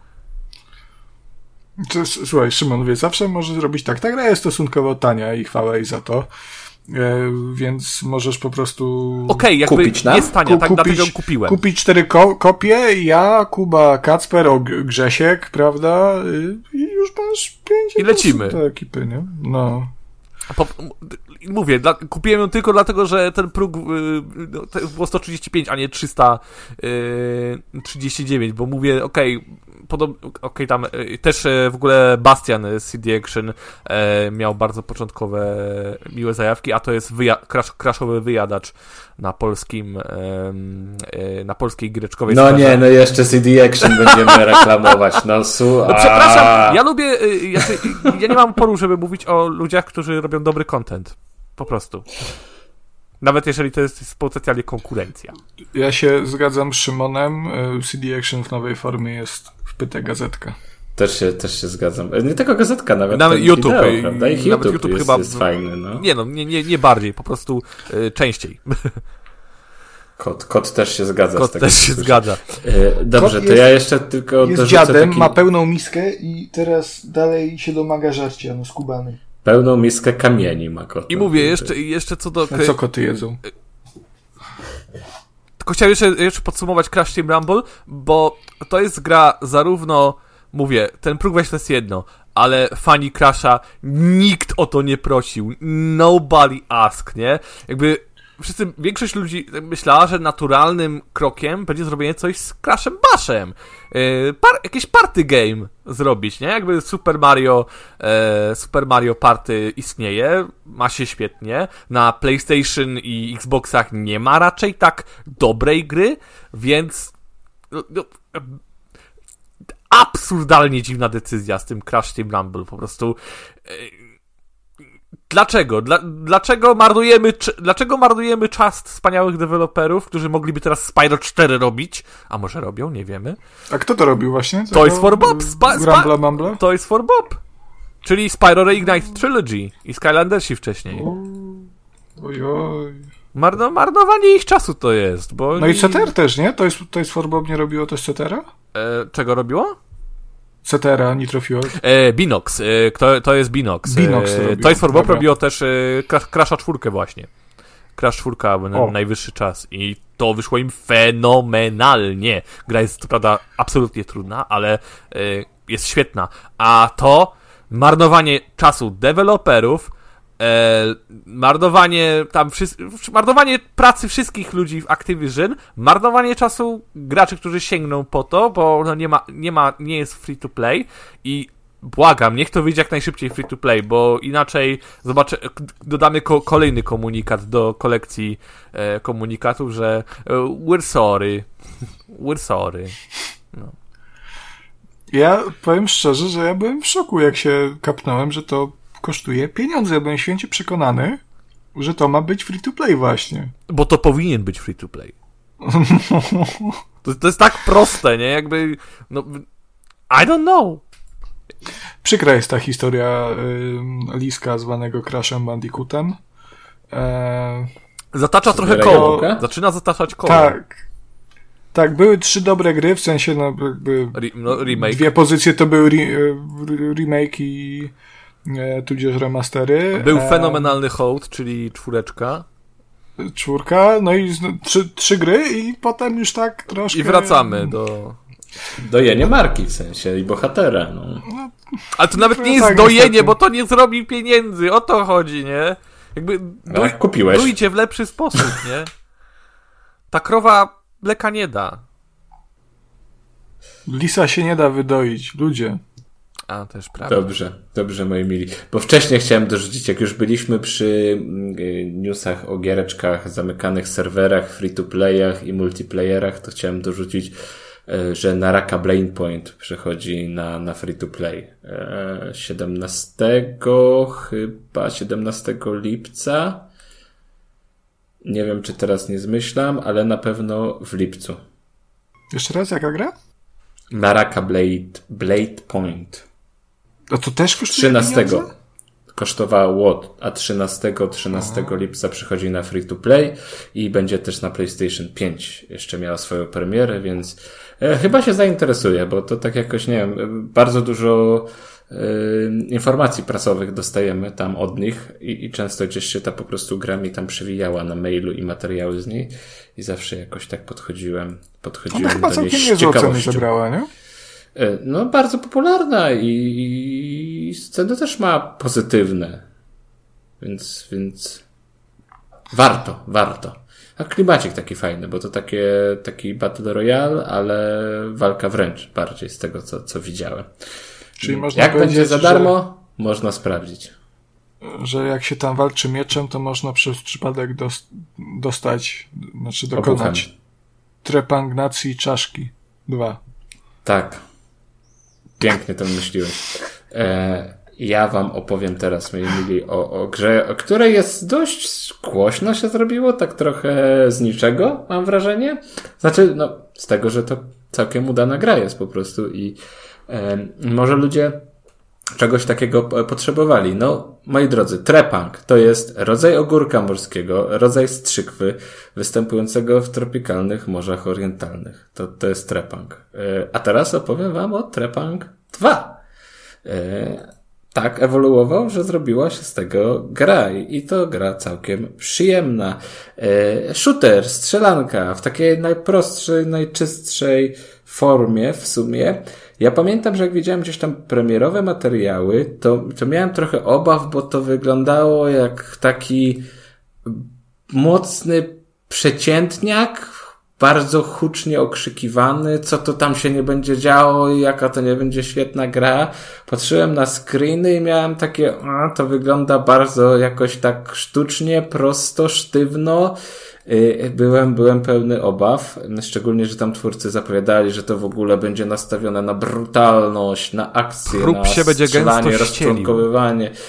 Speaker 1: Słuchaj, Szymon, wie, zawsze może zrobić tak. Ta gra jest stosunkowo tania i chwała jej za to. E, więc możesz po prostu
Speaker 2: Okej, okay, jakby kupić, nie jest tania, ku, tak kupić, dlatego ją kupiłem. Kupić
Speaker 1: cztery ko- kopie, ja, Kuba, Kacper, o, Grzesiek, prawda? I już masz pięć
Speaker 2: i lecimy.
Speaker 1: Te ekipy, nie? No.
Speaker 2: Po, mówię, dla, kupiłem ją tylko dlatego, że ten próg yy, to było sto trzydzieści pięć, a nie trzysta trzydzieści dziewięć, bo mówię, okej, okay, podob- okay, tam yy, też yy, w ogóle Bastian z C D Action yy, miał bardzo początkowe miłe zajawki, a to jest wyja- crash, crashowy wyjadacz na polskim yy, yy, na polskiej greczkowej
Speaker 3: No
Speaker 2: sferze.
Speaker 3: Nie, no jeszcze C D Action będziemy reklamować, no su-
Speaker 2: no przepraszam, ja lubię, yy, ja, ja nie mam oporu, żeby mówić o ludziach, którzy robią dobry content. Po prostu. Nawet jeżeli to jest potencjalnie konkurencja.
Speaker 1: Ja się zgadzam z Szymonem. C D Action w nowej formie jest wpyta gazetka.
Speaker 3: Też się, też się zgadzam. Nie tylko gazetka, nawet,
Speaker 2: nawet YouTube,
Speaker 3: wideo, prawda? Ich
Speaker 2: nawet
Speaker 3: YouTube,
Speaker 2: YouTube
Speaker 3: jest,
Speaker 2: chyba
Speaker 3: jest fajny. No.
Speaker 2: Nie no, nie, nie, nie bardziej, po prostu y, częściej.
Speaker 3: Kot, kot też się zgadza.
Speaker 2: Kot
Speaker 3: z tego,
Speaker 2: też się zgadza.
Speaker 3: Y, dobrze,
Speaker 1: kot
Speaker 3: to
Speaker 1: jest,
Speaker 3: ja jeszcze tylko
Speaker 1: jest dziadem, taki... ma pełną miskę i teraz dalej się domaga żarcia, no skubany.
Speaker 3: Pełną miskę kamieni ma kot.
Speaker 2: I mówię, jeszcze, jeszcze co do...
Speaker 1: A co koty jedzą?
Speaker 2: Tylko chciałem jeszcze, jeszcze podsumować Crash Team Rumble, bo to jest gra zarówno, mówię, ten próg wejścia to jest jedno, ale fani Crasha, nikt o to nie prosił. Nobody asked, nie? Jakby wszyscy, większość ludzi myślała, że naturalnym krokiem będzie zrobienie coś z Crashem Bashem. Yy, par, jakieś party game zrobić, nie? Jakby Super Mario e, Super Mario Party istnieje, ma się świetnie. Na PlayStation i Xboxach nie ma raczej tak dobrej gry, więc no, no, absurdalnie dziwna decyzja z tym Crash Team Rumble. Po prostu e, Dlaczego? Dla, dlaczego marnujemy dlaczego marnujemy czas wspaniałych deweloperów, którzy mogliby teraz Spyro cztery robić? A może robią? Nie wiemy.
Speaker 1: A kto to robił właśnie? Co
Speaker 2: Toys for Bob. Spa,
Speaker 1: Grambla Mambla?
Speaker 2: Toys for Bob. Czyli Spyro Reignite Trilogy i Skylandersi wcześniej.
Speaker 1: Ojoj.
Speaker 2: Marno, marnowanie ich czasu to jest, bo...
Speaker 1: No i C T R też, nie? To jest, to jest for Bob nie robiło też C T R-a?
Speaker 2: E, czego robiło?
Speaker 1: C T R-a, Nitro Fuel.
Speaker 2: E, Binox, e, to, to jest Binox.
Speaker 1: Binox to
Speaker 2: e,
Speaker 1: robiło.
Speaker 2: Toys for Bob
Speaker 1: Dobra.
Speaker 2: robiło też e, Crasha czwórkę właśnie. Crash czwórka na
Speaker 1: O.
Speaker 2: najwyższy czas i to wyszło im fenomenalnie. Gra jest co prawda absolutnie trudna, ale e, jest świetna. A to marnowanie czasu deweloperów, e, marnowanie tam wszys- marnowanie pracy wszystkich ludzi w Activision, marnowanie czasu graczy, którzy sięgną po to, bo no nie ma, nie ma, nie jest free to play i błagam, niech to wyjdzie jak najszybciej free to play, bo inaczej zobaczę, dodamy ko- kolejny komunikat do kolekcji e, komunikatów, że e, we're sorry, we're sorry. No.
Speaker 1: Ja powiem szczerze, że ja byłem w szoku, jak się kapnąłem, że to kosztuje pieniądze. Ja byłem święcie przekonany, że to ma być free to play właśnie.
Speaker 2: Bo to powinien być free to play. To, to jest tak proste, nie? Jakby, no, I don't know.
Speaker 1: Przykra jest ta historia y, Liska zwanego Crashem Bandicootem. E,
Speaker 2: Zatacza trochę
Speaker 3: Zbierają
Speaker 2: koło.
Speaker 3: łąkę?
Speaker 2: Zaczyna zataczać koło.
Speaker 1: tak. Tak, były trzy dobre gry, w sensie no, jakby
Speaker 2: Re, no, remake.
Speaker 1: dwie pozycje to były re, re, remake i e, tudzież remastery.
Speaker 2: Był
Speaker 1: E,
Speaker 2: fenomenalny hołd, czyli czwóreczka.
Speaker 1: Czwórka, no i z, no, trzy, trzy gry i potem już tak troszkę...
Speaker 2: I wracamy do...
Speaker 3: Dojenie marki w sensie i bohatera, no.
Speaker 2: Ale to nawet
Speaker 1: No
Speaker 2: nie jest
Speaker 1: tak,
Speaker 2: dojenie,
Speaker 1: niestety.
Speaker 2: bo to nie zrobi pieniędzy. O to chodzi, nie? Jakby
Speaker 3: Ale jak kupiłeś.
Speaker 2: dojcie w lepszy sposób, nie? Ta krowa mleka nie da.
Speaker 1: Lisa się nie da wydoić, ludzie.
Speaker 2: A, też prawda.
Speaker 3: Dobrze, dobrze, moi mili. Bo wcześniej chciałem dorzucić, jak już byliśmy przy y, newsach o giereczkach, zamykanych serwerach, free-to-playach i multiplayerach, to chciałem dorzucić, y, że Naraka Bladepoint przechodzi na, na free-to-play. Y, siedemnastego chyba, siedemnastego lipca. Nie wiem, czy teraz nie zmyślam, ale na pewno w lipcu.
Speaker 1: Jeszcze raz, jaka gra?
Speaker 3: Naraka Blade, Blade Point.
Speaker 1: A to też kosztuje
Speaker 3: trzynastego
Speaker 1: pieniądze?
Speaker 3: kosztowało, a trzynastego trzynastego lipca przychodzi na free to play i będzie też na PlayStation pięć jeszcze miała swoją premierę, więc e, chyba się zainteresuję, bo to tak jakoś, nie wiem, bardzo dużo e, informacji prasowych dostajemy tam od nich i, i często gdzieś się ta po prostu gra mi tam przewijała na mailu i materiały z niej i zawsze jakoś tak podchodziłem, podchodziłem
Speaker 1: Ona chyba
Speaker 3: do niej
Speaker 1: całkiem
Speaker 3: z
Speaker 1: niezłe oceny
Speaker 3: ciekawością.
Speaker 1: zebrała, nie?
Speaker 3: No, bardzo popularna i, i sceny też ma pozytywne. Więc, więc warto, warto. A klimacik taki fajny, bo to takie, taki Battle Royale, ale walka wręcz bardziej z tego, co, co widziałem.
Speaker 1: Czyli można
Speaker 3: Jak
Speaker 1: powiedzieć,
Speaker 3: będzie za darmo, można sprawdzić.
Speaker 1: Że, że jak się tam walczy mieczem, to można przez przypadek dos, dostać, znaczy dokonać
Speaker 3: Obuchem.
Speaker 1: trepangnacji czaszki. Dwa.
Speaker 3: Tak. Pięknie to myśliłeś. E, ja wam opowiem teraz, moi mili, o, o grze, o której jest dość głośno się zrobiło, tak trochę z niczego, mam wrażenie. Znaczy, no, z tego, że to całkiem udana gra jest po prostu i e, może ludzie czegoś takiego potrzebowali. No, moi drodzy, trepang to jest rodzaj ogórka morskiego, rodzaj strzykwy występującego w tropikalnych morzach orientalnych. To, to jest trepang. A teraz opowiem wam o trepang dwa. Tak ewoluował, że zrobiła się z tego gra i to gra całkiem przyjemna. Shooter, strzelanka w takiej najprostszej, najczystszej formie w sumie. Ja pamiętam, że jak widziałem gdzieś tam premierowe materiały, to, to miałem trochę obaw, bo to wyglądało jak taki mocny przeciętniak, bardzo hucznie okrzykiwany, co to tam się nie będzie działo i jaka to nie będzie świetna gra. Patrzyłem na screeny i miałem takie, a to wygląda bardzo jakoś tak sztucznie, prosto, sztywno. Byłem, byłem pełny obaw, szczególnie, że tam twórcy zapowiadali, że to w ogóle będzie nastawione na brutalność, na akcję,
Speaker 2: Prób
Speaker 3: na
Speaker 2: się będzie
Speaker 3: strzelanie,
Speaker 2: gęsto
Speaker 3: rozczłonkowywanie.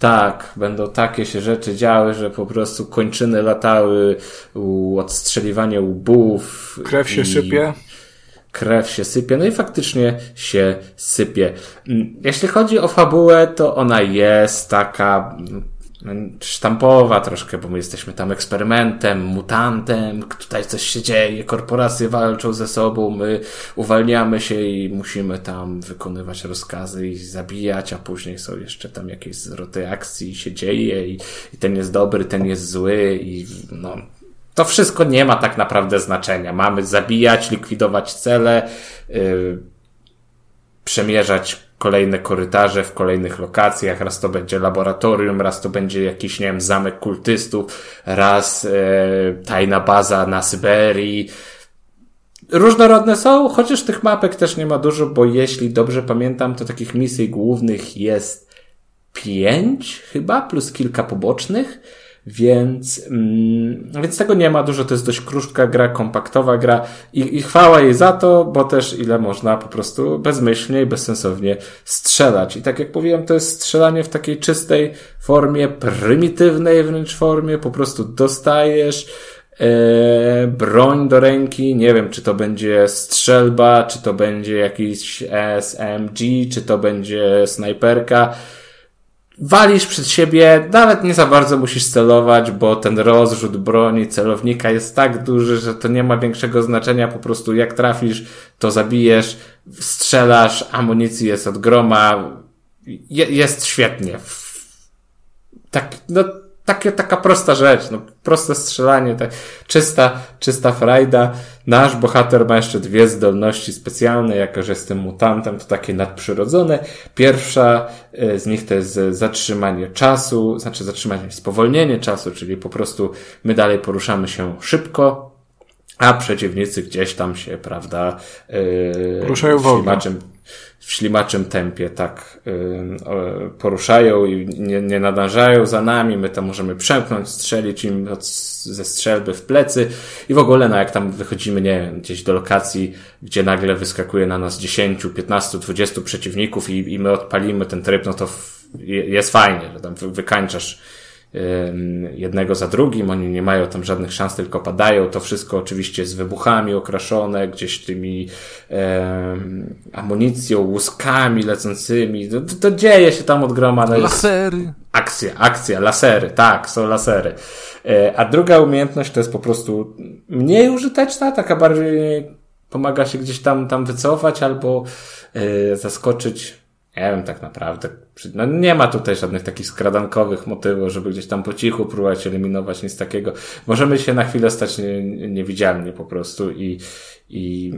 Speaker 3: Tak, będą takie się rzeczy działy, że po prostu kończyny latały, u, odstrzeliwanie łbów.
Speaker 1: Krew się sypie.
Speaker 3: Krew się sypie, no i faktycznie się sypie. Jeśli chodzi o fabułę, to ona jest taka sztampowa troszkę, bo my jesteśmy tam eksperymentem, mutantem, tutaj coś się dzieje, korporacje walczą ze sobą, my uwalniamy się i musimy tam wykonywać rozkazy i zabijać, a później są jeszcze tam jakieś zwroty akcji i się dzieje i, i ten jest dobry, ten jest zły i no... To wszystko nie ma tak naprawdę znaczenia. Mamy zabijać, likwidować cele, yy, przemierzać kolejne korytarze w kolejnych lokacjach. Raz to będzie laboratorium, raz to będzie jakiś, nie wiem, zamek kultystów, raz yy, tajna baza na Syberii. Różnorodne są, chociaż tych mapek też nie ma dużo, bo jeśli dobrze pamiętam, to takich misji głównych jest pięć chyba, plus kilka pobocznych. Więc, mm, więc tego nie ma dużo, to jest dość krótka gra, kompaktowa gra i, i chwała jej za to, bo też ile można po prostu bezmyślnie i bezsensownie strzelać. I tak jak mówiłem, to jest strzelanie w takiej czystej formie, prymitywnej wręcz formie, po prostu dostajesz e, broń do ręki, nie wiem, czy to będzie strzelba, czy to będzie jakiś S M G, czy to będzie snajperka. Walisz przed siebie, nawet nie za bardzo musisz celować, bo ten rozrzut broni celownika jest tak duży, że to nie ma większego znaczenia, po prostu jak trafisz, to zabijesz, strzelasz, amunicji jest od groma, je, jest świetnie. Tak, no, takie, taka prosta rzecz, no, proste strzelanie, tak, czysta, czysta frajda. Nasz bohater ma jeszcze dwie zdolności specjalne, jako że jestem mutantem, to takie nadprzyrodzone. Pierwsza z nich to jest zatrzymanie czasu, znaczy zatrzymanie, spowolnienie czasu, czyli po prostu my dalej poruszamy się szybko, a przeciwnicy gdzieś tam się, prawda, yy,
Speaker 1: ruszają wolno.
Speaker 3: W ślimaczym tempie, tak, yy, poruszają i nie, nie nadążają za nami, my tam możemy przemknąć, strzelić im od, ze strzelby w plecy i w ogóle, no jak tam wychodzimy, nie wiem, gdzieś do lokacji, gdzie nagle wyskakuje na nas dziesięć, piętnaście, dwadzieścia przeciwników i, i my odpalimy ten tryb, no to w, jest fajnie, że tam wykańczasz jednego za drugim, oni nie mają tam żadnych szans, tylko padają, to wszystko oczywiście z wybuchami okraszone, gdzieś tymi um, amunicją, łuskami lecącymi, to, to dzieje się tam od groma. No
Speaker 2: lasery.
Speaker 3: Akcja, akcja, lasery, tak, są lasery. A druga umiejętność to jest po prostu mniej użyteczna, taka bardziej pomaga się gdzieś tam, tam wycofać albo yy, zaskoczyć. Nie wiem, tak naprawdę. No nie ma tutaj żadnych takich skradankowych motywów, żeby gdzieś tam po cichu próbować eliminować, nic takiego. Możemy się na chwilę stać nie, niewidzialni po prostu i, i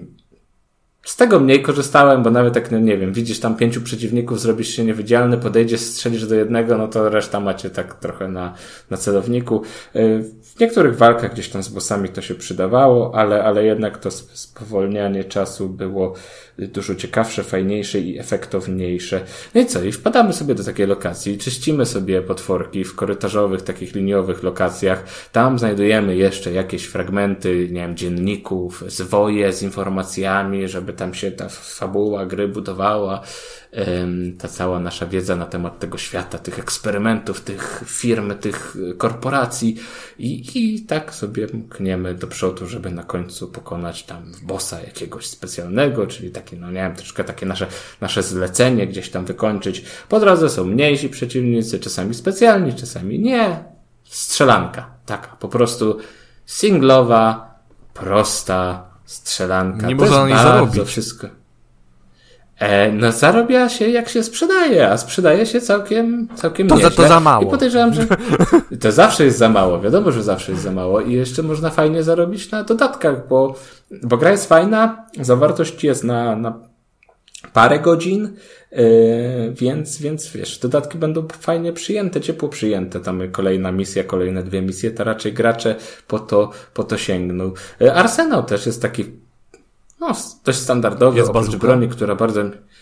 Speaker 3: z tego mniej korzystałem, bo nawet jak, no nie wiem, widzisz tam pięciu przeciwników, zrobisz się niewidzialny, podejdziesz, strzelisz do jednego, no to reszta macie tak trochę na, na celowniku. W niektórych walkach gdzieś tam z bossami to się przydawało, ale, ale jednak to spowolnianie czasu było dużo ciekawsze, fajniejsze i efektowniejsze. No i co? I wpadamy sobie do takiej lokacji, czyścimy sobie potworki w korytarzowych, takich liniowych lokacjach. Tam znajdujemy jeszcze jakieś fragmenty, nie wiem, dzienników, zwoje z informacjami, żeby tam się ta fabuła gry budowała. Ta cała nasza wiedza na temat tego świata, tych eksperymentów, tych firm, tych korporacji i, i tak sobie mkniemy do przodu, żeby na końcu pokonać tam bossa jakiegoś specjalnego, czyli takie, no nie wiem, troszkę takie nasze, nasze zlecenie gdzieś tam wykończyć. Po drodze są mniejsi przeciwnicy, czasami specjalni, czasami nie. Strzelanka. Taka, po prostu singlowa, prosta strzelanka.
Speaker 2: Nie
Speaker 3: to
Speaker 2: można na niej zarobić.
Speaker 3: Wszystko. E, no zarabia się jak się sprzedaje, a sprzedaje się całkiem, całkiem
Speaker 2: to
Speaker 3: nieźle.
Speaker 2: Za, to za mało.
Speaker 3: I podejrzewam, że to zawsze jest za mało, wiadomo, że zawsze jest za mało i jeszcze można fajnie zarobić na dodatkach, bo, bo gra jest fajna, zawartość jest na, na parę godzin, yy, więc, więc wiesz, dodatki będą fajnie przyjęte, ciepło przyjęte, tam kolejna misja, kolejne dwie misje, to raczej gracze po to, po to sięgną. Yy, Arsenał też jest taki no, dość standardowy,
Speaker 2: jest
Speaker 3: oprócz
Speaker 2: bazuka?
Speaker 3: broni, która bardzo...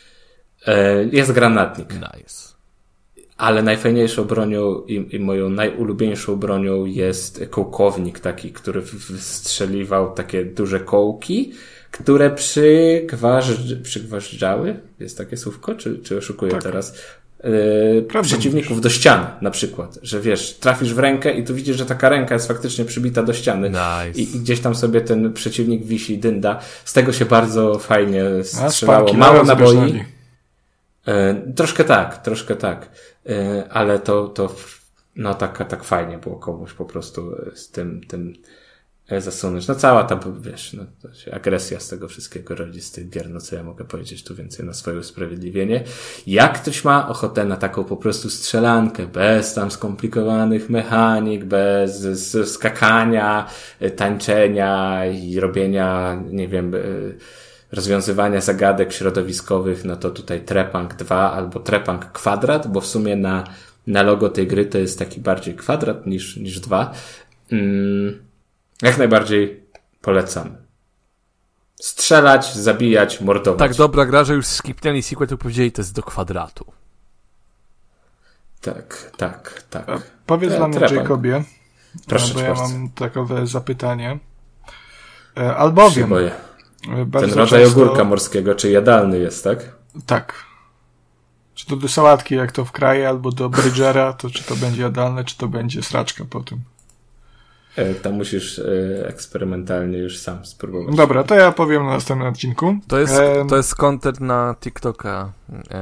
Speaker 3: E, jest granatnik.
Speaker 2: Nice.
Speaker 3: Ale najfajniejszą bronią i, i moją najulubieńszą bronią jest kołkownik taki, który wystrzeliwał takie duże kołki, które przygwarz, przygwarzdżały, jest takie słówko, czy, czy oszukuję
Speaker 1: tak.
Speaker 3: teraz? yy, przeciwników mówisz. do ściany na przykład, że wiesz, trafisz w rękę i tu widzisz, że taka ręka jest faktycznie przybita do ściany
Speaker 2: nice.
Speaker 3: i, i gdzieś tam sobie ten przeciwnik wisi, dynda. Z tego się bardzo fajnie strzelało. Mało naboi. Yy, troszkę tak, troszkę tak. Yy, ale to, to no tak, tak fajnie było komuś po prostu z tym, tym zasunąć. No cała ta, wiesz, no, to się agresja z tego wszystkiego rodzi z tych gier, no co ja mogę powiedzieć tu więcej na swoje usprawiedliwienie. Jak ktoś ma ochotę na taką po prostu strzelankę, bez tam skomplikowanych mechanik, bez z, skakania, tańczenia i robienia, nie wiem, rozwiązywania zagadek środowiskowych, no to tutaj Trepang dwa albo Trepang Kwadrat, bo w sumie na, na logo tej gry to jest taki bardziej kwadrat niż, niż dwa. Mm. Jak najbardziej polecam. Strzelać, zabijać, mordować.
Speaker 2: Tak dobra gra, że już skipnęli sequel, to powiedzieli, to jest do kwadratu.
Speaker 3: Tak, tak, tak.
Speaker 1: A powiedz
Speaker 3: e,
Speaker 1: dla mnie,
Speaker 3: Trepang.
Speaker 1: Jacobie,
Speaker 3: Proszę
Speaker 1: bo
Speaker 3: cię
Speaker 1: ja
Speaker 3: bardzo.
Speaker 1: mam takowe zapytanie. E, albowiem...
Speaker 3: Boję.
Speaker 1: Bardzo
Speaker 3: Ten rodzaj
Speaker 1: często...
Speaker 3: ogórka morskiego, czy jadalny jest, tak?
Speaker 1: Tak. Czy to do sałatki, jak to w kraju, albo do bridgera, to czy to będzie jadalne, czy to będzie sraczka po tym.
Speaker 3: Tam musisz e, eksperymentalnie już sam spróbować.
Speaker 1: Dobra, to ja powiem na następnym odcinku.
Speaker 2: To jest,
Speaker 1: e...
Speaker 2: to jest content na TikToka e,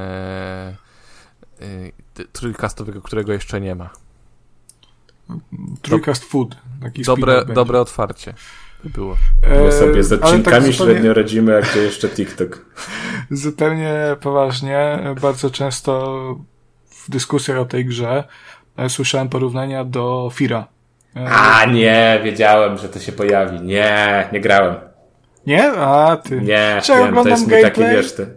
Speaker 2: e, trójkastowego, którego jeszcze nie ma.
Speaker 1: Trójkast food. Taki
Speaker 2: dobre, dobre otwarcie by było.
Speaker 3: My sobie z odcinkami
Speaker 1: tak zupełnie...
Speaker 3: średnio radzimy, jak to jeszcze TikTok.
Speaker 1: Zupełnie poważnie, bardzo często w dyskusjach o tej grze słyszałem porównania do Fira.
Speaker 3: A nie, wiedziałem, że to się pojawi. Nie, nie grałem.
Speaker 1: Nie? A ty.
Speaker 3: Nie,
Speaker 1: Czy
Speaker 3: wiem, to jest mój taki, wiesz, ty.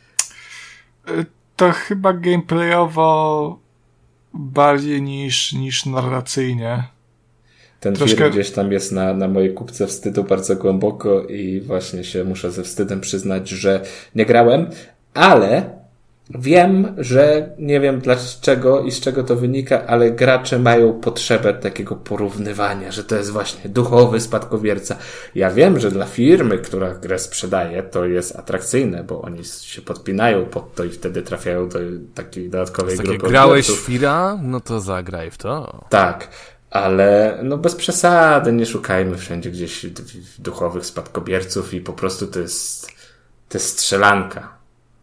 Speaker 1: To chyba gameplayowo bardziej niż, niż narracyjnie.
Speaker 3: Ten Troszkę... film gdzieś tam jest na, na mojej kubce wstydu bardzo głęboko i właśnie się muszę ze wstydem przyznać, że nie grałem, ale wiem, że nie wiem dlaczego i z czego to wynika, ale gracze mają potrzebę takiego porównywania, że to jest właśnie duchowy spadkobierca. Ja wiem, że dla firmy, która grę sprzedaje, to jest atrakcyjne, bo oni się podpinają pod to i wtedy trafiają do takiej dodatkowej
Speaker 2: takie
Speaker 3: grupy
Speaker 2: grałeś
Speaker 3: odbiorców.
Speaker 2: Fira? No to zagraj w to.
Speaker 3: Tak, ale no bez przesady, nie szukajmy wszędzie gdzieś duchowych spadkobierców i po prostu to jest, to jest strzelanka.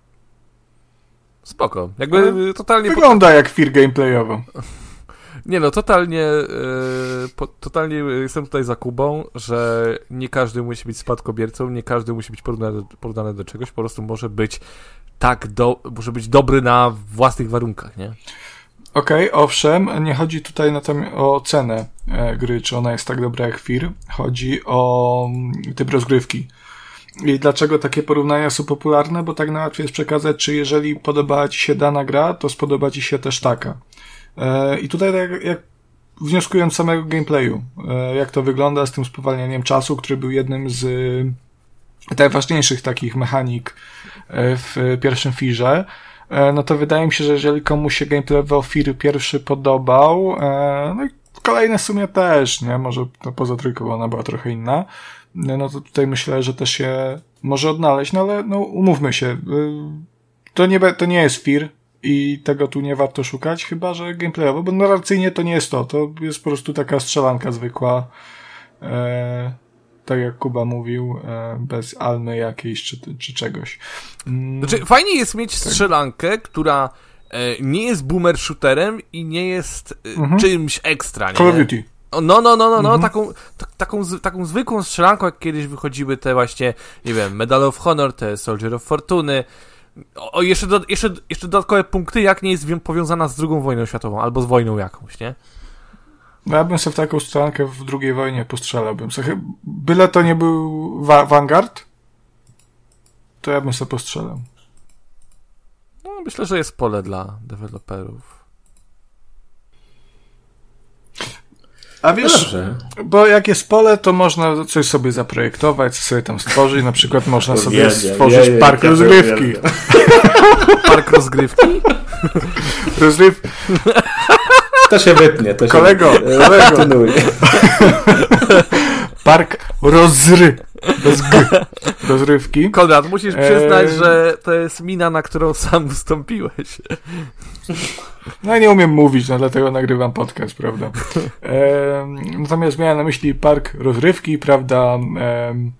Speaker 2: Spoko. Jakby totalnie...
Speaker 1: Wygląda po... jak Fir gameplayowo.
Speaker 2: Nie no, totalnie yy, po, totalnie jestem tutaj za Kubą, że nie każdy musi być spadkobiercą, nie każdy musi być porównany, porównany do czegoś, po prostu może być tak, do, może być dobry na własnych warunkach, nie?
Speaker 1: Okej, okay, owszem, nie chodzi tutaj natomiast o cenę e, gry, czy ona jest tak dobra jak Fir. Chodzi o typ rozgrywki. I dlaczego takie porównania są popularne? Bo tak najłatwiej jest przekazać, czy jeżeli podoba ci się dana gra, to spodoba ci się też taka. E, I tutaj tak jak wnioskując z samego gameplayu, e, jak to wygląda z tym spowalnianiem czasu, który był jednym z e, najważniejszych takich mechanik e, w pierwszym Firze, e, no to wydaje mi się, że jeżeli komuś się gameplayowo Fir pierwszy podobał, e, no i kolejne w sumie też, nie? Może no, poza trójką, bo ona była trochę inna, no to tutaj myślę, że też się może odnaleźć, no ale no umówmy się, to nie, to nie jest Fir i tego tu nie warto szukać, chyba że gameplayowo, bo narracyjnie to nie jest to, to jest po prostu taka strzelanka zwykła, e, tak jak Kuba mówił, e, bez almy jakiejś czy, czy czegoś.
Speaker 2: Mm. Znaczy fajnie jest mieć strzelankę, tak. która e, nie jest boomer shooterem i nie jest e, mhm. czymś ekstra, nie?
Speaker 1: Call of Duty.
Speaker 2: No, no, no, no, no,
Speaker 1: mhm.
Speaker 2: taką, t- taką, z- taką zwykłą strzelanką, jak kiedyś wychodziły te właśnie, nie wiem, Medal of Honor, te Soldier of Fortuny. O, o jeszcze, do, jeszcze, jeszcze dodatkowe punkty, jak nie jest powiązana z drugą wojną światową, albo z wojną jakąś, nie?
Speaker 1: No ja bym sobie w taką strzelankę w drugiej wojnie postrzelałbym sobie. Byle to nie był wa- Vanguard, to ja bym sobie postrzelał.
Speaker 2: No, myślę, że jest pole dla deweloperów.
Speaker 1: A wiesz,
Speaker 3: Dobrze.
Speaker 1: Bo jak jest pole, to można coś sobie zaprojektować, coś sobie tam stworzyć. Na przykład można sobie
Speaker 3: wiem,
Speaker 1: stworzyć
Speaker 3: wiem,
Speaker 1: park
Speaker 3: wiem,
Speaker 1: rozgrywki.
Speaker 3: wiem, wiem.
Speaker 2: Park rozgrywki?
Speaker 1: Rozryw...
Speaker 3: To się wytnie. To się
Speaker 1: kolego,
Speaker 3: wytnie.
Speaker 1: kolego.
Speaker 3: Kontynuuj.
Speaker 1: Park rozry... Bez G. Rozrywki.
Speaker 2: Konrad, musisz przyznać,
Speaker 1: Eee...
Speaker 2: że to jest mina, na którą sam wystąpiłeś.
Speaker 1: No ja nie umiem mówić, no dlatego nagrywam podcast, prawda. Eee, natomiast miałem na myśli park rozrywki, prawda, eee,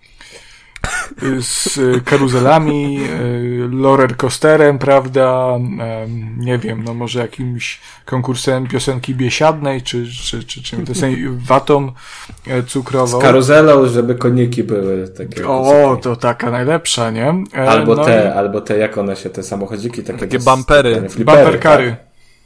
Speaker 1: z karuzelami, roller coasterem, prawda, nie wiem, no może jakimś konkursem piosenki biesiadnej, czy, czy, czy, czy watą cukrową.
Speaker 3: Z karuzelą, żeby koniki były takie.
Speaker 1: O, to taka najlepsza, nie?
Speaker 3: Albo
Speaker 1: no
Speaker 3: te,
Speaker 1: i...
Speaker 3: albo te, jak one się, te samochodziki, takie,
Speaker 2: takie bumpery.
Speaker 1: Bumperkary.
Speaker 3: Tak?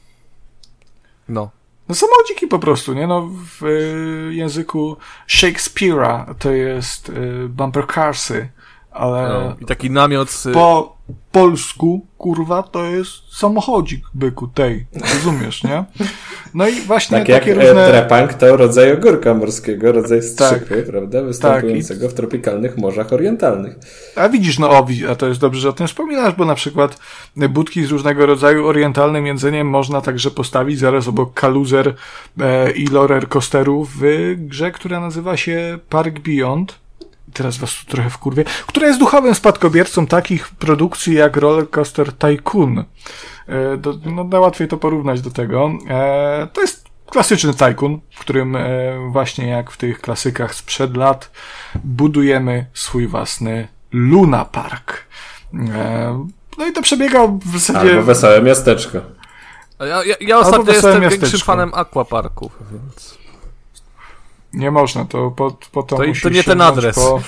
Speaker 1: No. No samochodziki po prostu, nie? No w y, języku Shakespeare'a to jest y, bumper carsy, ale
Speaker 2: no, i taki namiot z...
Speaker 1: po polsku, kurwa, to jest samochodzik, byku, tej, rozumiesz, nie? No i właśnie
Speaker 3: tak
Speaker 1: takie
Speaker 3: jak
Speaker 1: różne...
Speaker 3: trepang to rodzaj ogórka morskiego, rodzaj strzykwy,
Speaker 1: tak,
Speaker 3: prawda, występującego
Speaker 1: tak.
Speaker 3: w tropikalnych morzach orientalnych.
Speaker 1: A widzisz, no o, a to jest dobrze, że o tym wspominasz, bo na przykład budki z różnego rodzaju orientalnym jedzeniem można także postawić zaraz obok kaluzer e, i roller coasterów w grze, która nazywa się Park Beyond. Teraz was tu trochę wkurwię, która jest duchowym spadkobiercą takich produkcji jak Roller Coaster Tycoon. E, do, no, najłatwiej to porównać do tego. E, to jest klasyczny Tycoon, w którym e, właśnie jak w tych klasykach sprzed lat budujemy swój własny Luna Park. E, no i to przebiega w zasadzie...
Speaker 3: Albo Wesołe Miasteczko.
Speaker 2: Ja, ja, ja ostatnio jestem miasteczko. Większym fanem aquaparków, więc...
Speaker 1: Nie można, to po, po to,
Speaker 2: to,
Speaker 1: musisz
Speaker 2: to nie ten adres. Po...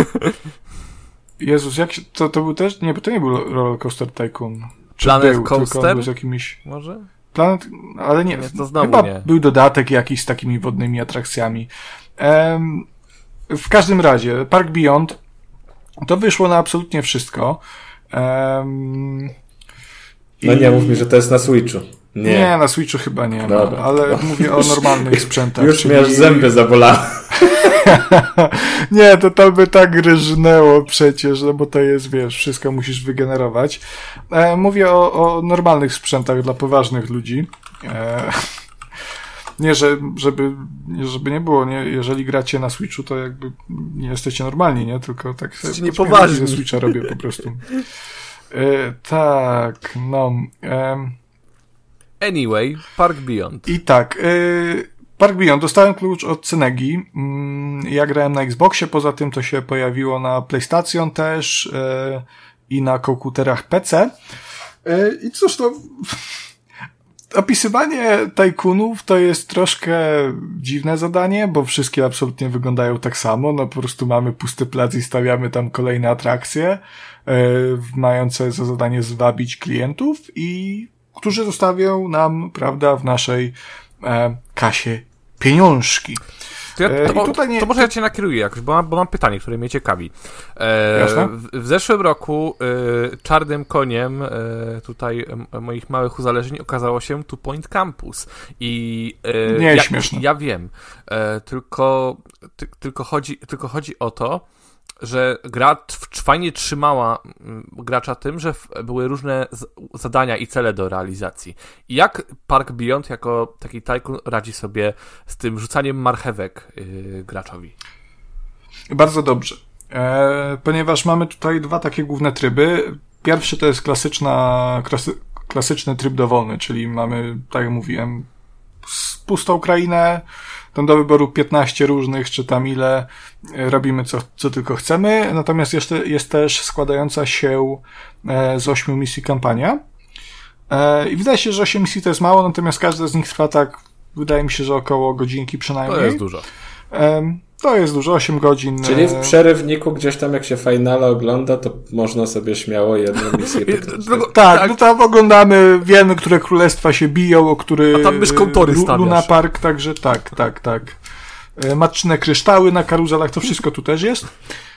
Speaker 1: Jezus, jak się, to, to był też, nie, to nie był Roller Coaster Tycoon. Czy
Speaker 2: Planet
Speaker 1: był,
Speaker 2: Coaster?
Speaker 1: Tylko był z jakimiś...
Speaker 2: Może?
Speaker 1: Planet, ale nie,
Speaker 2: nie to znowu
Speaker 1: chyba
Speaker 2: nie.
Speaker 1: Był dodatek jakiś z takimi wodnymi atrakcjami. Um, w każdym razie, Park Beyond to wyszło na absolutnie wszystko. Um,
Speaker 3: no
Speaker 1: i...
Speaker 3: nie mów mi, że to jest na Switchu. Nie,
Speaker 1: nie na Switchu chyba nie
Speaker 3: Dobra,
Speaker 1: ma, ale
Speaker 3: no.
Speaker 1: mówię o normalnych sprzętach.
Speaker 3: Już
Speaker 1: czyli...
Speaker 3: mi aż zęby zabolały.
Speaker 1: Nie, to tam by tak ryżnęło przecież, no bo to jest, wiesz, wszystko musisz wygenerować. E, mówię o, o normalnych sprzętach dla poważnych ludzi. E, nie, że, żeby, nie, żeby nie było, nie, jeżeli gracie na Switchu, to jakby nie jesteście normalni, nie, tylko tak
Speaker 2: sobie niepoważni
Speaker 1: ze Switcha robię po prostu. E, tak, no. E,
Speaker 2: Anyway, Park Beyond.
Speaker 1: I tak, yy, Park Beyond. Dostałem klucz od Cenegi. Yy, ja grałem na Xboxie, poza tym to się pojawiło na PlayStation też yy, i na komputerach P C. Yy, I cóż to... Opisywanie tajkunów to jest troszkę dziwne zadanie, bo wszystkie absolutnie wyglądają tak samo. No po prostu mamy pusty plac i stawiamy tam kolejne atrakcje, yy, mające za zadanie zwabić klientów i którzy zostawią nam, prawda, w naszej e, kasie pieniążki.
Speaker 2: To, ja, to,
Speaker 1: I tutaj nie...
Speaker 2: to może ja cię nakieruję jakoś, bo mam, bo mam pytanie, które mnie ciekawi. E, w, w zeszłym roku e, czarnym koniem e, tutaj e, moich małych uzależnień okazało się Two Point Campus. I, e,
Speaker 1: nie
Speaker 2: ja,
Speaker 1: śmieszne.
Speaker 2: Ja wiem, e, tylko, ty, tylko, chodzi, tylko chodzi o to, że gra fajnie trzymała gracza tym, że były różne zadania i cele do realizacji. I jak Park Beyond jako taki tycoon radzi sobie z tym rzucaniem marchewek yy, graczowi?
Speaker 1: Bardzo dobrze. E, ponieważ mamy tutaj dwa takie główne tryby. Pierwszy to jest klasyczna, klasy, klasyczny tryb dowolny, czyli mamy, tak jak mówiłem, pustą krainę, tam do wyboru piętnaście różnych, czy tam ile, robimy co, co tylko chcemy, natomiast jeszcze jest też składająca się z ośmiu misji kampania. I wydaje się, że osiem misji to jest mało, natomiast każda z nich trwa tak, wydaje mi się, że około godzinki przynajmniej.
Speaker 2: To jest dużo.
Speaker 1: To jest dużo, osiem godzin.
Speaker 3: Czyli w przerywniku gdzieś tam jak się finale ogląda, to można sobie śmiało jedną misję pyknąć.
Speaker 1: Tak, tak, no tam oglądamy, wiemy, które królestwa się biją, o który...
Speaker 2: A tam myszką tory stawiasz.
Speaker 1: Luna Park, także tak, tak, tak. Matczyne kryształy na karuzelach, to wszystko tu też jest.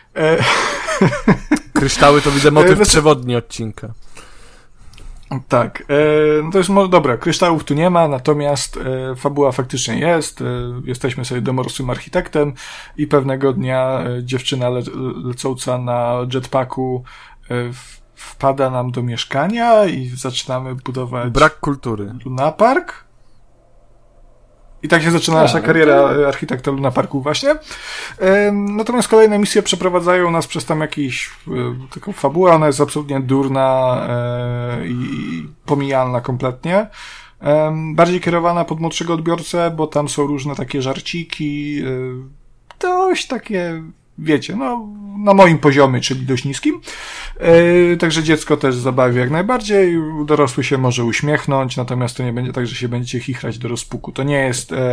Speaker 2: Kryształy to widzę motyw przewodni odcinka.
Speaker 1: Tak, e, no to jest, dobra, kryształów tu nie ma, natomiast e, fabuła faktycznie jest, e, jesteśmy sobie domorosłym architektem i pewnego dnia e, dziewczyna le, lecąca na jetpacku e, w, wpada nam do mieszkania i zaczynamy budować...
Speaker 2: Brak kultury.
Speaker 1: Luna Park I tak się zaczyna nasza kariera architekta Luna Parku właśnie. Natomiast kolejne misje przeprowadzają nas przez tam jakiś taką fabułę, ona jest absolutnie durna i pomijalna kompletnie. Bardziej kierowana pod młodszego odbiorcę, bo tam są różne takie żarciki, dość takie, wiecie, no na moim poziomie, czyli dość niskim. Także dziecko też zabawi jak najbardziej, dorosły się może uśmiechnąć, natomiast to nie będzie tak, że się będziecie chichrać do rozpuku. To nie jest e,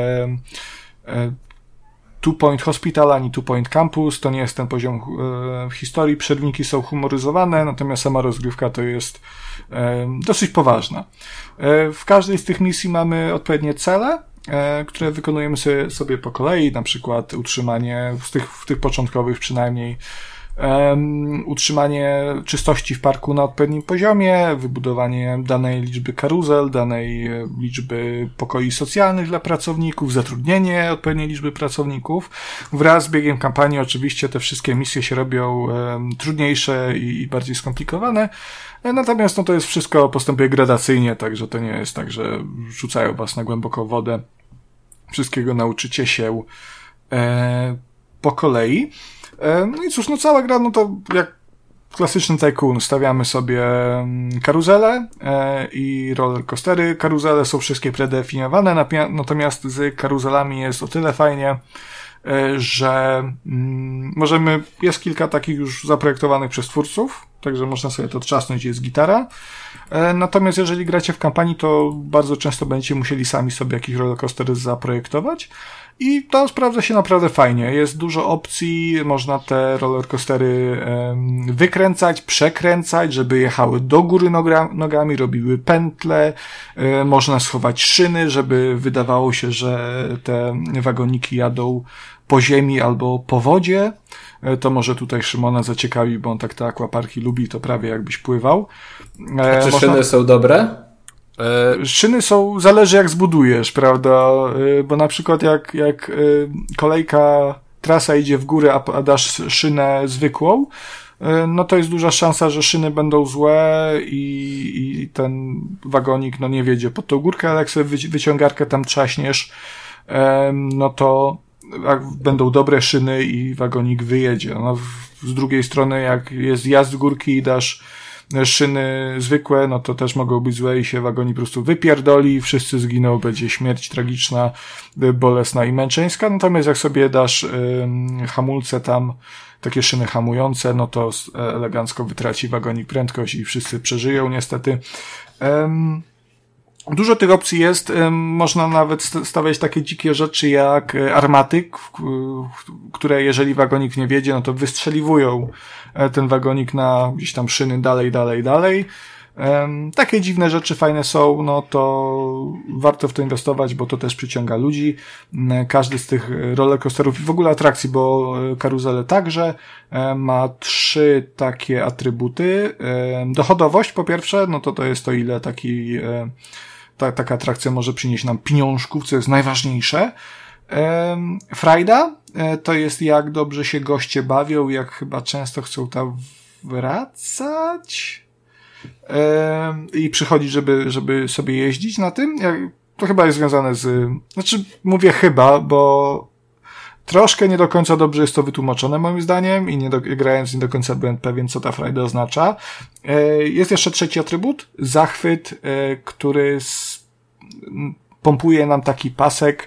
Speaker 1: e, Two Point Hospital ani Two Point Campus, to nie jest ten poziom e, historii, przerwniki są humoryzowane, natomiast sama rozgrywka to jest e, dosyć poważna. E, w każdej z tych misji mamy odpowiednie cele, e, które wykonujemy sobie, sobie po kolei, na przykład utrzymanie, w tych, w tych początkowych przynajmniej, Um, utrzymanie czystości w parku na odpowiednim poziomie, wybudowanie danej liczby karuzel, danej liczby pokoi socjalnych dla pracowników, zatrudnienie odpowiedniej liczby pracowników. Wraz z biegiem kampanii oczywiście te wszystkie misje się robią um, trudniejsze i, i bardziej skomplikowane, natomiast no, to jest wszystko postępuje gradacyjnie, także to nie jest tak, że rzucają was na głęboką wodę. Wszystkiego nauczycie się e, po kolei. No i cóż, no cała gra, no to jak klasyczny tycoon, stawiamy sobie karuzele e, i roller coastery. Karuzele są wszystkie predefiniowane, natomiast z karuzelami jest o tyle fajnie, e, że mm, możemy, jest kilka takich już zaprojektowanych przez twórców, także można sobie to trzasnąć, jest gitara. E, natomiast jeżeli gracie w kampanii, to bardzo często będziecie musieli sami sobie jakiś roller coaster zaprojektować. I to sprawdza się naprawdę fajnie. Jest dużo opcji, można te rollercoastery um, wykręcać, przekręcać, żeby jechały do góry noga, nogami, robiły pętle. Um, można schować szyny, żeby wydawało się, że te wagoniki jadą po ziemi albo po wodzie. Um, to może tutaj Szymona zaciekawi, bo on tak te aquaparki lubi, to prawie jakbyś pływał. Um,
Speaker 3: A czy
Speaker 1: można...
Speaker 3: szyny są dobre?
Speaker 1: Szyny są, zależy jak zbudujesz, prawda, bo na przykład jak, jak kolejka, trasa idzie w górę, a, a dasz szynę zwykłą, no to jest duża szansa, że szyny będą złe i, i ten wagonik no nie wiedzie pod tą górkę, ale jak sobie wyciągarkę tam trzaśniesz, no to będą dobre szyny i wagonik wyjedzie. No, z drugiej strony jak jest jazd z górki i dasz szyny zwykłe, no to też mogą być złe i się wagonik po prostu wypierdoli, wszyscy zginą, będzie śmierć tragiczna, bolesna i męczeńska. Natomiast jak sobie dasz ym, hamulce tam, takie szyny hamujące, no to elegancko wytraci wagonik prędkość i wszyscy przeżyją niestety. Ym, Dużo tych opcji jest, można nawet stawiać takie dzikie rzeczy jak armaty, które jeżeli wagonik nie wiedzie, no to wystrzeliwują ten wagonik na gdzieś tam szyny dalej, dalej, dalej. Takie dziwne rzeczy fajne są, no to warto w to inwestować, bo to też przyciąga ludzi. Każdy z tych rollercoasterów i w ogóle atrakcji, bo karuzele także ma trzy takie atrybuty. Dochodowość po pierwsze, no to to jest to, ile taki Ta, taka atrakcja może przynieść nam pieniążków, co jest najważniejsze. Ehm, frajda to jest jak dobrze się goście bawią, jak chyba często chcą tam wracać ehm, i przychodzić, żeby, żeby sobie jeździć na tym. To chyba jest związane z... Znaczy, mówię chyba, bo troszkę nie do końca dobrze jest to wytłumaczone moim zdaniem i nie do, grając nie do końca byłem pewien, co ta frajda oznacza. Jest jeszcze trzeci atrybut, zachwyt, który pompuje nam taki pasek.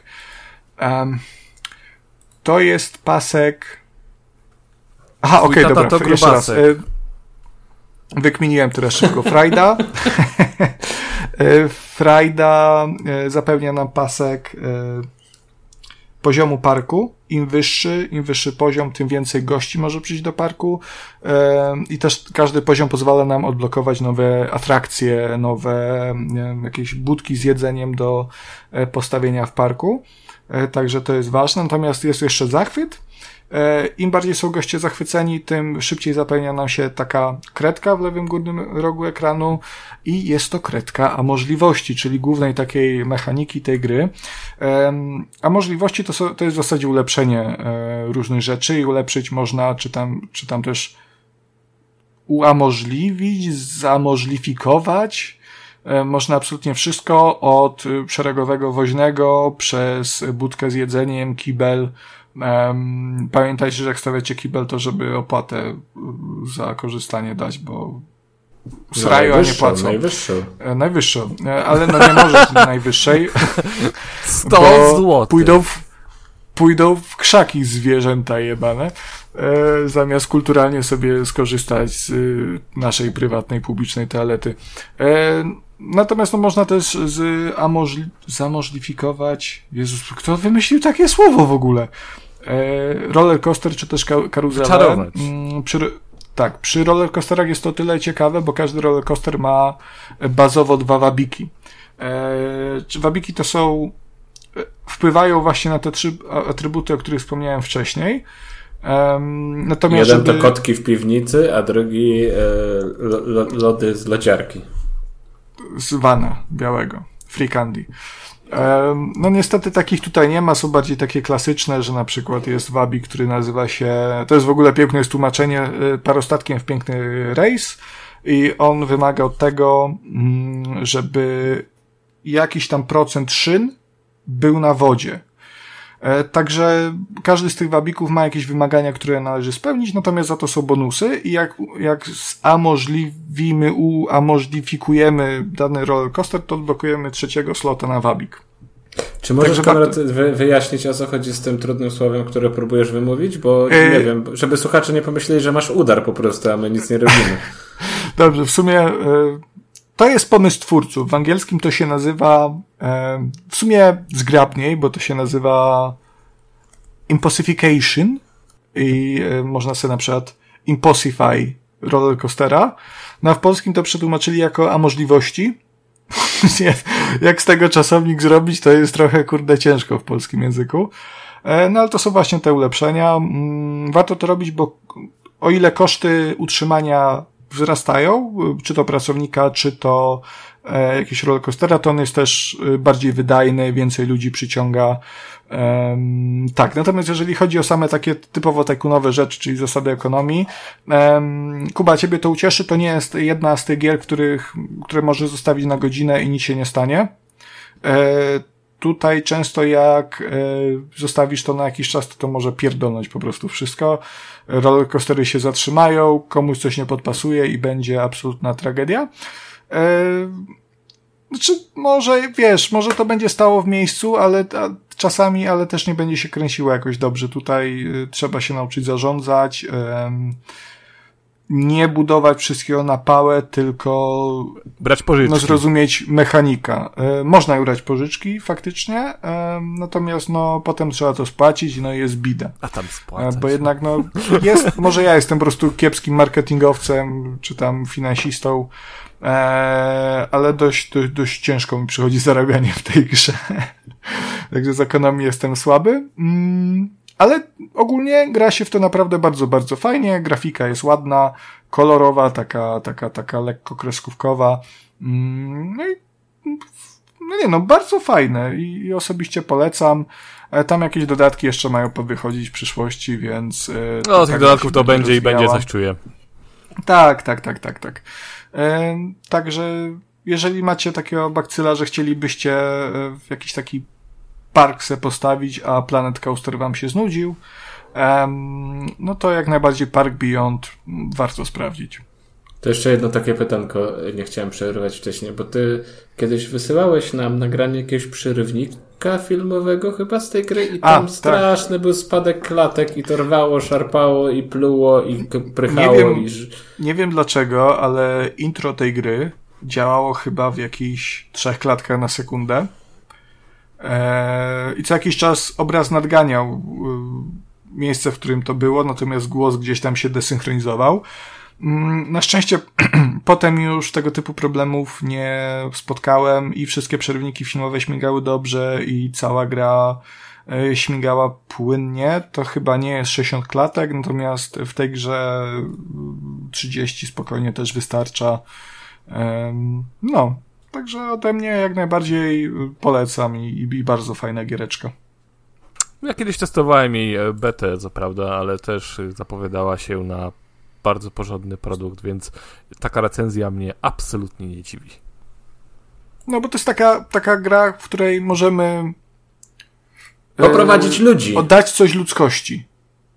Speaker 1: To jest pasek... Aha, okej, okay, dobra, jeszcze raz. Wykminiłem teraz szybko. Frajda. Frajda zapewnia nam pasek poziomu parku. Im wyższy, im wyższy poziom, tym więcej gości może przyjść do parku i też każdy poziom pozwala nam odblokować nowe atrakcje, nowe nie wiem, jakieś budki z jedzeniem do postawienia w parku. Także to jest ważne. Natomiast jest jeszcze zachwyt. Im bardziej są goście zachwyceni, tym szybciej zapełnia nam się taka kredka w lewym górnym rogu ekranu i jest to kredka a możliwości, czyli głównej takiej mechaniki tej gry. A możliwości to, są, to jest w zasadzie ulepszenie różnych rzeczy i ulepszyć można, czy tam, czy tam też uamożliwić, zamożlifikować Można absolutnie wszystko, od szeregowego woźnego, przez budkę z jedzeniem, kibel. Pamiętajcie, że jak stawiacie kibel, to żeby opłatę za korzystanie dać, bo srają, a nie płacą.
Speaker 3: Najwyższą.
Speaker 1: Najwyższą, ale no nie może najwyższej.
Speaker 2: sto złotych.
Speaker 1: Pójdą w, pójdą w krzaki zwierzęta jebane, e, zamiast kulturalnie sobie skorzystać z y, naszej prywatnej, publicznej toalety. E, natomiast no, można też z, amożli- zamożlifikować... Jezus, kto wymyślił takie słowo w ogóle? E, roller coaster czy też ka- karuzelę.
Speaker 2: Czarować.
Speaker 1: Mm, przy, tak, przy rollercoasterach jest to tyle ciekawe, bo każdy rollercoaster ma bazowo dwa wabiki. E, wabiki to są, wpływają właśnie na te trzy atrybuty, o których wspomniałem wcześniej. E, natomiast
Speaker 3: Jeden
Speaker 1: żeby...
Speaker 3: to kotki w piwnicy, a drugi e, lo, lody z lodziarki.
Speaker 1: Z vana białego. Free candy. No niestety takich tutaj nie ma, są bardziej takie klasyczne, że na przykład jest wabik, który nazywa się, to jest w ogóle piękne jest tłumaczenie, parostatkiem w piękny rejs i on wymaga od tego, żeby jakiś tam procent szyn był na wodzie. Także każdy z tych wabików ma jakieś wymagania, które należy spełnić, natomiast za to są bonusy i jak, jak zamożliwimy, uamożlifikujemy dany roller coaster, to odblokujemy trzeciego slota na wabik.
Speaker 3: Czy możesz,
Speaker 1: Także
Speaker 3: Konrad,
Speaker 1: warto...
Speaker 3: wy, wyjaśnić, o co chodzi z tym trudnym słowem, które próbujesz wymówić? Bo
Speaker 1: Yy...
Speaker 3: nie wiem, żeby słuchacze nie pomyśleli, że masz udar po prostu, a my nic nie robimy.
Speaker 1: Dobrze, w sumie... Yy... To jest pomysł twórców. W angielskim to się nazywa, e, w sumie zgrabniej, bo to się nazywa impossification i e, można sobie na przykład impossify roller coastera. No a w polskim to przetłumaczyli jako a możliwości. Jak z tego czasownik zrobić, to jest trochę kurde ciężko w polskim języku. E, no ale to są właśnie te ulepszenia. Mm, warto to robić, bo o ile koszty utrzymania wzrastają, czy to pracownika, czy to e, jakiś rollercoastera, to on jest też bardziej wydajny, więcej ludzi przyciąga. Ehm, tak, natomiast jeżeli chodzi o same takie typowo tajkunowe rzeczy, czyli zasady ekonomii, em, Kuba, ciebie to ucieszy, to nie jest jedna z tych gier, których, które możesz zostawić na godzinę i nic się nie stanie. E, Tutaj często jak e, zostawisz to na jakiś czas, to to może pierdolnąć po prostu wszystko. Rollercoastery się zatrzymają, komuś coś nie podpasuje i będzie absolutna tragedia. E, znaczy, może, wiesz, może to będzie stało w miejscu, ale a, czasami, ale też nie będzie się kręciło jakoś dobrze. Tutaj e, trzeba się nauczyć zarządzać, e, nie budować wszystkiego na pałę, tylko
Speaker 2: brać pożyczki.
Speaker 1: No zrozumieć mechanika. E, można brać pożyczki, faktycznie, e, natomiast no potem trzeba to spłacić, no i jest bida.
Speaker 2: A tam spłacać.
Speaker 1: E, bo jednak no jest, może ja jestem po prostu kiepskim marketingowcem, czy tam finansistą, e, ale dość, dość, dość ciężko mi przychodzi zarabianie w tej grze. Także z ekonomii jestem słaby. Mm. Ale ogólnie gra się w to naprawdę bardzo, bardzo fajnie. Grafika jest ładna, kolorowa, taka, taka, taka lekko kreskówkowa. No i, no nie no, bardzo fajne i, i osobiście polecam. Tam jakieś dodatki jeszcze mają powychodzić w przyszłości, więc...
Speaker 2: No, tych tak dodatków to będzie rozwijała. I będzie, coś czuję.
Speaker 1: Tak, tak, tak, tak, tak. E, także jeżeli macie takiego bakcyla, że chcielibyście w jakiś taki park se postawić, a Planet Coaster wam się znudził, um, no to jak najbardziej Park Beyond warto sprawdzić.
Speaker 3: To jeszcze jedno takie pytanko, nie chciałem przerywać wcześniej, bo ty kiedyś wysyłałeś nam nagranie jakiegoś przerywnika filmowego chyba z tej gry i tam a, straszny tak. był spadek klatek i to rwało, szarpało i pluło i prychało.
Speaker 1: Nie wiem,
Speaker 3: i...
Speaker 1: nie wiem dlaczego, ale intro tej gry działało chyba w jakichś trzech klatkach na sekundę. I co jakiś czas obraz nadganiał miejsce, w którym to było, natomiast głos gdzieś tam się desynchronizował. Na szczęście potem już tego typu problemów nie spotkałem i wszystkie przerywniki filmowe śmigały dobrze i cała gra śmigała płynnie. To chyba nie jest sześćdziesiąt klatek, natomiast w tej grze trzydzieści spokojnie też wystarcza. No, także ode mnie jak najbardziej polecam i, i bardzo fajna giereczka.
Speaker 2: Ja kiedyś testowałem jej betę, co prawda, ale też zapowiadała się na bardzo porządny produkt, więc taka recenzja mnie absolutnie nie dziwi.
Speaker 1: No bo to jest taka, taka gra, w której możemy
Speaker 3: poprowadzić e, ludzi.
Speaker 1: Oddać coś ludzkości.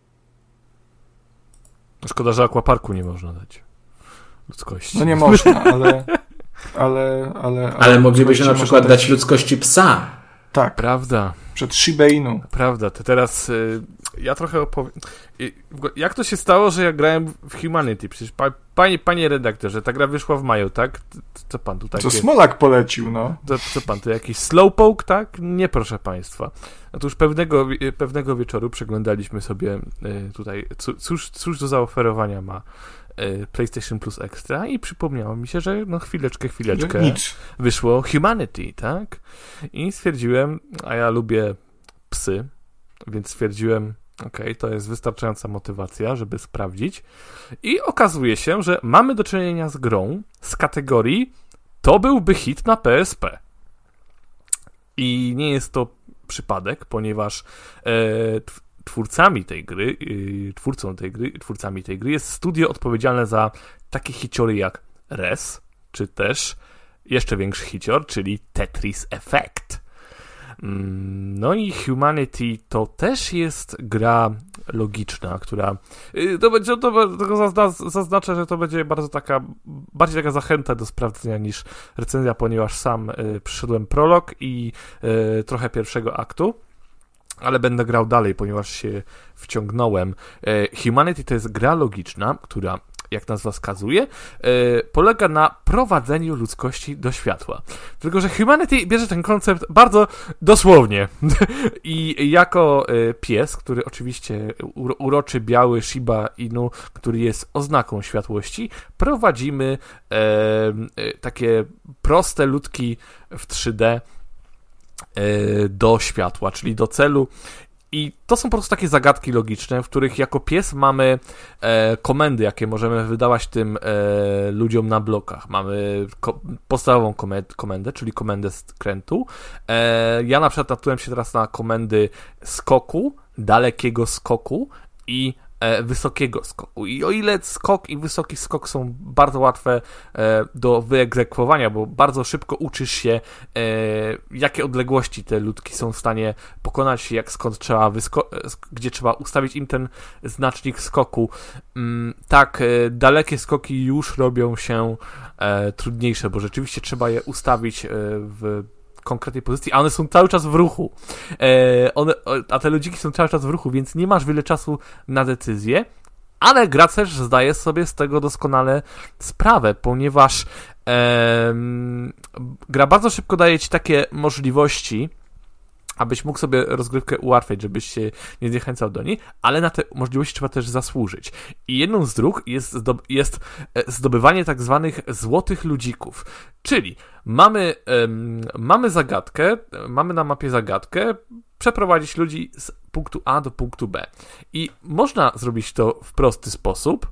Speaker 2: Szkoda, że Aquaparku nie można dać ludzkości.
Speaker 1: No nie można, ale... Ale, ale, ale,
Speaker 3: ale moglibyśmy na przykład dać ludzkości psa.
Speaker 1: Tak.
Speaker 2: Prawda.
Speaker 1: Przed Shiba Inu.
Speaker 2: Prawda. To teraz y, ja trochę opowiem. Y, jak to się stało, że ja grałem w Humanity? Przecież pa, panie, panie redaktorze, ta gra wyszła w maju, tak? Co pan tu takie...
Speaker 1: Co Smolak polecił, no.
Speaker 2: To, co pan, to jakiś slowpoke, tak? Nie, proszę państwa. Otóż pewnego, pewnego wieczoru przeglądaliśmy sobie y, tutaj, cóż, cóż do zaoferowania ma PlayStation Plus Extra i przypomniało mi się, że no chwileczkę, chwileczkę
Speaker 1: Nic.
Speaker 2: wyszło Humanity, tak? I stwierdziłem, a ja lubię psy, więc stwierdziłem, okej, okay, to jest wystarczająca motywacja, żeby sprawdzić. I okazuje się, że mamy do czynienia z grą z kategorii to byłby hit na P S P. I nie jest to przypadek, ponieważ e, twórcami tej gry, yy, twórcą tej gry, twórcami tej gry jest studio odpowiedzialne za takie hiciory jak Res, czy też jeszcze większy hicior, czyli Tetris Effect. No i Humanity to też jest gra logiczna, która yy, to będzie, to, to zazna, zaznaczę, że to będzie bardzo taka, bardziej taka zachęta do sprawdzenia niż recenzja, ponieważ sam yy, przyszedłem prolog i yy, trochę pierwszego aktu. Ale będę grał dalej, ponieważ się wciągnąłem. Humanity to jest gra logiczna, która, jak nazwa wskazuje, polega na prowadzeniu ludzkości do światła. Tylko że Humanity bierze ten koncept bardzo dosłownie. I jako pies, który oczywiście uroczy biały Shiba Inu, który jest oznaką światłości, prowadzimy takie proste ludki w trzy D do światła, czyli do celu. I to są po prostu takie zagadki logiczne, w których jako pies mamy e, komendy, jakie możemy wydawać tym e, ludziom na blokach. Mamy ko- podstawową komed- komendę, czyli komendę skrętu. E, ja na przykład natknąłem się teraz na komendy skoku, dalekiego skoku i e, wysokiego skoku. I o ile skok i wysoki skok są bardzo łatwe e, do wyegzekwowania, bo bardzo szybko uczysz się, e, jakie odległości te ludki są w stanie pokonać, jak skąd trzeba wysko- gdzie trzeba ustawić im ten znacznik skoku. Mm, tak, e, dalekie skoki już robią się e, trudniejsze, bo rzeczywiście trzeba je ustawić e, w konkretnej pozycji, a one są cały czas w ruchu. E, one, a te ludziki są cały czas w ruchu, więc nie masz wiele czasu na decyzję, ale gra też zdaje sobie z tego doskonale sprawę, ponieważ e, gra bardzo szybko daje ci takie możliwości, abyś mógł sobie rozgrywkę ułatwiać, żebyś się nie zniechęcał do niej, ale na te możliwości trzeba też zasłużyć. I jedną z dróg jest, zdob- jest zdobywanie tak zwanych złotych ludzików, czyli mamy, um, mamy zagadkę, mamy na mapie zagadkę, przeprowadzić ludzi z punktu A do punktu B. I można zrobić to w prosty sposób,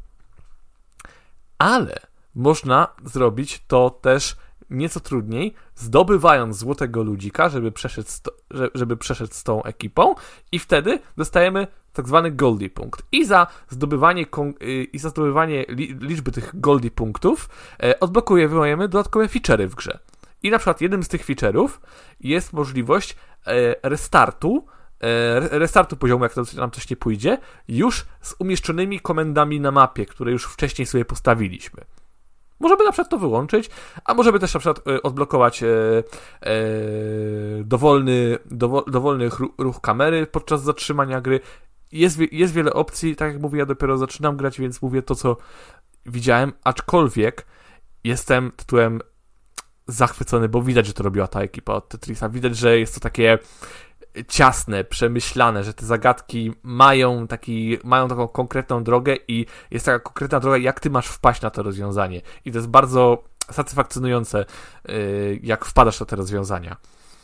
Speaker 2: ale można zrobić to też nieco trudniej, zdobywając złotego ludzika, żeby przeszedł, sto, żeby przeszedł z tą ekipą i wtedy dostajemy tak zwany Goldie punkt. I za zdobywanie, i za zdobywanie liczby tych Goldie punktów odblokujemy dodatkowe feature'y w grze. I na przykład jednym z tych feature'ów jest możliwość restartu, restartu poziomu, jak to nam coś nie pójdzie, już z umieszczonymi komendami na mapie, które już wcześniej sobie postawiliśmy. Możemy na przykład to wyłączyć, a możemy też na przykład odblokować e, e, dowolny, dowo, dowolny ruch kamery podczas zatrzymania gry. Jest, jest wiele opcji, tak jak mówię, ja dopiero zaczynam grać, więc mówię to, co widziałem, aczkolwiek jestem tytułem zachwycony, bo widać, że to robiła ta ekipa od Tetrisa. Widać, że jest to takie ciasne, przemyślane, że te zagadki mają taki, mają taką konkretną drogę i jest taka konkretna droga, jak ty masz wpaść na to rozwiązanie. I to jest bardzo satysfakcjonujące, jak wpadasz na te rozwiązania.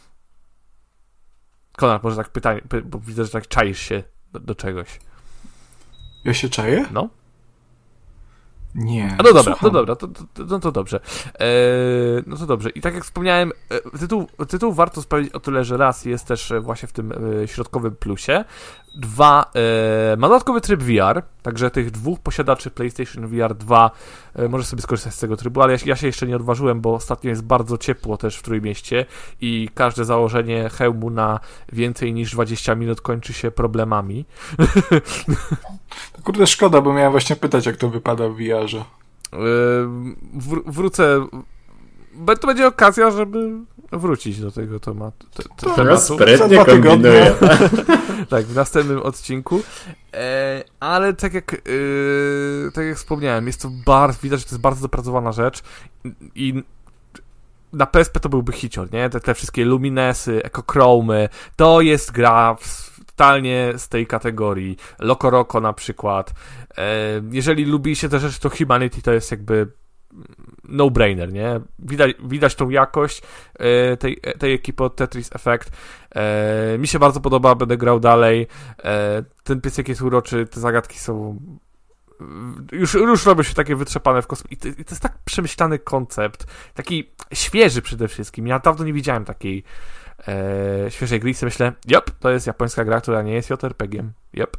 Speaker 2: Konrad, może tak pytanie, bo widzę, że tak czaisz się do, do czegoś.
Speaker 1: Ja się czaję?
Speaker 2: No.
Speaker 1: Nie.
Speaker 2: A no dobra,
Speaker 1: Słucham.
Speaker 2: no dobra, to, to, to, no to dobrze. Eee, no to dobrze. I tak jak wspomniałem, e, tytuł, tytuł warto sprawdzić o tyle, że raz jest też właśnie w tym e, środkowym plusie. Dwa, e, ma dodatkowy tryb V R, także tych dwóch posiadaczy PlayStation V R dwa e, może sobie skorzystać z tego trybu, ale ja, ja się jeszcze nie odważyłem, bo ostatnio jest bardzo ciepło też w Trójmieście i każde założenie hełmu na więcej niż dwadzieścia minut kończy się problemami.
Speaker 1: To kurde szkoda, bo miałem właśnie pytać, jak to wypada w V R-ze.
Speaker 2: E, wr- wrócę... To będzie okazja, żeby wrócić do tego tematu. Te, te,
Speaker 3: To
Speaker 2: tematu.
Speaker 3: sprytnie kombinuje.
Speaker 2: Tak, w następnym odcinku. E, ale tak jak, e, tak jak wspomniałem, jest to bardzo, widać, że to jest bardzo dopracowana rzecz i na P S P to byłby hicior, nie? Te, te wszystkie luminesy, ekochromy, to jest gra w, totalnie z tej kategorii. Loco Roco na przykład. E, jeżeli lubicie te rzeczy, to Humanity to jest jakby no-brainer, nie? Widać, widać tą jakość e, tej, tej ekipy od Tetris Effect. E, mi się bardzo podoba, będę grał dalej. E, ten piesek jest uroczy, te zagadki są już, już robią się takie wytrzepane w kosmos. I to, I to jest tak przemyślany koncept, taki świeży przede wszystkim. Ja dawno nie widziałem takiej e, świeżej gry i sobie myślę, jop, to jest japońska gra, która nie jest J R P G-iem. Jop.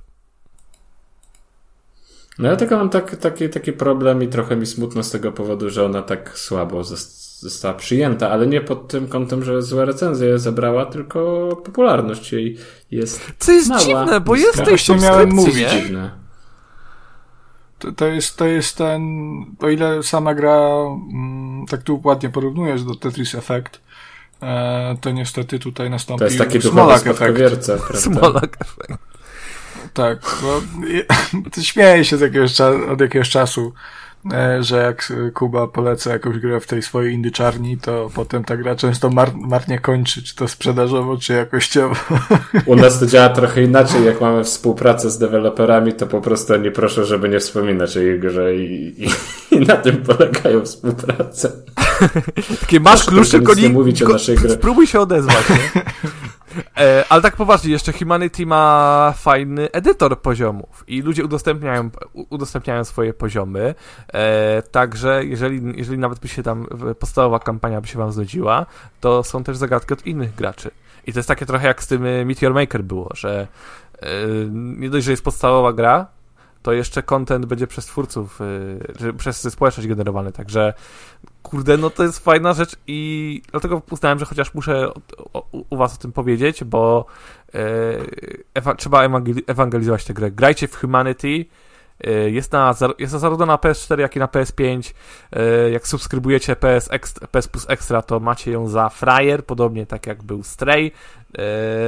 Speaker 3: No ja tylko mam tak, taki, taki problem i trochę mi smutno z tego powodu, że ona tak słabo została przyjęta, ale nie pod tym kątem, że złe recenzje zebrała, tylko popularność jej jest
Speaker 2: Co jest
Speaker 3: mała,
Speaker 2: dziwne, bo
Speaker 3: niska.
Speaker 2: jest tej
Speaker 1: Właśnie miałem
Speaker 2: subskrypcji,
Speaker 1: mówić.
Speaker 2: nie?
Speaker 3: Dziwne.
Speaker 1: To, to, jest, to jest ten... O ile sama gra, mm, tak tu ładnie porównujesz do Tetris Effect, e, to niestety tutaj nastąpił
Speaker 3: To jest taki duchowy
Speaker 1: Smolak Effect.
Speaker 3: spadkowierca, prawda?
Speaker 2: Smolak Effect.
Speaker 1: Tak, bo to śmieję się z jakiegoś cza- od jakiegoś czasu, e, że jak Kuba poleca jakąś grę w tej swojej indie czarni, to potem ta gra często mar- marnie kończy, czy to sprzedażowo, czy jakościowo.
Speaker 3: U nas to działa trochę inaczej, jak mamy współpracę z deweloperami, to po prostu nie proszę, żeby nie wspominać o ich grze i, i, i na tym polegają współpracę.
Speaker 2: Takie masz klucz, tylko
Speaker 3: nie
Speaker 2: nie
Speaker 3: mówić o naszej grze.
Speaker 2: Spróbuj się odezwać, nie? E, ale tak poważnie, jeszcze Humanity ma fajny edytor poziomów i ludzie udostępniają, udostępniają swoje poziomy, e, także jeżeli, jeżeli nawet by się tam podstawowa kampania by się wam znudziła, to są też zagadki od innych graczy. I to jest takie trochę jak z tym Meteor Maker było, że e, nie dość, że jest podstawowa gra, to jeszcze content będzie przez twórców, yy, przez społeczność generowany, także kurde, no to jest fajna rzecz i dlatego uznałem, że chociaż muszę o, o, u was o tym powiedzieć, bo yy, ewa- trzeba ewangeli- ewangelizować tę grę. Grajcie w Humanity, yy, jest, na, jest na zarówno na P S cztery, jak i na P S pięć. Yy, jak subskrybujecie P S, Extra, P S Plus Extra, to macie ją za frajer, podobnie tak jak był Stray. Yy,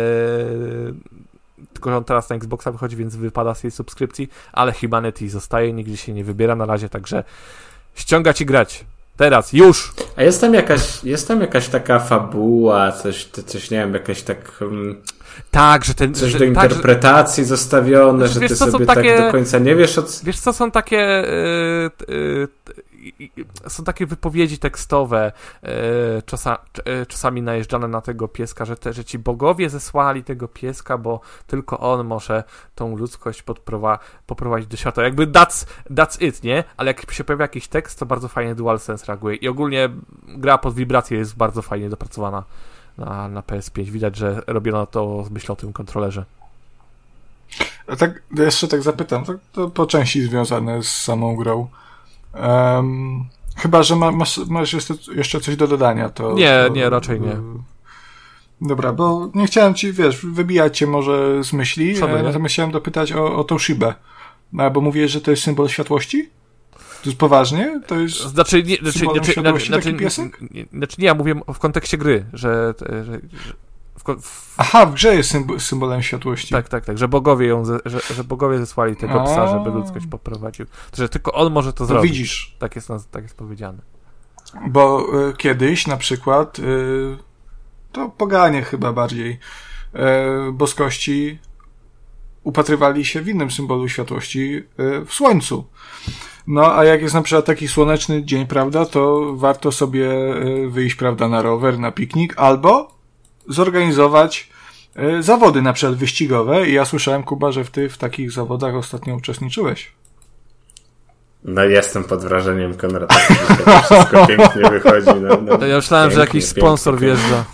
Speaker 2: tylko że on teraz na Xboxa wychodzi, więc wypada z tej subskrypcji, ale Humanity zostaje, nigdzie się nie wybiera na razie, także ściągać i grać. Teraz, już!
Speaker 3: A jest tam jakaś, jest tam jakaś taka fabuła, coś, coś nie wiem, jakaś tak... Um,
Speaker 2: tak, że ten...
Speaker 3: coś
Speaker 2: że,
Speaker 3: do interpretacji
Speaker 2: tak,
Speaker 3: zostawione,
Speaker 2: znaczy,
Speaker 3: że
Speaker 2: wiesz,
Speaker 3: ty
Speaker 2: co,
Speaker 3: sobie
Speaker 2: takie,
Speaker 3: tak do końca nie wiesz, o co...
Speaker 2: Wiesz co, są takie... Yy, yy, yy, są takie wypowiedzi tekstowe, yy, czasa, yy, czasami najeżdżane na tego pieska, że, te, że ci bogowie zesłali tego pieska, bo tylko on może tą ludzkość podprowa- poprowadzić do świata. Jakby that's, that's it, nie? Ale jak się pojawia jakiś tekst, to bardzo fajnie DualSense reaguje. I ogólnie gra pod wibrację jest bardzo fajnie dopracowana na, na P S pięć. Widać, że robiono to z myślą o tym kontrolerze.
Speaker 1: A tak, jeszcze tak zapytam, to, to po części związane z samą grą. Um, chyba, że ma, masz, masz jeszcze, jeszcze coś do dodania, to...
Speaker 2: Nie,
Speaker 1: to,
Speaker 2: nie, raczej nie.
Speaker 1: Dobra, bo nie chciałem ci, wiesz, wybijać cię może z myśli,
Speaker 2: Co by,
Speaker 1: natomiast chciałem dopytać o, o Toshibę, bo mówiłeś, że to jest symbol światłości? To jest poważnie? To jest
Speaker 2: Znaczy, nie, znaczy,
Speaker 1: symbolem
Speaker 2: znaczy,
Speaker 1: światłości
Speaker 2: znaczy,
Speaker 1: taki piesek?
Speaker 2: nie, znaczy nie, ja mówię w kontekście gry, że... że, że w, w,
Speaker 1: Aha, w grze jest symbol, symbolem światłości.
Speaker 2: tak, tak, tak, że bogowie ją, ze, że, że bogowie zesłali tego
Speaker 1: A.
Speaker 2: psa, żeby ludzkość poprowadził. Że tylko on może to,
Speaker 1: To
Speaker 2: zrobić.
Speaker 1: widzisz.
Speaker 2: Tak jest, tak jest powiedziane.
Speaker 1: Bo y, kiedyś na przykład y, to poganie chyba bardziej y, boskości upatrywali się w innym symbolu światłości y, w słońcu. No, a jak jest na przykład taki słoneczny dzień, prawda, to warto sobie y, wyjść, prawda, na rower, na piknik, albo zorganizować y, zawody na przykład wyścigowe. I ja słyszałem, Kuba, że w ty w takich zawodach ostatnio uczestniczyłeś.
Speaker 3: No jestem pod wrażeniem Konrada. To wszystko pięknie wychodzi. No, no,
Speaker 2: to ja myślałem,
Speaker 3: pięknie,
Speaker 2: że jakiś sponsor
Speaker 3: pięknie,
Speaker 2: wjeżdża.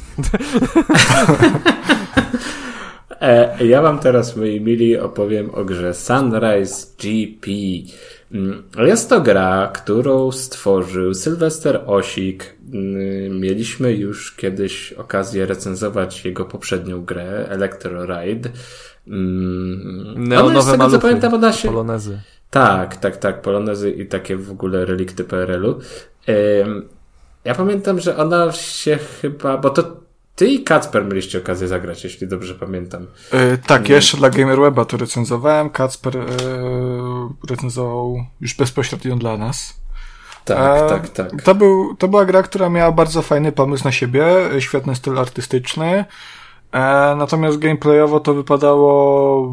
Speaker 3: E, ja wam teraz, moi mili, opowiem o grze Sunrise G P. Jest to gra, którą stworzył Sylwester Osik. Mieliśmy już kiedyś okazję recenzować jego poprzednią grę, Electro Ride.
Speaker 2: Neonowe maluchy,
Speaker 3: pamiętam, ona się...
Speaker 2: polonezy.
Speaker 3: Tak, tak, tak, polonezy i takie w ogóle relikty P R L-u. Ja pamiętam, że ona się chyba, bo to ty i Kacper mieliście okazję zagrać, jeśli dobrze pamiętam.
Speaker 1: Yy, tak, ja jeszcze dla GamerWeba to recenzowałem. Kacper yy, recenzował już bezpośrednio dla nas.
Speaker 3: Tak,
Speaker 1: e,
Speaker 3: tak, tak.
Speaker 1: To, był, to była gra, która miała bardzo fajny pomysł na siebie, świetny styl artystyczny, e, natomiast gameplayowo to wypadało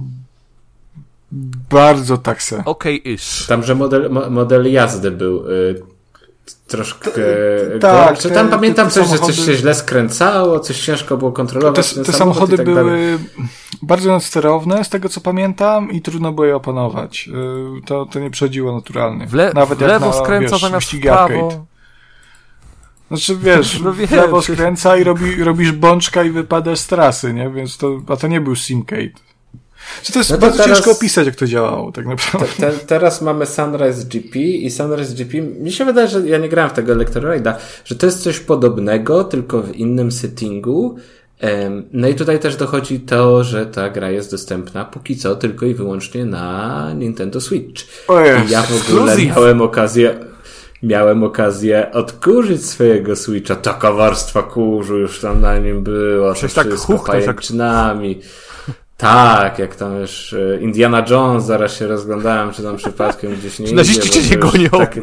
Speaker 1: bardzo taksę.
Speaker 2: Okej-ish.
Speaker 3: Tam, że model, mo, model jazdy był y, troszkę...
Speaker 1: Tak.
Speaker 3: Czy tam
Speaker 1: te,
Speaker 3: pamiętam
Speaker 1: te
Speaker 3: coś,
Speaker 1: samochody...
Speaker 3: że coś się źle skręcało, coś ciężko było kontrolować.
Speaker 1: Te, te
Speaker 3: samochód
Speaker 1: samochody
Speaker 3: tak
Speaker 1: były
Speaker 3: dalej.
Speaker 1: bardzo nadsterowne, z tego co pamiętam, i trudno było je opanować. Y, to, to nie przechodziło naturalnie.
Speaker 2: W, le-
Speaker 1: Nawet
Speaker 2: w lewo
Speaker 1: jak na,
Speaker 2: skręca
Speaker 1: wiesz,
Speaker 2: zamiast w
Speaker 1: wyścigi
Speaker 2: prawo.
Speaker 1: arcade. Znaczy, wiesz,
Speaker 2: No wiem,
Speaker 1: w lewo
Speaker 2: czy-
Speaker 1: skręca i robi, robisz bączka i wypadasz z trasy, nie? Więc to, a to nie był Simcade. Czy to jest
Speaker 3: No to
Speaker 1: bardzo
Speaker 3: teraz-
Speaker 1: ciężko opisać, jak to działało, tak naprawdę.
Speaker 3: Te, te, teraz mamy Sunrise G P i Sunrise G P, mi się wydaje, że ja nie grałem w tego Electro Ride'a, że to jest coś podobnego, tylko w innym settingu. Um, no i tutaj też dochodzi to, że ta gra jest dostępna póki co tylko i wyłącznie na Nintendo Switch.
Speaker 1: O jest.
Speaker 3: I ja w ogóle
Speaker 2: Exclusive.
Speaker 3: miałem okazję miałem okazję odkurzyć swojego Switcha. Taka warstwa kurzu już tam na nim była.
Speaker 2: Przecież
Speaker 3: to
Speaker 2: tak
Speaker 3: wszystko
Speaker 2: huchnąć, jak-
Speaker 3: pajęczynami. Tak, jak tam już e, Indiana Jones, zaraz się rozglądałem, czy tam przypadkiem gdzieś nie
Speaker 2: Czy naziści
Speaker 3: idzie, bo
Speaker 2: cię
Speaker 3: to już
Speaker 2: gonią?
Speaker 3: Takie,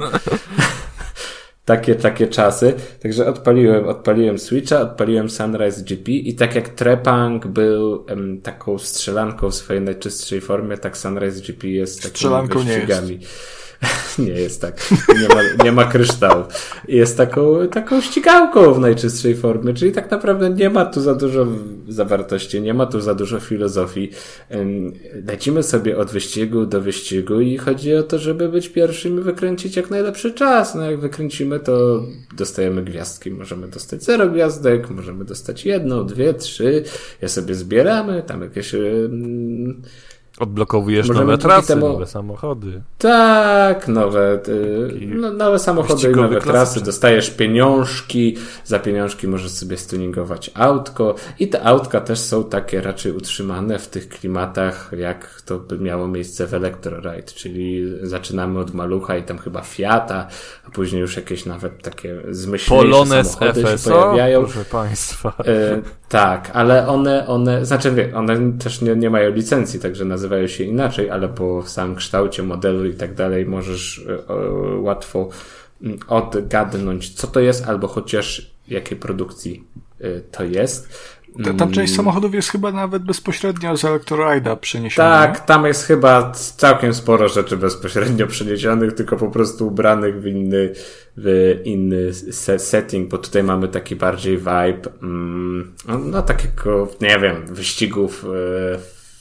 Speaker 3: takie, takie czasy. Także odpaliłem, odpaliłem Switcha, odpaliłem Sunrise G P i tak jak Trepang był em, taką strzelanką w swojej najczystszej formie, tak Sunrise G P jest takimi
Speaker 1: Strzelanką nie
Speaker 3: wyścigami. Nie jest tak. Nie ma, nie ma kryształu. Jest taką, taką ścigałką w najczystszej formie, czyli tak naprawdę nie ma tu za dużo zawartości, nie ma tu za dużo filozofii. Ym, Lecimy sobie od wyścigu do wyścigu i chodzi o to, żeby być pierwszym i wykręcić jak najlepszy czas. No jak wykręcimy, to dostajemy gwiazdki. Możemy dostać zero gwiazdek, możemy dostać jedną, dwie, trzy. Je sobie zbieramy, tam jakieś... Ym,
Speaker 2: Odblokowujesz
Speaker 3: Możemy
Speaker 2: nowe
Speaker 3: dzięki
Speaker 2: trasy,
Speaker 3: temu-
Speaker 2: nowe samochody.
Speaker 3: Tak, nowe, y, no, nowe samochody i
Speaker 2: wyścigowy
Speaker 3: nowe
Speaker 2: klasyczny.
Speaker 3: trasy, dostajesz pieniążki, za pieniążki możesz sobie stuningować autko i te autka też są takie raczej utrzymane w tych klimatach, jak to by miało miejsce w Electro Ride, czyli zaczynamy od malucha i tam chyba Fiata, a później już jakieś nawet takie zmyślniejsze
Speaker 2: Polones
Speaker 3: samochody
Speaker 2: F
Speaker 3: się
Speaker 2: S O,
Speaker 3: pojawiają.
Speaker 2: proszę państwa.
Speaker 3: E, tak, ale one, one, znaczy wie, one też nie, nie mają licencji, także nazywają się inaczej, ale po samym kształcie modelu i tak dalej możesz e, e, łatwo mm, odgadnąć, co to jest, albo chociaż jakiej produkcji e, to jest.
Speaker 1: Ta, tam część samochodów jest chyba nawet bezpośrednio z Electro Ride'a przeniesiona.
Speaker 3: Tak, tam jest chyba całkiem sporo rzeczy bezpośrednio przeniesionych, tylko po prostu ubranych w inny, w inny se- setting, bo tutaj mamy taki bardziej vibe, mm, no, no takiego, nie wiem, wyścigów e,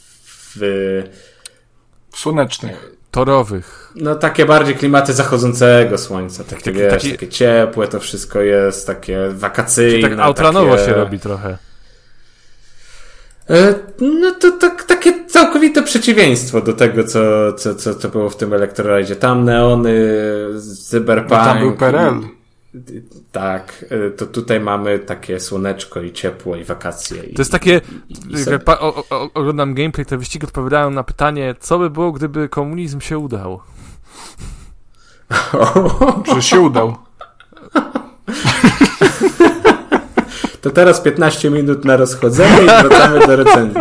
Speaker 3: w,
Speaker 1: Słonecznych.
Speaker 2: Torowych.
Speaker 3: no takie bardziej klimaty zachodzącego słońca, takie,
Speaker 2: Taki-
Speaker 3: wiesz,
Speaker 2: taki-
Speaker 3: takie ciepłe to wszystko jest, takie wakacyjne.
Speaker 2: Tak outranowo
Speaker 3: takie...
Speaker 2: się robi trochę.
Speaker 3: E, No to tak, takie całkowite przeciwieństwo do tego, co, co, co, co było w tym Electroride. Tam neony, cyberpunk.
Speaker 1: No tam był P R L.
Speaker 3: Tak, e, to tutaj mamy takie słoneczko i ciepło i wakacje.
Speaker 2: To jest takie,
Speaker 3: i sobie-
Speaker 2: jak pa- o, o, oglądam gameplay, te wyścigi odpowiadają na pytanie, co by było, gdyby komunizm się udał?
Speaker 1: Że się udał.
Speaker 3: To teraz piętnaście minut na rozchodzenie i wracamy do recenzji.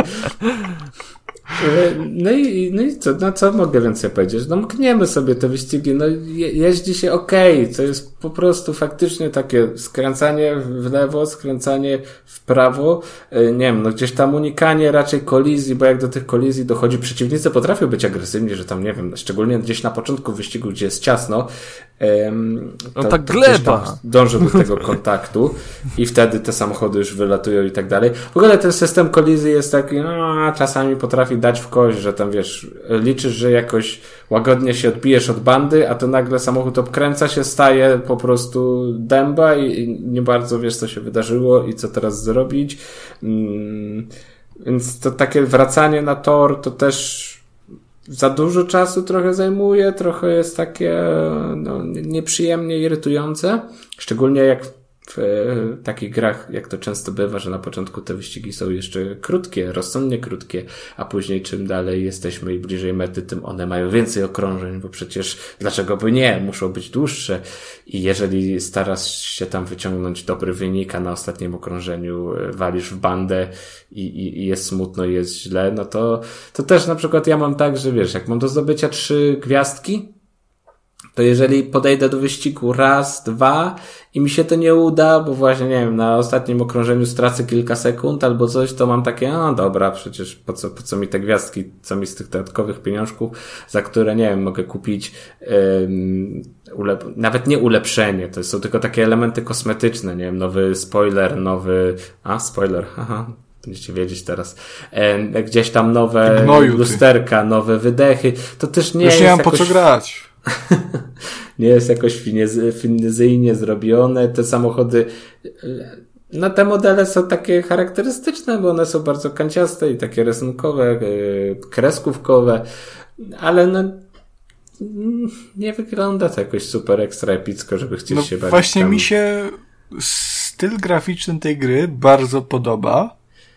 Speaker 3: No i, no i co, no co mogę więcej powiedzieć? No mkniemy sobie te wyścigi, no je, jeździ się okej, okay, to jest po prostu faktycznie takie skręcanie w lewo, skręcanie w prawo, nie wiem, no gdzieś tam unikanie raczej kolizji, bo jak do tych kolizji dochodzi, przeciwnicy potrafią być agresywni, że tam, nie wiem, szczególnie gdzieś na początku wyścigu, gdzie jest ciasno, em,
Speaker 2: No
Speaker 3: to,
Speaker 2: ta
Speaker 3: to gdzieś
Speaker 2: gleba.
Speaker 3: tam dąży do tego kontaktu i wtedy te samochody już wylatują i tak dalej. W ogóle ten system kolizji jest taki, no, czasami potrafi dać w kość, że tam wiesz, liczysz, że jakoś łagodnie się odbijesz od bandy, a to nagle samochód obkręca się, staje po prostu dęba i, i nie bardzo wiesz, co się wydarzyło i co teraz zrobić. Mm, więc to takie wracanie na tor to też za dużo czasu trochę zajmuje, trochę jest takie no, nieprzyjemnie irytujące, szczególnie jak w e, takich grach, jak to często bywa, że na początku te wyścigi są jeszcze krótkie, rozsądnie krótkie, a później czym dalej jesteśmy i bliżej mety, tym one mają więcej okrążeń, bo przecież dlaczego by nie? Muszą być dłuższe i jeżeli starasz się tam wyciągnąć dobry wynik, a na ostatnim okrążeniu walisz w bandę i, i, i jest smutno i jest źle, no to, to też na przykład ja mam tak, że wiesz, jak mam do zdobycia trzy gwiazdki, to jeżeli podejdę do wyścigu raz, dwa i mi się to nie uda, bo właśnie, nie wiem, na ostatnim okrążeniu stracę kilka sekund albo coś, to mam takie, no dobra, przecież po co, po co mi te gwiazdki, co mi z tych dodatkowych pieniążków, za które, nie wiem, mogę kupić um, ulep- nawet nie ulepszenie, to są tylko takie elementy kosmetyczne, nie wiem, nowy spoiler, nowy, a, spoiler, haha. Będziecie wiedzieć teraz. E, gdzieś tam nowe Gnoju, lusterka, ty. nowe wydechy. To też nie
Speaker 1: Już
Speaker 3: jest
Speaker 1: nie mam
Speaker 3: jakoś...
Speaker 1: po co grać.
Speaker 3: nie jest jakoś finezy, finezyjnie zrobione. Te samochody, no te modele są takie charakterystyczne, bo one są bardzo kanciaste i takie rysunkowe, kreskówkowe, ale no nie wygląda to jakoś super ekstra epicko, żeby chcieć
Speaker 1: no
Speaker 3: się bawić.
Speaker 1: Właśnie
Speaker 3: tam.
Speaker 1: mi się styl graficzny tej gry bardzo podoba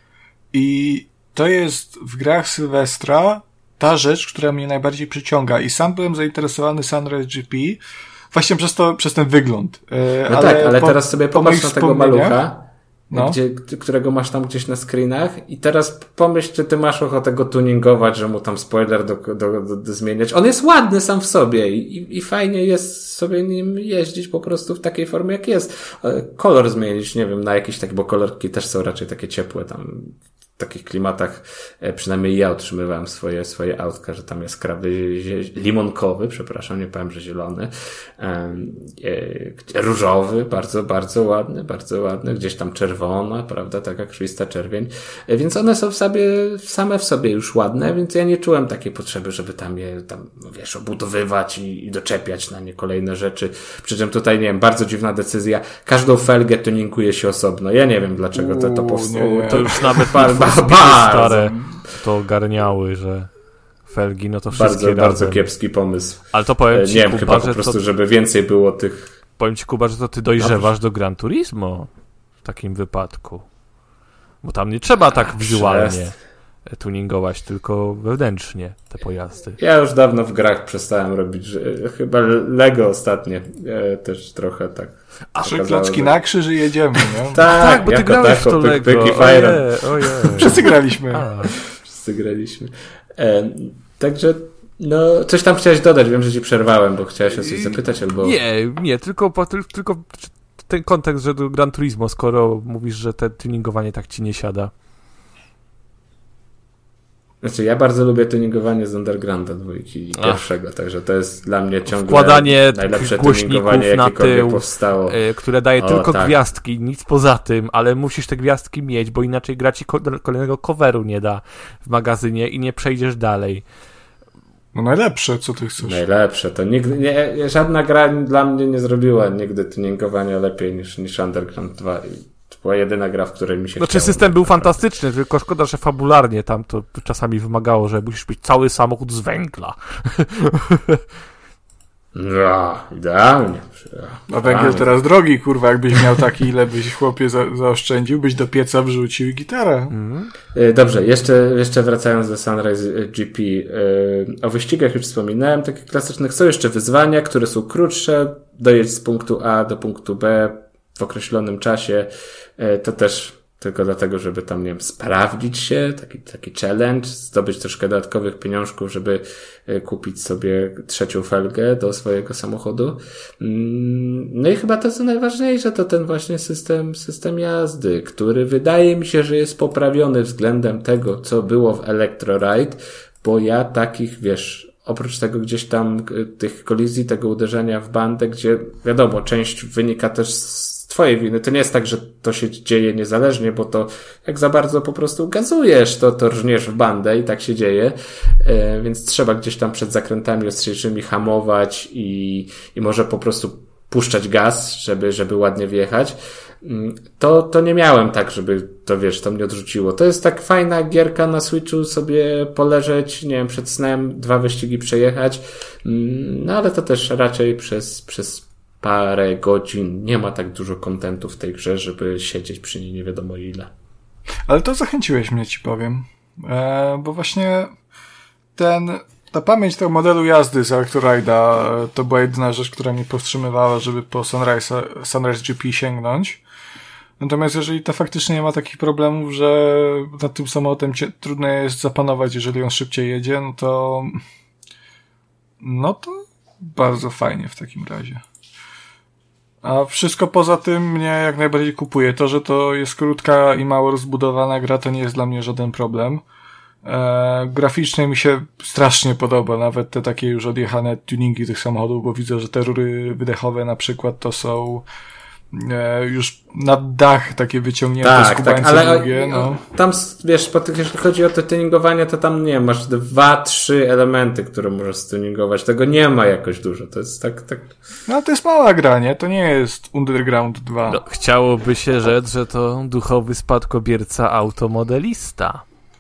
Speaker 1: i to jest w grach Sylwestra ta rzecz, która mnie najbardziej przyciąga i sam byłem zainteresowany Sunrise G P właśnie przez to, przez ten wygląd.
Speaker 3: No ale tak, ale po, teraz sobie popatrz na tego malucha, no. gdzie, którego masz tam gdzieś na screenach i teraz pomyśl, czy ty masz ochotę go tuningować, że mu tam spoiler do, do, do, do zmieniać. On jest ładny sam w sobie i, i, i fajnie jest sobie nim jeździć po prostu w takiej formie, jak jest. Kolor zmienić, nie wiem, na jakiś taki, bo kolorki też są raczej takie ciepłe tam. W takich klimatach, przynajmniej ja otrzymywałem swoje, swoje autka, że tam jest krawy limonkowy, przepraszam, nie powiem, że zielony, e, różowy, bardzo, bardzo ładny, bardzo ładny, gdzieś tam czerwona, prawda, taka krwista czerwień, e, więc one są w sobie, same w sobie już ładne, więc ja nie czułem takiej potrzeby, żeby tam je, tam, wiesz, obudowywać i, i doczepiać na nie kolejne rzeczy, przy czym tutaj, nie wiem, bardzo dziwna decyzja, każdą felgę tuninguje się osobno, ja nie wiem, dlaczego to, to powstało.
Speaker 2: To już nawet bardzo stare to ogarniały, że felgi, no to wszystkie
Speaker 3: Bardzo,
Speaker 2: razem.
Speaker 3: bardzo kiepski pomysł.
Speaker 2: Ale to powiem ci,
Speaker 3: nie wiem,
Speaker 2: Kuba,
Speaker 3: chyba
Speaker 2: że
Speaker 3: po prostu,
Speaker 2: to,
Speaker 3: żeby więcej było tych...
Speaker 2: Powiem ci, Kuba, że to ty dojrzewasz do Gran Turismo w takim wypadku. Bo tam nie trzeba tak wizualnie tuningować, tylko wewnętrznie te pojazdy.
Speaker 3: Ja już dawno w grach przestałem robić, że chyba Lego ostatnie e, też trochę tak.
Speaker 1: A trzy klocki że... na krzyż i jedziemy, nie?
Speaker 3: tak,
Speaker 2: tak, bo ty grałeś w to
Speaker 3: pyk,
Speaker 2: Lego.
Speaker 3: Pyk,
Speaker 2: ojej, ojej.
Speaker 1: Wszyscy graliśmy.
Speaker 2: A.
Speaker 3: Wszyscy graliśmy. E, także no, coś tam chciałeś dodać, wiem, że ci przerwałem, bo chciałeś o coś zapytać, albo...
Speaker 2: Nie, nie, tylko, tylko ten kontekst, że do Gran Turismo, skoro mówisz, że te tuningowanie tak ci nie siada.
Speaker 3: Znaczy, ja bardzo lubię tuningowanie z Undergrounda dwójki pierwszego, także to jest dla mnie ciągle
Speaker 2: wkładanie
Speaker 3: najlepsze tuningowanie,
Speaker 2: na tył,
Speaker 3: powstało.
Speaker 2: które daje o, tylko
Speaker 3: tak.
Speaker 2: gwiazdki, nic poza tym, ale musisz te gwiazdki mieć, bo inaczej gra ci kolejnego coveru nie da w magazynie i nie przejdziesz dalej.
Speaker 1: No najlepsze, co ty chcesz?
Speaker 3: Najlepsze, to nigdy, nie, żadna gra dla mnie nie zrobiła nigdy tuningowania lepiej niż, niż Underground dwa. To była jedyna gra, w której mi się
Speaker 2: Znaczy
Speaker 3: chciało.
Speaker 2: system był fantastyczny, tylko szkoda, że fabularnie tam to czasami wymagało, że musisz mieć cały samochód z węgla.
Speaker 3: No, idealnie.
Speaker 1: A węgiel teraz drogi, kurwa, jakbyś miał taki, ile byś chłopie za, zaoszczędził, byś do pieca wrzucił i gitarę.
Speaker 2: Mm.
Speaker 3: Dobrze, jeszcze, jeszcze wracając do Sunrise G P. O wyścigach już wspominałem, takich klasycznych. Są jeszcze wyzwania, które są krótsze. Dojedź z punktu A do punktu B w określonym czasie. To też tylko dlatego, żeby tam, nie wiem, sprawdzić się, taki, taki challenge, zdobyć troszkę dodatkowych pieniążków, żeby kupić sobie trzecią felgę do swojego samochodu. No i chyba to, co najważniejsze, to ten właśnie system, system jazdy, który wydaje mi się, że jest poprawiony względem tego, co było w Electroride, bo ja takich, wiesz, oprócz tego gdzieś tam tych kolizji, tego uderzenia w bandę, gdzie wiadomo, część wynika też z twojej winy. To nie jest tak, że to się dzieje niezależnie, bo to jak za bardzo po prostu gazujesz, to, to rżniesz w bandę i tak się dzieje. E, więc trzeba gdzieś tam przed zakrętami ostrzejszymi hamować i, i może po prostu puszczać gaz, żeby, żeby ładnie wjechać. To, to nie miałem tak, żeby to, wiesz, to mnie odrzuciło. To jest tak fajna gierka na Switchu, sobie poleżeć, nie wiem, przed snem, dwa wyścigi przejechać, no ale to też raczej przez, przez parę godzin nie ma tak dużo kontentu w tej grze, żeby siedzieć przy niej nie wiadomo ile.
Speaker 1: Ale to zachęciłeś mnie, ci powiem, e, bo właśnie ten... Ta pamięć tego modelu jazdy z Electroride'a to była jedyna rzecz, która mnie powstrzymywała, żeby po Sunrise, Sunrise G P sięgnąć. Natomiast jeżeli to faktycznie nie ma takich problemów, że nad tym samochodem cię, trudno jest zapanować, jeżeli on szybciej jedzie, no to no to bardzo fajnie w takim razie. A wszystko poza tym mnie jak najbardziej kupuje. To, że to jest krótka i mało rozbudowana gra, to nie jest dla mnie żaden problem. E, graficznie mi się strasznie podoba, nawet te takie już odjechane tuningi tych samochodów, bo widzę, że te rury wydechowe na przykład to są e, już na dach takie wyciągnięte
Speaker 3: tak,
Speaker 1: skubańce
Speaker 3: tak, ale
Speaker 1: długie. No.
Speaker 3: Tam, wiesz, jeśli chodzi o to tuningowanie, to tam nie, masz dwa, trzy elementy, które możesz stuningować. Tego nie ma jakoś dużo. To jest tak, tak...
Speaker 1: No to jest mała gra, nie? To nie jest Underground dwa.
Speaker 2: No, chciałoby się rzec, że to duchowy spadkobierca automodelista.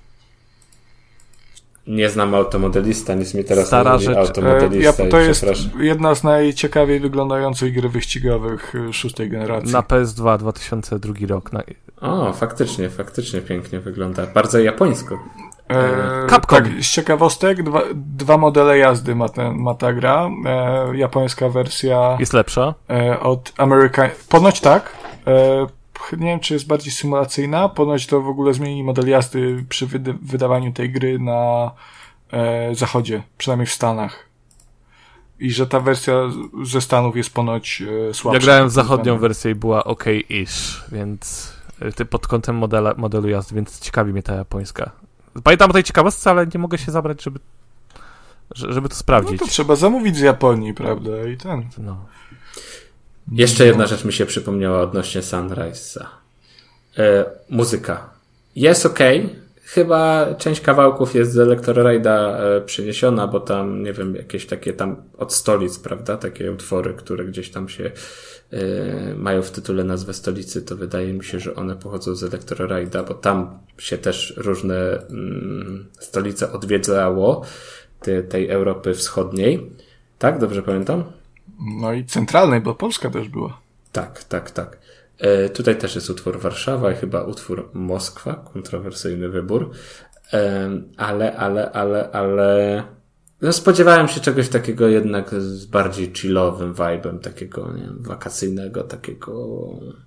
Speaker 3: Nie znam automodelista, nic mi teraz
Speaker 2: Stara
Speaker 3: nie mówi
Speaker 2: rzecz.
Speaker 3: automodelista.
Speaker 1: E, ja, to jest jedna z najciekawiej wyglądających gier wyścigowych szóstej generacji.
Speaker 2: Na P S dwa, dwa tysiące drugi rok. Na...
Speaker 3: O, faktycznie, faktycznie pięknie wygląda. Bardzo japońsko.
Speaker 1: E,
Speaker 2: Capcom.
Speaker 1: Tak, z ciekawostek, dwa, dwa modele jazdy ma, ten, ma ta gra. E, japońska wersja
Speaker 2: Jest lepsza?
Speaker 1: e, od American... Ponoć tak. E, nie wiem, czy jest bardziej symulacyjna. Ponoć to w ogóle zmieni model jazdy przy wyda- wydawaniu tej gry na e, zachodzie, przynajmniej w Stanach. I że ta wersja ze Stanów jest ponoć e, słabsza.
Speaker 2: Ja grałem w zachodnią wersję i była okej-ish, więc ty pod kątem modela, modelu jazdy, więc ciekawi mnie ta japońska. Pamiętam o tej ciekawostce, ale nie mogę się zabrać, żeby żeby to sprawdzić.
Speaker 1: No to trzeba zamówić z Japonii, prawda? I ten.
Speaker 2: No.
Speaker 3: Jeszcze jedna rzecz mi się przypomniała odnośnie Sunrise'a. E, muzyka. Jest okej. Okay. Chyba część kawałków jest z Electroride'a e, przeniesiona, bo tam, nie wiem, jakieś takie tam od stolic, prawda? Takie utwory, które gdzieś tam się e, mają w tytule nazwę stolicy, to wydaje mi się, że one pochodzą z Electroride'a, bo tam się też różne mm, stolice odwiedzało te, tej Europy Wschodniej. Tak? Dobrze pamiętam?
Speaker 1: No i centralnej, bo Polska też była.
Speaker 3: Tak, tak, tak. E, tutaj też jest utwór Warszawa i chyba utwór Moskwa, kontrowersyjny wybór. E, ale, ale, ale, ale... No spodziewałem się czegoś takiego jednak z bardziej chillowym vibe'em, takiego, nie wiem, wakacyjnego, takiego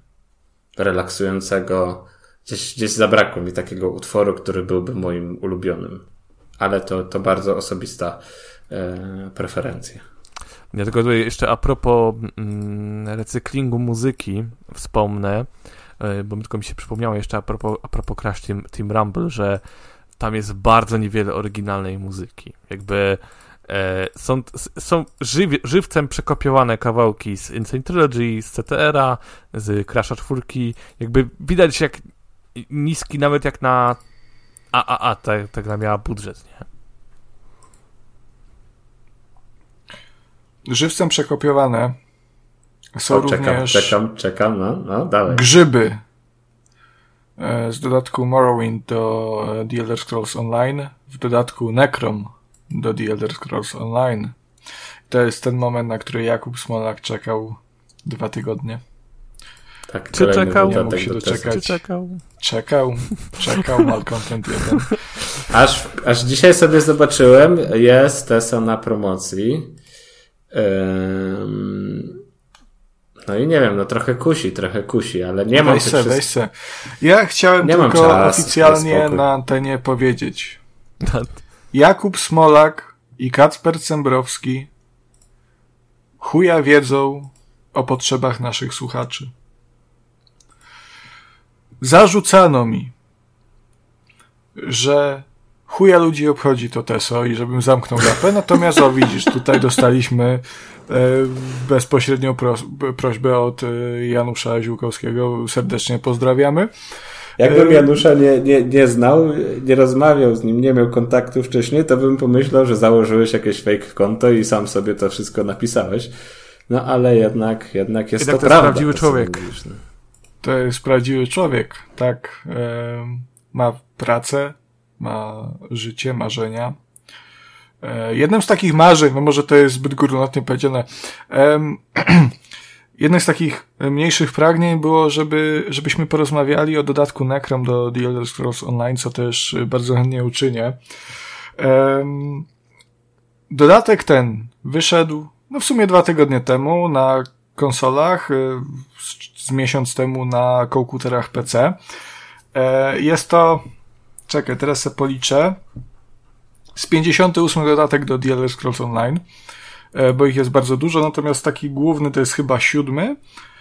Speaker 3: relaksującego. Gdzieś, gdzieś zabrakło mi takiego utworu, który byłby moim ulubionym. Ale to, to bardzo osobista e, preferencja.
Speaker 2: Ja tylko tutaj jeszcze a propos mm, recyklingu muzyki wspomnę, yy, bo tylko mi się przypomniało jeszcze a propos, a propos Crash Team, Team Rumble, że tam jest bardzo niewiele oryginalnej muzyki. Jakby e, są, są żyw, żywcem przekopiowane kawałki z Insane Trilogy, z C T R-a, z Crasha czwórki. Jakby widać jak niski, nawet jak na A A A ta, ta gra miała budżet, nie?
Speaker 1: Żywcem przekopiowane są
Speaker 3: o, czekam,
Speaker 1: również
Speaker 3: czekam, czekam, no, no, dalej.
Speaker 1: grzyby z dodatku Morrowind do The Elder Scrolls Online, w dodatku Necrom do The Elder Scrolls Online. To jest ten moment, na który Jakub Smolak czekał dwa tygodnie.
Speaker 3: Tak,
Speaker 2: Czy czekał?
Speaker 1: Nie mógł się
Speaker 3: do
Speaker 1: doczekać.
Speaker 2: Czy czekał?
Speaker 1: Czekał, czekał Malcontent jeden.
Speaker 3: Aż, aż dzisiaj sobie zobaczyłem, jest Tesa na promocji. Um, no i nie wiem, no trochę kusi, trochę kusi, ale nie mam
Speaker 1: weź se,
Speaker 3: wszystko...
Speaker 1: weź se. Ja chciałem
Speaker 3: nie
Speaker 1: tylko
Speaker 3: czas,
Speaker 1: oficjalnie na antenie powiedzieć.
Speaker 2: Tak.
Speaker 1: Jakub Smolak i Kacper Cembrowski chuja wiedzą o potrzebach naszych słuchaczy. Zarzucano mi, że chuja ludzi obchodzi to Teso i żebym zamknął lapę, natomiast o widzisz, tutaj dostaliśmy e, bezpośrednią pros- prośbę od e, Janusza Ziółkowskiego, serdecznie pozdrawiamy.
Speaker 3: Jakbym Janusza nie, nie, nie znał, nie rozmawiał z nim, nie miał kontaktu wcześniej, to bym pomyślał, że założyłeś jakieś fake konto i sam sobie to wszystko napisałeś. No ale jednak, jednak jest
Speaker 2: jednak
Speaker 3: to,
Speaker 2: to
Speaker 3: prawda.
Speaker 2: Jest prawdziwy
Speaker 3: to
Speaker 2: człowiek.
Speaker 3: Mówisz, no.
Speaker 1: To jest prawdziwy człowiek, tak. E, ma pracę, ma życie, marzenia. E, jednym z takich marzeń, no może to jest zbyt górnolotnie powiedziane, e, jednym z takich mniejszych pragnień było, żeby, żebyśmy porozmawiali o dodatku Necrom do The Elder Scrolls Online, co też bardzo chętnie uczynię. E, dodatek ten wyszedł no w sumie dwa tygodnie temu na konsolach, z, z miesiąc temu na komputerach P C. E, jest to, czekaj, teraz sobie policzę, z pięćdziesiąty ósmy dodatek do The Elder Scrolls Online, e, bo ich jest bardzo dużo, natomiast taki główny to jest chyba siódmy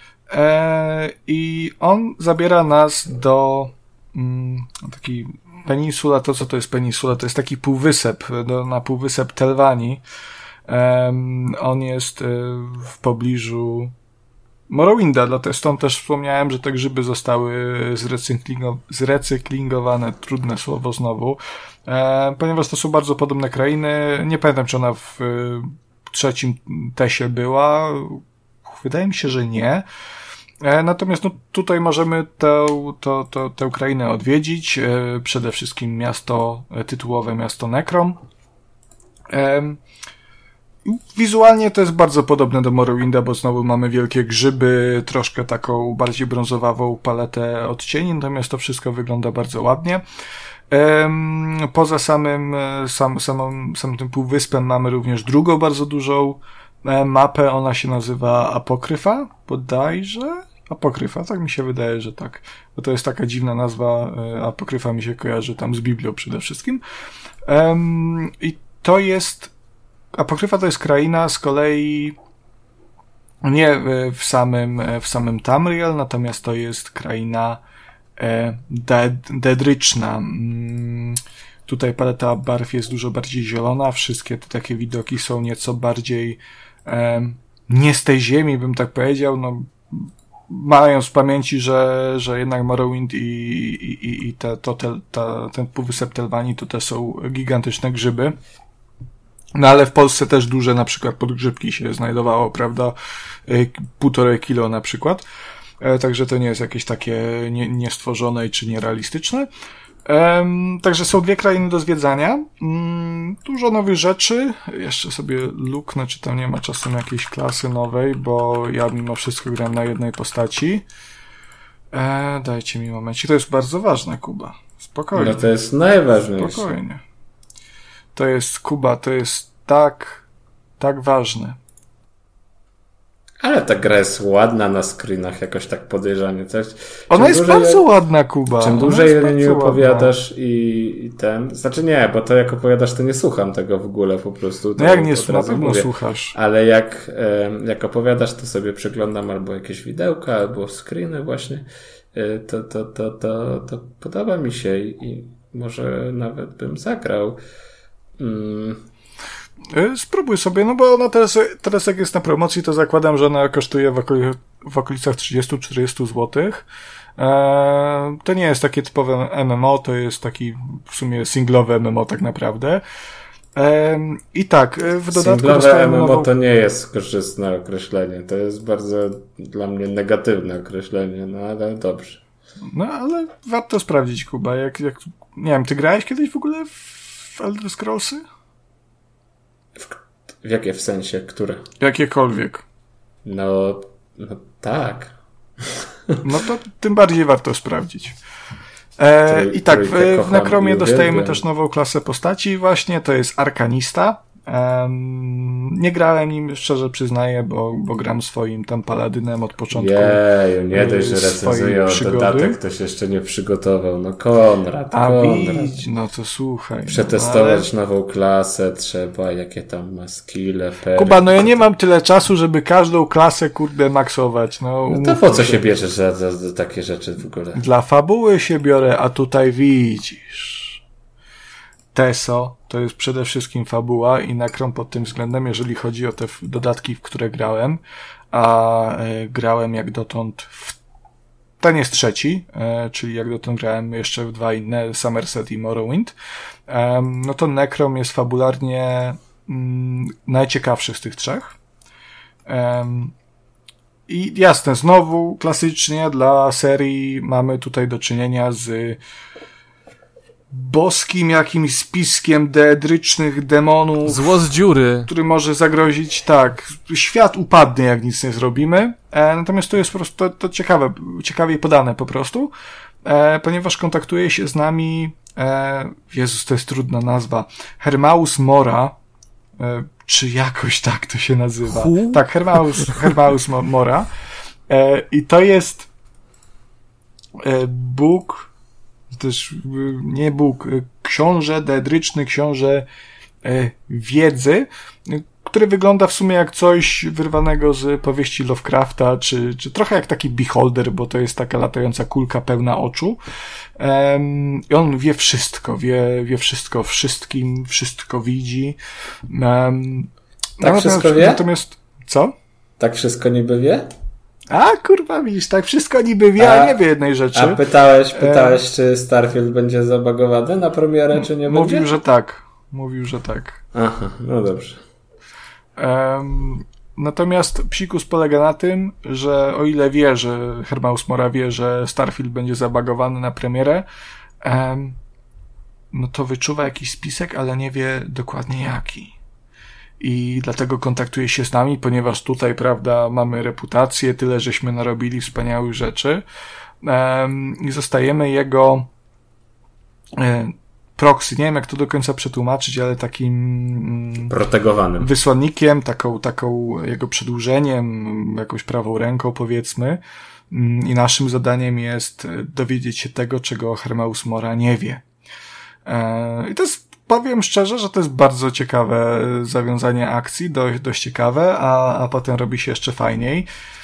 Speaker 1: e, i on zabiera nas do mm, taki peninsula, to co to jest peninsula, to jest taki półwysep, do, na półwysep Telvanii. Um, on jest y, w pobliżu Morrowinda, dlatego stąd też wspomniałem, że te grzyby zostały zrecyklingo- zrecyklingowane, trudne słowo znowu, e, ponieważ to są bardzo podobne krainy. Nie pamiętam, czy ona w y, trzecim tesie była. Wydaje mi się, że nie. E, natomiast no, tutaj możemy tę, to, to, tę krainę odwiedzić. E, przede wszystkim miasto, tytułowe miasto Necrom. E, Wizualnie to jest bardzo podobne do Morrowinda, bo znowu mamy wielkie grzyby, troszkę taką bardziej brązowawą paletę odcieni, natomiast to wszystko wygląda bardzo ładnie. Poza samym, sam, samym, samym tym półwyspem mamy również drugą bardzo dużą mapę, ona się nazywa Apokryfa, bodajże? Apokryfa, tak mi się wydaje, że tak. Bo to jest taka dziwna nazwa, Apokryfa mi się kojarzy tam z Biblią przede wszystkim. I to jest Apokryfa to jest kraina z kolei nie w samym, w samym Tamriel, natomiast to jest kraina dedryczna. Tutaj paleta barw jest dużo bardziej zielona, wszystkie te takie widoki są nieco bardziej nie z tej ziemi, bym tak powiedział, no mając w pamięci, że, że jednak Morrowind i, i, i te, to, te, ta, ten półwysep Telvanii to też są gigantyczne grzyby. No ale w Polsce też duże na przykład podgrzybki się znajdowało, prawda? Półtorej kilo na przykład. E, także to nie jest jakieś takie nie, niestworzone czy nierealistyczne. E, także są dwie krainy do zwiedzania. Mm, dużo nowych rzeczy. Jeszcze sobie luknę, czy tam nie ma czasem jakiejś klasy nowej, bo ja mimo wszystko gram na jednej postaci. E, dajcie mi momencik. To jest bardzo ważne, Kuba. Spokojnie.
Speaker 3: No to jest najważniejsze.
Speaker 1: Spokojnie. To jest, Kuba, to jest tak, tak ważne.
Speaker 3: Ale ta gra jest ładna na screenach, jakoś tak podejrzanie. Coś,
Speaker 1: Ona jest bardzo ładna, Kuba.
Speaker 3: Czym dłużej nie opowiadasz i, i ten... Znaczy nie, bo to jak opowiadasz, to nie słucham tego w ogóle po prostu.
Speaker 1: No jak nie słucham, na pewno słuchasz.
Speaker 3: Ale jak, jak opowiadasz, to sobie przeglądam albo jakieś widełka, albo screeny właśnie. To, to, to, to, to podoba mi się i może nawet bym zagrał. Hmm.
Speaker 1: Spróbuj sobie, no bo ona teraz, teraz jak jest na promocji, to zakładam, że ona kosztuje w, okoli, w okolicach trzydzieści czterdzieści złotych. Eee, to nie jest takie typowe M M O, to jest taki w sumie singlowe M M O tak naprawdę. Eee, I tak, w dodatku
Speaker 3: singlowe M M O
Speaker 1: nową...
Speaker 3: to nie jest korzystne określenie, to jest bardzo dla mnie negatywne określenie, no ale dobrze.
Speaker 1: No ale warto sprawdzić, Kuba, jak, jak nie wiem, ty grałeś kiedyś w ogóle w Elder Scrollsy?
Speaker 3: W, w jakie w sensie? Które?
Speaker 1: Jakiekolwiek.
Speaker 3: No, no tak.
Speaker 1: No to tym bardziej warto sprawdzić. E, Trój, I tak, w, w Necromie dostajemy też nową klasę postaci właśnie, to jest Arkanista. Um, nie grałem nim, szczerze przyznaję, bo, bo gram swoim tam paladynem od początku.
Speaker 3: Jeju, nie dość, że recenzuję o dodatek, to się jeszcze nie przygotował. No Konrad,
Speaker 1: A
Speaker 3: Konrad.
Speaker 1: Widz, no to słuchaj.
Speaker 3: Przetestować
Speaker 1: no, ale...
Speaker 3: nową klasę trzeba, jakie tam ma skille, perki.
Speaker 1: Kuba, no ja nie mam tyle czasu, żeby każdą klasę, kurde, maksować. No,
Speaker 3: no to po co się bierzesz za, za, za takie rzeczy w ogóle?
Speaker 1: Dla fabuły się biorę, a tutaj widzisz. Teso to jest przede wszystkim fabuła i Necrom pod tym względem, jeżeli chodzi o te dodatki, w które grałem, a e, grałem jak dotąd w ten jest trzeci, e, czyli jak dotąd grałem jeszcze w dwa inne, Somerset i Morrowind, e, no to Necrom jest fabularnie mm, najciekawszy z tych trzech. E, I jasne, znowu klasycznie dla serii mamy tutaj do czynienia z boskim jakimś spiskiem deedrycznych demonów.
Speaker 2: Zło z dziury.
Speaker 1: Który może zagrozić, tak, świat upadnie, jak nic nie zrobimy. E, natomiast to jest po prostu, to, to ciekawe, ciekawie podane po prostu, e, ponieważ kontaktuje się z nami, e, Jezus, to jest trudna nazwa, Hermaeus Mora, e, czy jakoś tak to się nazywa.
Speaker 2: Hu?
Speaker 1: Tak, Hermaeus, Hermaeus Mora. E, I to jest e, Bóg, też nie Bóg, książę deedryczny, książę e, wiedzy, który wygląda w sumie jak coś wyrwanego z powieści Lovecrafta, czy, czy trochę jak taki Beholder, bo to jest taka latająca kulka pełna oczu. Um, I on wie wszystko, wie, wie wszystko, wszystkim, wszystko widzi. Um,
Speaker 3: tak
Speaker 1: no,
Speaker 3: wszystko wie?
Speaker 1: Natomiast, co?
Speaker 3: Tak wszystko niby wie?
Speaker 1: A, kurwa, widzisz, tak wszystko niby wie, a nie wie jednej rzeczy.
Speaker 3: A pytałeś, pytałeś, e... czy Starfield będzie zabagowany na premierę, czy nie
Speaker 1: Mówił,
Speaker 3: będzie?
Speaker 1: Mówił, że tak. Mówił, że tak.
Speaker 3: Aha, no dobrze.
Speaker 1: Um, natomiast psikus polega na tym, że o ile wie, że Hermaeus Mora wie, że Starfield będzie zabagowany na premierę, um, no to wyczuwa jakiś spisek, ale nie wie dokładnie jaki. I dlatego kontaktuje się z nami, ponieważ tutaj, prawda, mamy reputację, tyle żeśmy narobili wspaniałych rzeczy um, i zostajemy jego um, proxy, nie wiem jak to do końca przetłumaczyć, ale takim um,
Speaker 3: protegowanym
Speaker 1: wysłannikiem, taką, taką jego przedłużeniem, jakąś prawą ręką powiedzmy um, i naszym zadaniem jest dowiedzieć się tego, czego Hermaeus Mora nie wie. Um, I to jest Powiem szczerze, że to jest bardzo ciekawe zawiązanie akcji, dość, dość ciekawe, a, a potem robi się jeszcze fajniej,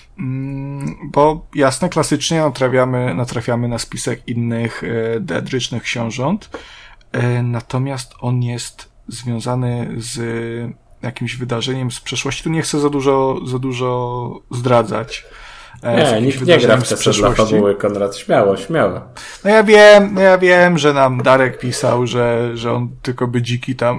Speaker 1: bo jasne, klasycznie natrafiamy, natrafiamy na spisek innych deedrycznych książąt, natomiast on jest związany z jakimś wydarzeniem z przeszłości. Tu nie chcę za dużo, za dużo zdradzać.
Speaker 3: Nie, nikt nie gra w te dla fabuły, Konrad. Śmiało, śmiało.
Speaker 1: No ja wiem, no ja wiem, że nam Darek pisał, że, że on tylko by dziki tam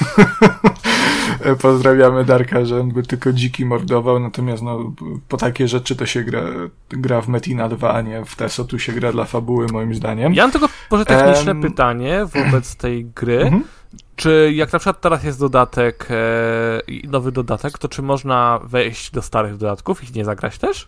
Speaker 1: pozdrawiamy Darka, że on by tylko dziki mordował, natomiast no, po takie rzeczy to się gra, gra w Metina dwa, a nie w Teso, tu się gra dla fabuły, moim zdaniem.
Speaker 2: Ja mam tylko może techniczne
Speaker 1: um...
Speaker 2: pytanie wobec tej gry.
Speaker 1: Mhm.
Speaker 2: Czy jak na przykład teraz jest dodatek, e, nowy dodatek, to czy można wejść do starych dodatków i nie zagrać też?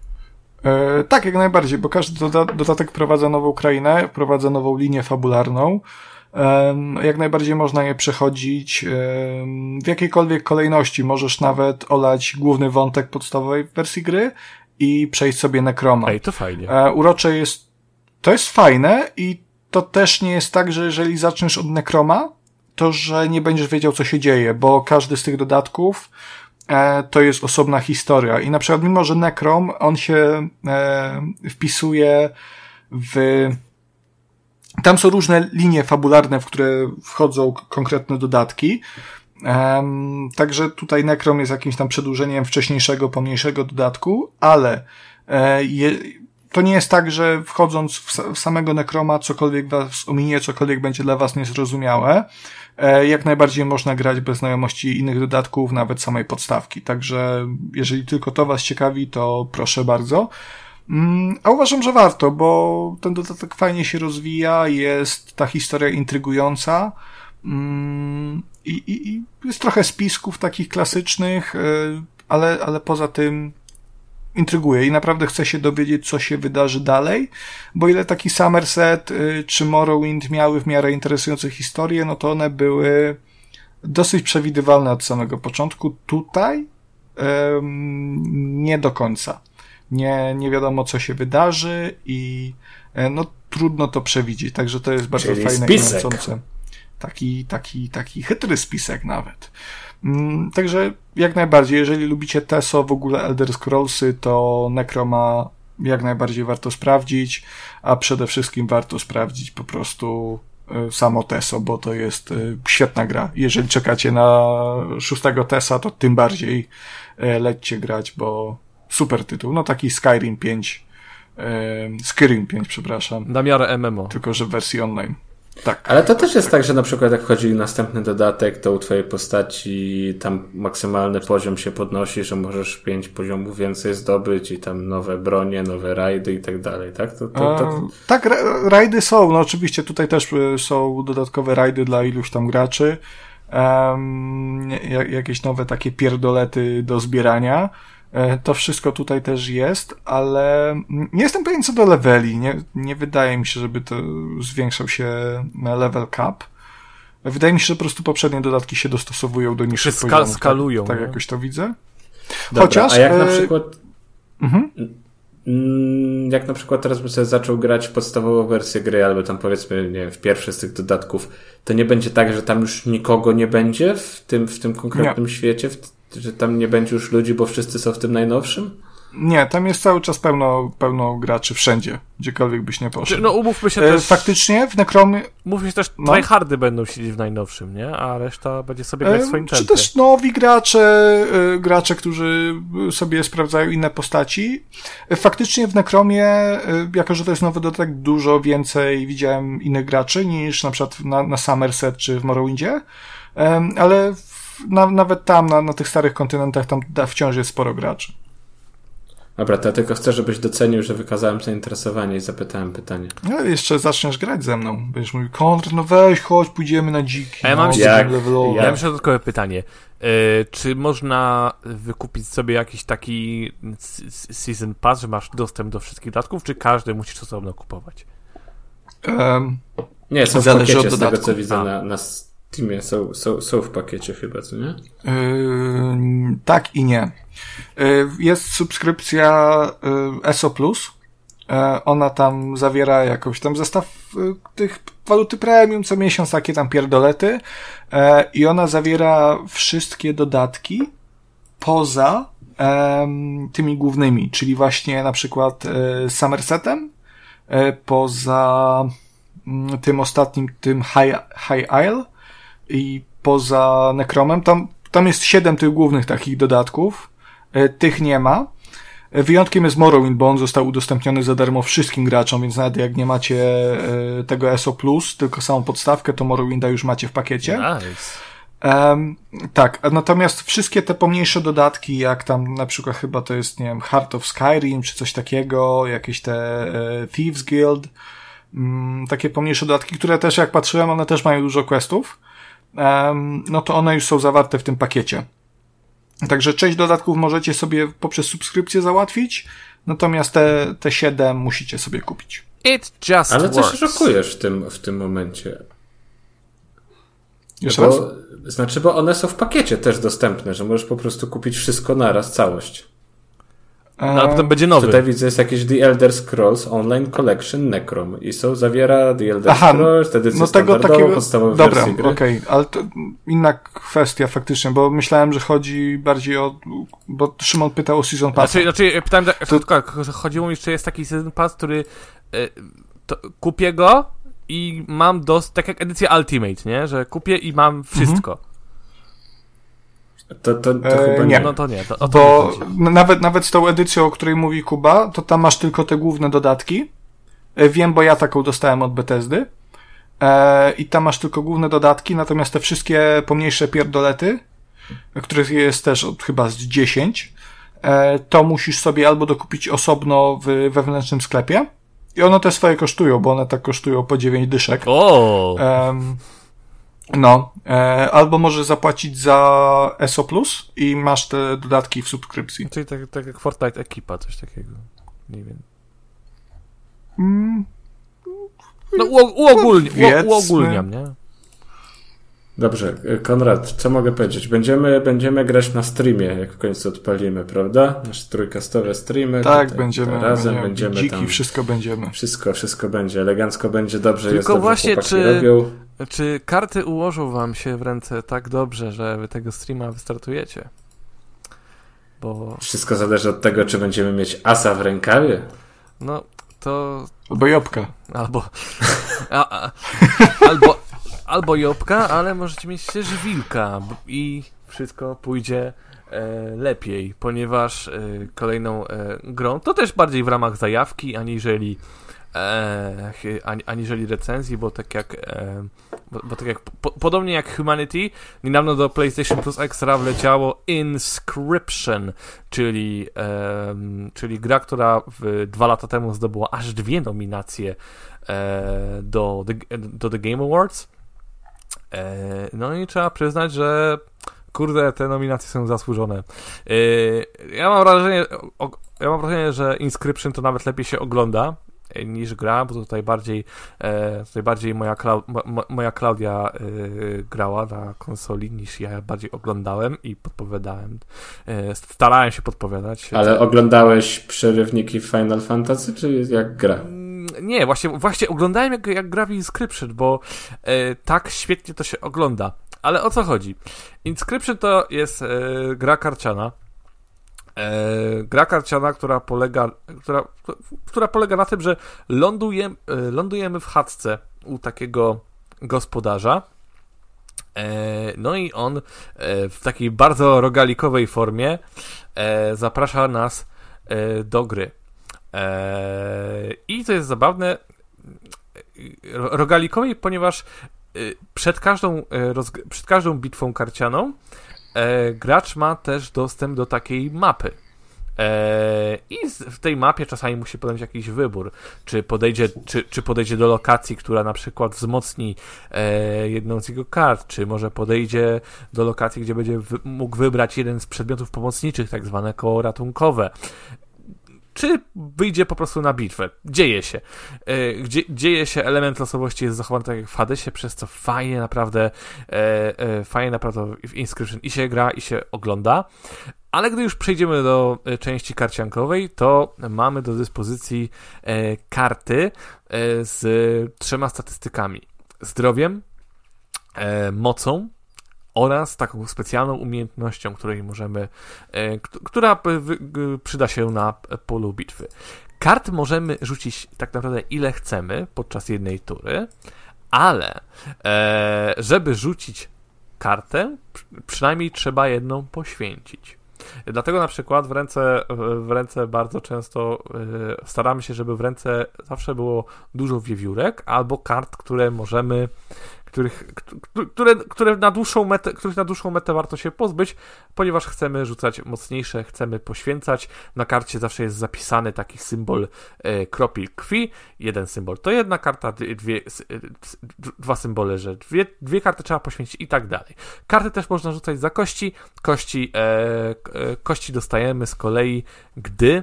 Speaker 1: E, tak, jak najbardziej, bo każdy doda- dodatek wprowadza nową krainę, wprowadza nową linię fabularną. E, jak najbardziej można je przechodzić e, w jakiejkolwiek kolejności. Możesz nawet olać główny wątek podstawowej wersji gry i przejść sobie Necroma.
Speaker 2: Ej, to fajnie.
Speaker 1: E, urocze jest, to jest fajne i to też nie jest tak, że jeżeli zaczniesz od Necroma, to że nie będziesz wiedział, co się dzieje, bo każdy z tych dodatków e, to jest osobna historia. I na przykład mimo, że Necrom, on się e, wpisuje w... Tam są różne linie fabularne, w które wchodzą k- konkretne dodatki. Um, także tutaj Necrom jest jakimś tam przedłużeniem wcześniejszego, pomniejszego dodatku, ale e, je, to nie jest tak, że wchodząc w, sa- w samego Necroma cokolwiek was ominie, cokolwiek będzie dla was niezrozumiałe. E, jak najbardziej można grać bez znajomości innych dodatków, nawet samej podstawki. Także jeżeli tylko to was ciekawi, to proszę bardzo. A uważam, że warto, bo ten dodatek fajnie się rozwija, jest ta historia intrygująca i, i, i jest trochę spisków takich klasycznych, ale, ale poza tym intryguje i naprawdę chcę się dowiedzieć, co się wydarzy dalej, bo ile taki Somerset czy Morrowind miały w miarę interesujące historie, no to one były dosyć przewidywalne od samego początku. Tutaj um, nie do końca. Nie, nie wiadomo, co się wydarzy i no trudno to przewidzieć, także to jest bardzo
Speaker 3: Czyli
Speaker 1: fajne,
Speaker 3: spisek.
Speaker 1: kręcące. Taki, taki, taki chytry spisek nawet. Mm, także jak najbardziej, jeżeli lubicie Teso, w ogóle Elder Scrollsy, to Necroma jak najbardziej warto sprawdzić, a przede wszystkim warto sprawdzić po prostu samo Teso, bo to jest świetna gra. Jeżeli czekacie na szóstego Tesa, to tym bardziej lećcie grać, bo super tytuł. No taki Skyrim pięć, Skyrim pięć, przepraszam.
Speaker 2: Na miarę M M O.
Speaker 1: Tylko, że w wersji online. Tak.
Speaker 3: Ale to też jest tak, że na przykład jak wchodzi następny dodatek, to u twojej postaci tam maksymalny poziom się podnosi, że możesz pięć poziomów więcej zdobyć i tam nowe bronie, nowe rajdy i tak dalej, tak? To, to, to...
Speaker 1: E, tak, ra- rajdy są. No oczywiście tutaj też są dodatkowe rajdy dla iluś tam graczy. Um, jakieś nowe takie pierdolety do zbierania. To wszystko tutaj też jest, ale nie jestem pewien co do leveli. Nie, nie wydaje mi się, żeby to zwiększał się level cap. Wydaje mi się, że po prostu poprzednie dodatki się dostosowują do niższych
Speaker 2: skal-
Speaker 1: poziomów.
Speaker 2: skalują.
Speaker 1: Tak, tak
Speaker 2: nie?
Speaker 1: jakoś to widzę.
Speaker 3: Dobra,
Speaker 1: Chociaż...
Speaker 3: A jak na
Speaker 1: e...
Speaker 3: przykład...
Speaker 1: Mhm.
Speaker 3: Jak na przykład teraz bym sobie zaczął grać podstawową wersję gry, albo tam powiedzmy, nie wiem, w pierwszy z tych dodatków, to nie będzie tak, że tam już nikogo nie będzie w tym, w tym konkretnym nie. świecie, w, że tam nie będzie już ludzi, bo wszyscy są w tym najnowszym?
Speaker 1: Nie, tam jest cały czas pełno, pełno graczy wszędzie, gdziekolwiek byś nie poszedł.
Speaker 2: No umówmy się
Speaker 1: e,
Speaker 2: też...
Speaker 1: Faktycznie w Necromie...
Speaker 2: Mówmy się też,
Speaker 1: no.
Speaker 2: tryhardy będą siedzieć w najnowszym, nie? A reszta będzie sobie grać w swoim tempie.
Speaker 1: Czy też nowi gracze, e, gracze, którzy sobie sprawdzają inne postaci. E, faktycznie w Necromie, e, jako że to jest nowy dodatek, dużo więcej widziałem innych graczy niż na przykład na, na Somerset czy w Morrowindzie, e, ale w, na, nawet tam, na, na tych starych kontynentach, tam da, wciąż jest sporo graczy.
Speaker 3: Dobra, to ja tylko chcę, żebyś docenił, że wykazałem zainteresowanie i zapytałem pytanie.
Speaker 1: No jeszcze zaczniesz grać ze mną. Będziesz mówił, Konrad, no weź, chodź, pójdziemy na dziki.
Speaker 2: A ja mam
Speaker 1: no,
Speaker 3: jak,
Speaker 1: levelowe.
Speaker 2: Ja mam jeszcze dodatkowe pytanie. Yy, czy można wykupić sobie jakiś taki season pass, że masz dostęp do wszystkich dodatków, czy każdy musisz osobno kupować?
Speaker 1: Um,
Speaker 3: nie, są w
Speaker 1: zależy
Speaker 3: pakiecie,
Speaker 1: od
Speaker 3: z tego
Speaker 1: dodatku.
Speaker 3: co widzę na, na Steamie. Są, są, są w pakiecie chyba, co nie?
Speaker 1: Yy, tak i nie. Yy, jest subskrypcja yy, S O plus. Yy, ona tam zawiera jakąś tam zestaw yy, tych waluty premium co miesiąc, takie tam pierdolety. Yy, I ona zawiera wszystkie dodatki poza yy, tymi głównymi, czyli właśnie na przykład yy, Somersetem, yy, poza yy, tym ostatnim, tym High, High Isle i poza Necromem. Tam, tam jest siedem tych głównych takich dodatków. E, tych nie ma. E, wyjątkiem jest Morrowind, bo on został udostępniony za darmo wszystkim graczom, więc nawet jak nie macie e, tego S O plus, tylko samą podstawkę, to Morrowinda już macie w pakiecie.
Speaker 2: Nice.
Speaker 1: E, tak, a natomiast wszystkie te pomniejsze dodatki, jak tam na przykład chyba to jest, nie wiem, Heart of Skyrim, czy coś takiego, jakieś te e, Thieves Guild, mm, takie pomniejsze dodatki, które też jak patrzyłem, one też mają dużo questów. Um, no to one już są zawarte w tym pakiecie. Także część dodatków możecie sobie poprzez subskrypcję załatwić, natomiast te, te siedem musicie sobie kupić.
Speaker 2: It just
Speaker 3: Ale
Speaker 2: works.
Speaker 3: coś szokujesz w tym, w tym momencie.
Speaker 1: Jeszcze
Speaker 3: bo,
Speaker 1: raz?
Speaker 3: Znaczy, bo one są w pakiecie też dostępne, że możesz po prostu kupić wszystko naraz, całość.
Speaker 2: No, a potem będzie nowy.
Speaker 3: Tutaj widzę, jest jakieś The Elder Scrolls Online Collection Necrom i są, zawiera The Elder
Speaker 1: Aha,
Speaker 3: Scrolls, edycję
Speaker 1: no tego
Speaker 3: standardową,
Speaker 1: takiego...
Speaker 3: podstawową
Speaker 1: Dobra,
Speaker 3: wersję gry.
Speaker 1: okej, okay, ale to inna kwestia faktycznie, bo myślałem, że chodzi bardziej o... Bo Szymon pytał o Season Pass.
Speaker 2: Znaczy, znaczy ja pytałem, tak, to... że chodziło mi, czy jest taki Season Pass, który y, to, kupię go i mam dos... tak jak edycja Ultimate, nie? Że kupię i mam wszystko. Mhm.
Speaker 3: To, to, to
Speaker 1: e,
Speaker 3: chyba
Speaker 1: nie.
Speaker 3: nie.
Speaker 2: No to nie, to, o to
Speaker 1: bo
Speaker 2: nie
Speaker 1: nawet, nawet z tą edycją, o której mówi Kuba, to tam masz tylko te główne dodatki. E, wiem, bo ja taką dostałem od Bethesdy. E, I tam masz tylko główne dodatki, natomiast te wszystkie pomniejsze pierdolety, których jest też od chyba z dziesięć, e, to musisz sobie albo dokupić osobno w wewnętrznym sklepie. I one te swoje kosztują, bo one tak kosztują po dziewięć dyszek.
Speaker 2: O!
Speaker 1: Um, no, e, albo możesz zapłacić za S O plus i masz te dodatki w subskrypcji.
Speaker 2: Czyli tak, tak jak Fortnite Ekipa, coś takiego. Nie wiem.
Speaker 1: Mm,
Speaker 2: no uogólni, u, uogólniam, nie?
Speaker 3: Dobrze, Konrad, co mogę powiedzieć? Będziemy, będziemy grać na streamie, jak w końcu odpalimy, prawda? Nasze trójkastowe streamy.
Speaker 1: Tak,
Speaker 3: tutaj,
Speaker 1: będziemy.
Speaker 3: tutaj razem
Speaker 1: będziemy,
Speaker 3: będziemy
Speaker 1: dziki,
Speaker 3: tam.
Speaker 1: wszystko będziemy.
Speaker 3: Wszystko, wszystko będzie. Elegancko będzie, dobrze
Speaker 2: Tylko
Speaker 3: jest, dobrze
Speaker 2: właśnie,
Speaker 3: chłopaki
Speaker 2: czy,
Speaker 3: robią.
Speaker 2: czy karty ułożą wam się w ręce tak dobrze, że wy tego streama wystartujecie? Bo...
Speaker 3: Wszystko zależy od tego, czy będziemy mieć asa w rękawie.
Speaker 2: No, to...
Speaker 1: Albo Jopka.
Speaker 2: Albo... A, a, albo, albo Jopka, ale możecie mieć też Wilka i wszystko pójdzie e, lepiej, ponieważ e, kolejną e, grą, to też bardziej w ramach zajawki, aniżeli e, aniżeli recenzji, bo tak jak e, bo, bo tak jak po, podobnie jak Humanity, niedawno do PlayStation Plus Extra wleciało Inscription, czyli, e, czyli gra, która w, dwa lata temu zdobyła aż dwie nominacje e, do, the, do The Game Awards. E, no i trzeba przyznać, że kurde, te nominacje są zasłużone. E, ja mam wrażenie, o, ja mam wrażenie, że Inscription to nawet lepiej się ogląda niż gra, bo tutaj bardziej e, tutaj bardziej moja, Klau, mo, moja Klaudia e, grała na konsoli niż ja bardziej oglądałem i podpowiadałem. E, starałem się podpowiadać.
Speaker 3: Ale co... oglądałeś przerywniki Final Fantasy, czy jak gra?
Speaker 2: Nie, właśnie, właśnie oglądałem jak, jak gra w Inscription, bo e, tak świetnie to się ogląda. Ale o co chodzi? Inscription to jest e, gra karciana. E, gra karciana, która polega, która, która polega na tym, że lądujemy, lądujemy w chatce u takiego gospodarza. E, no i on e, w takiej bardzo rogalikowej formie e, zaprasza nas e, do gry. E, I to jest zabawne, rogalikowej, ponieważ przed każdą, rozg- przed każdą bitwą karcianą e, gracz ma też dostęp do takiej mapy. E, I w tej mapie czasami musi podjąć jakiś wybór, czy podejdzie, czy, czy podejdzie do lokacji, która na przykład wzmocni e, jedną z jego kart, czy może podejdzie do lokacji, gdzie będzie wy- mógł wybrać jeden z przedmiotów pomocniczych, tak zwane koło ratunkowe. Czy wyjdzie po prostu na bitwę. Dzieje się. Gdzie, dzieje się, element losowości jest zachowany tak jak w Hadesie, przez co fajnie naprawdę e, e, fajnie naprawdę w Inscription i się gra, i się ogląda. Ale gdy już przejdziemy do części karciankowej, to mamy do dyspozycji e, karty e, z trzema statystykami. Zdrowiem, e, mocą, oraz taką specjalną umiejętnością, której możemy, e, k- która p- w, g- przyda się na polu bitwy. Kart możemy rzucić tak naprawdę ile chcemy podczas jednej tury, ale e, żeby rzucić kartę, przy, przynajmniej trzeba jedną poświęcić. Dlatego na przykład w ręce, w ręce bardzo często e, staramy się, żeby w ręce zawsze było dużo wiewiórek albo kart, które możemy Których, które, które na dłuższą metę, których na dłuższą metę warto się pozbyć, ponieważ chcemy rzucać mocniejsze, chcemy poświęcać. Na karcie zawsze jest zapisany taki symbol e, kropli krwi. Jeden symbol to jedna karta, dwie, dwa symbole, że dwie, dwie karty trzeba poświęcić i tak dalej. Karty też można rzucać za kości. Kości, e, e, kości dostajemy z kolei, gdy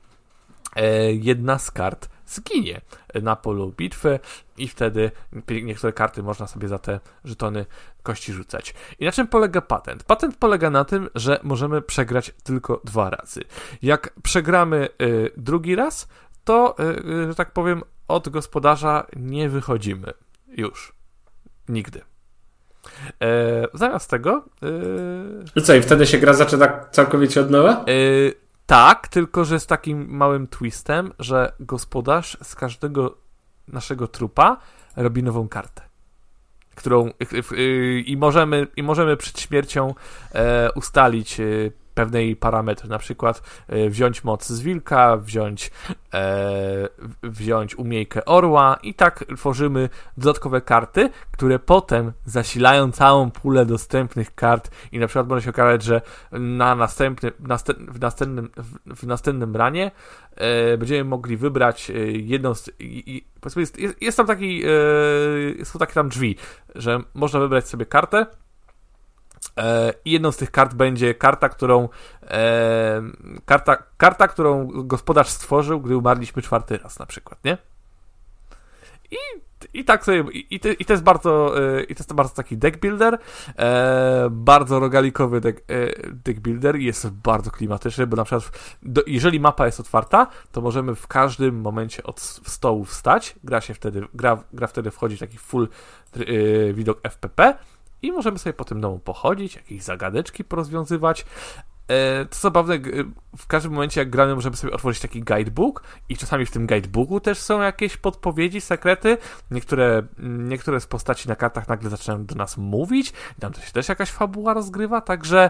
Speaker 2: e, jedna z kart zginie na polu bitwy i wtedy niektóre karty można sobie za te żetony kości rzucać. I na czym polega patent? Patent polega na tym, że możemy przegrać tylko dwa razy. Jak przegramy y, drugi raz, to, y, że tak powiem, od gospodarza nie wychodzimy. Już. Nigdy. E, zamiast tego... Y,
Speaker 3: I co, i wtedy się gra zaczyna całkowicie od nowa?
Speaker 2: Y, Tak, tylko że z takim małym twistem, że gospodarz z każdego naszego trupa robi nową kartę, którą i możemy, i możemy przed śmiercią e, ustalić e, pewne jej parametry, na przykład e, wziąć moc z wilka, wziąć, e, wziąć umiejkę orła i tak tworzymy dodatkowe karty, które potem zasilają całą pulę dostępnych kart i na przykład może się okazać, że na następny, następ, w, następnym, w, w następnym ranie e, będziemy mogli wybrać jedną z... I, i, powiedzmy jest, jest, jest tam taki e, są takie tam drzwi, że można wybrać sobie kartę i jedną z tych kart będzie karta, którą e, karta, karta, którą gospodarz stworzył, gdy umarliśmy czwarty raz na przykład, nie? I, i tak sobie, i, i to jest bardzo e, i to jest bardzo taki deck builder, e, bardzo rogalikowy deck, e, deck builder i jest bardzo klimatyczny, bo na przykład do, jeżeli mapa jest otwarta, to możemy w każdym momencie od stołu wstać, gra się wtedy, gra, gra wtedy wchodzi w taki full e, widok F P P i możemy sobie po tym domu pochodzić, jakieś zagadeczki porozwiązywać, to zabawne, w każdym momencie jak gramy możemy sobie otworzyć taki guidebook i czasami w tym guidebooku też są jakieś podpowiedzi, sekrety. Niektóre, niektóre z postaci na kartach nagle zaczynają do nas mówić i tam też, też jakaś fabuła rozgrywa, także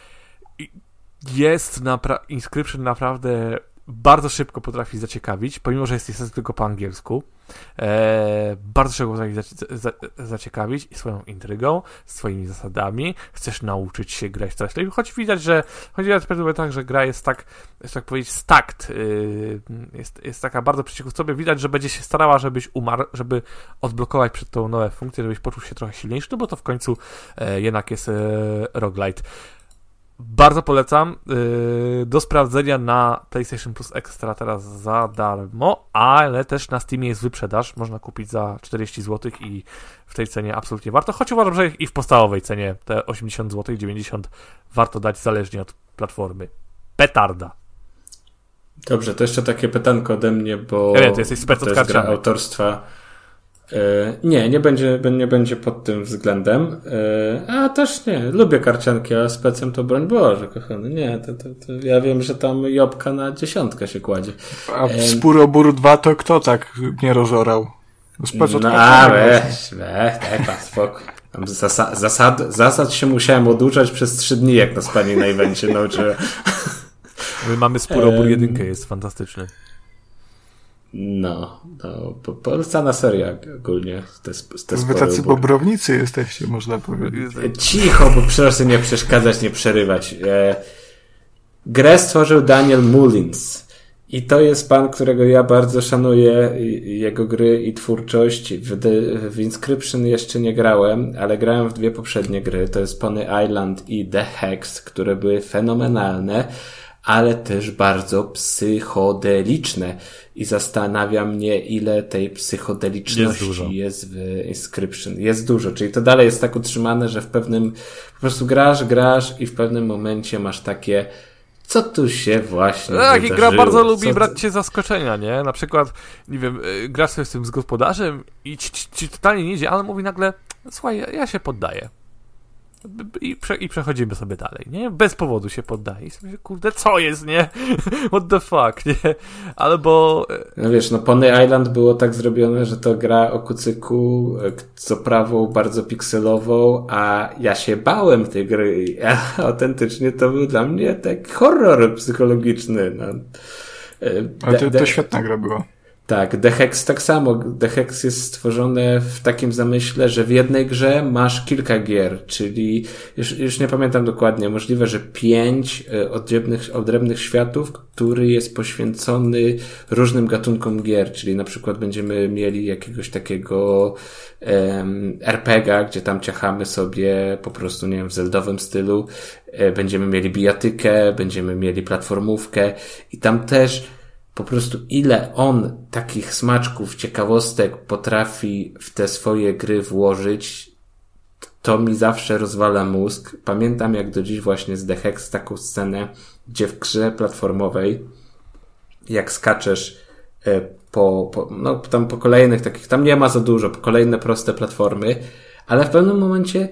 Speaker 2: jest napra- Inscription naprawdę bardzo szybko potrafi zaciekawić, pomimo że jest niestety tylko po angielsku. Eee, bardzo szybko potrafi zac- za- zaciekawić i swoją intrygą, swoimi zasadami. Chcesz nauczyć się grać coraz lepiej. Choć widać, że chodzi o tak, że gra jest tak, jest tak powiedzieć, stacked. Yy, jest, jest taka bardzo przeciwko sobie. Widać, że będzie się starała, żebyś umarł, żeby odblokować przed tą nowe funkcje, żebyś poczuł się trochę silniejszy, no bo to w końcu e, jednak jest e, roguelite. Bardzo polecam. Yy, do sprawdzenia na PlayStation Plus Extra teraz za darmo, ale też na Steamie jest wyprzedaż. Można kupić za czterdzieści złotych i w tej cenie absolutnie warto. Choć uważam, że i w podstawowej cenie te osiemdziesiąt złotych, dziewięćdziesiąt warto dać zależnie od platformy. Petarda.
Speaker 3: Dobrze, to jeszcze takie pytanko ode mnie, bo
Speaker 2: ja wiem, to jesteś spec
Speaker 3: to jest gra autorstwa. Nie, nie będzie, nie będzie pod tym względem. A też nie, lubię karcianki, a specem to broń Boże, kochany. Nie, to, to, to ja wiem, że tam jobka na dziesiątkę się kładzie.
Speaker 1: A w Spurobór dwa to kto tak nie rozorał?
Speaker 3: Spec no a weź, weź, daj pan spokój. Zasad, zasad, zasad się musiałem oduczać przez trzy dni, jak nas pani na evencie nauczyła.
Speaker 2: My mamy Spurobór jedynkę, jest fantastyczny.
Speaker 3: No, no po, polecana seria ogólnie. Te, te
Speaker 1: Wy tacy bobrownicy jesteście, można powiedzieć.
Speaker 3: Cicho, bo proszę nie przeszkadzać, nie przerywać. E, grę stworzył Daniel Mullins i to jest pan, którego ja bardzo szanuję, jego gry i twórczość. W, The, w Inscription jeszcze nie grałem, ale grałem w dwie poprzednie gry. To jest Pony Island i The Hex, które były fenomenalne, ale też bardzo psychodeliczne. I zastanawia mnie, ile tej psychodeliczności jest, jest w Inscription. Jest dużo, czyli to dalej jest tak utrzymane, że w pewnym, po prostu grasz, grasz i w pewnym momencie masz takie, co tu się właśnie
Speaker 2: tak,
Speaker 3: wydarzyło.
Speaker 2: I gra bardzo lubi
Speaker 3: co
Speaker 2: brać
Speaker 3: to...
Speaker 2: cię zaskoczenia, nie? Na przykład, nie wiem, grasz sobie z tym z gospodarzem i ci, ci, ci totalnie nie idzie, ale mówi nagle, słuchaj, ja, ja się poddaję. I, prze, I przechodzimy sobie dalej, nie? Bez powodu się poddaje. I sobie, kurde, co jest, nie? What the fuck, nie? Albo...
Speaker 3: No wiesz, no Pony Island było tak zrobione, że to gra o kucyku z oprawą bardzo pikselową, a ja się bałem tej gry. A autentycznie to był dla mnie tak horror psychologiczny. No.
Speaker 1: Ale to, to świetna gra była.
Speaker 3: Tak, The Hex tak samo. The Hex jest stworzone w takim zamyśle, że w jednej grze masz kilka gier, czyli już, już nie pamiętam dokładnie, możliwe, że pięć odrębnych, odrębnych światów, który jest poświęcony różnym gatunkom gier, czyli na przykład będziemy mieli jakiegoś takiego um, er pe ga, gdzie tam ciachamy sobie po prostu, nie wiem, w zeldowym stylu, e, będziemy mieli bijatykę, będziemy mieli platformówkę i tam też po prostu ile on takich smaczków, ciekawostek potrafi w te swoje gry włożyć, to mi zawsze rozwala mózg. Pamiętam jak do dziś właśnie z The Hex taką scenę, gdzie w grze platformowej, jak skaczesz po, po, no tam po kolejnych takich, tam nie ma za dużo, po kolejne proste platformy, ale w pewnym momencie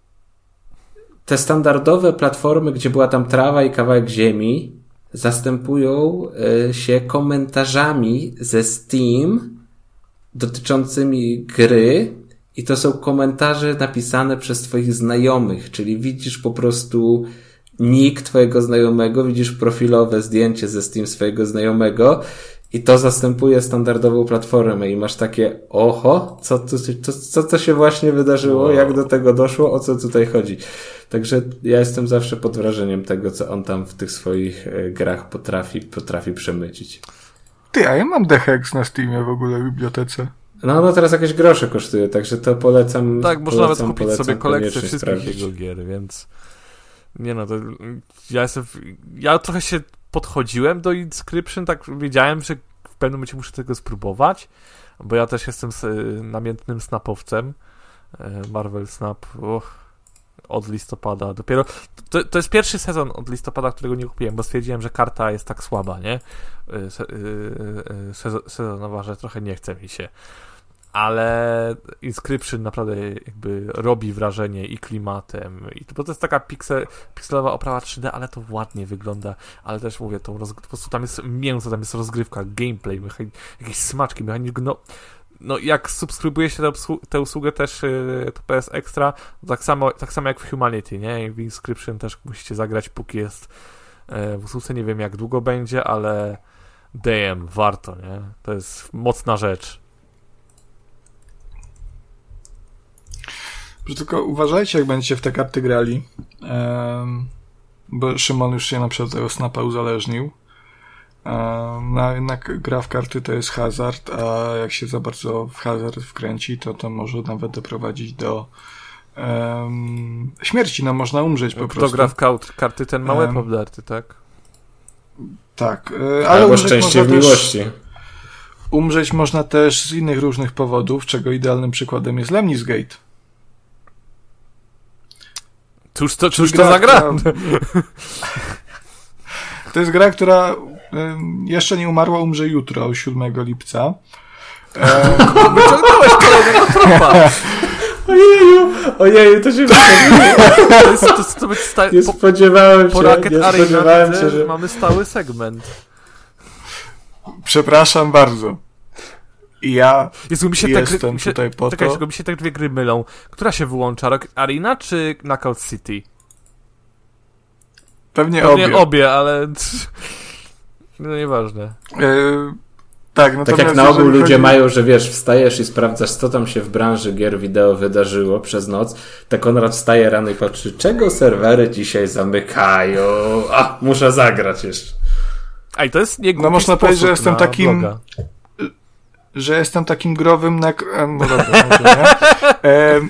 Speaker 3: te standardowe platformy, gdzie była tam trawa i kawałek ziemi, zastępują się komentarzami ze Steam dotyczącymi gry i to są komentarze napisane przez twoich znajomych, czyli widzisz po prostu nick twojego znajomego, widzisz profilowe zdjęcie ze Steam swojego znajomego i to zastępuje standardową platformę i masz takie oho, co tu, co, co to się właśnie wydarzyło, wow. Jak do tego doszło, o co tutaj chodzi. Także ja jestem zawsze pod wrażeniem tego, co on tam w tych swoich grach potrafi, potrafi przemycić.
Speaker 1: Ty, a ja mam The Hex na Steamie w ogóle w bibliotece.
Speaker 3: No, no teraz jakieś grosze kosztuje, także to polecam.
Speaker 2: Tak, można
Speaker 3: polecam,
Speaker 2: nawet kupić
Speaker 3: polecam,
Speaker 2: sobie kolekcję wszystkich
Speaker 3: sprawdzić.
Speaker 2: jego gier, więc nie no, to ja jestem, ja trochę się podchodziłem do Inscription, tak wiedziałem, że w pewnym momencie muszę tego spróbować, bo ja też jestem namiętnym snapowcem. Marvel Snap, uch, od listopada. Dopiero to, to jest pierwszy sezon od listopada, którego nie kupiłem, bo stwierdziłem, że karta jest tak słaba, nie? Se, sezonowa, że trochę nie chce mi się. ale Inscription naprawdę jakby robi wrażenie i klimatem, i to, bo to jest taka piksel, pikselowa oprawa trzy D, ale to ładnie wygląda, ale też mówię, to roz, po prostu tam jest mięso, tam jest rozgrywka, gameplay, mechan, jakieś smaczki, mechanik, no, no jak subskrybuje się tę usługę, tę usługę też yy, to P S Extra, tak samo, tak samo jak w Humanity, nie? I w Inscription też musicie zagrać, póki jest yy, w usłudze, nie wiem jak długo będzie, ale damn, warto, nie? To jest mocna rzecz.
Speaker 1: Tylko uważajcie, jak będziecie w te karty grali, um, bo Szymon już się na przykład tego Snapa uzależnił. Um, no, jednak gra w karty to jest hazard, a jak się za bardzo w hazard wkręci, to to może nawet doprowadzić do um, śmierci. No można umrzeć po
Speaker 2: Kto
Speaker 1: prostu.
Speaker 2: Kto gra w ka- karty, ten ma łeb um, obdarty, tak?
Speaker 1: Tak, ale Albo umrzeć szczęście można w miłości. Też, umrzeć można też z innych różnych powodów, czego idealnym przykładem jest Lemnis Gate.
Speaker 2: Cóż to, cóż to gra, za gra? Która...
Speaker 1: To jest gra, która um, jeszcze nie umarła, umrze jutro, siódmego lipca. Um...
Speaker 2: Wyciągnąłeś kolejnego tropa.
Speaker 3: Ojeju, ojeju, to się
Speaker 2: to jest, to, to, to być sta...
Speaker 3: Nie spodziewałem
Speaker 2: po,
Speaker 3: się,
Speaker 2: po
Speaker 3: nie
Speaker 2: Arena
Speaker 3: spodziewałem
Speaker 2: widzę,
Speaker 3: się, że...
Speaker 2: mamy stały segment.
Speaker 1: Przepraszam bardzo. I ja
Speaker 2: Jezu, mi się
Speaker 1: jestem
Speaker 2: te gry, mi się,
Speaker 1: tutaj po
Speaker 2: czekaj,
Speaker 1: to...
Speaker 2: mi się te dwie gry mylą. Która się wyłącza? Rocket Arena czy Knockout City?
Speaker 1: Pewnie,
Speaker 2: Pewnie
Speaker 1: obie.
Speaker 2: obie, ale... No nieważne.
Speaker 1: Yy, tak,
Speaker 3: tak jak na ogół ludzie chodzi... mają, że wiesz, wstajesz i sprawdzasz, co tam się w branży gier wideo wydarzyło przez noc, tak Konrad wstaje rano i patrzy, czego serwery dzisiaj zamykają? A, muszę zagrać jeszcze.
Speaker 2: A i to jest nie
Speaker 1: No można powiedzieć, że jestem takim...
Speaker 2: bloga.
Speaker 1: że jestem takim growym nek... No dobra, może nie. Um,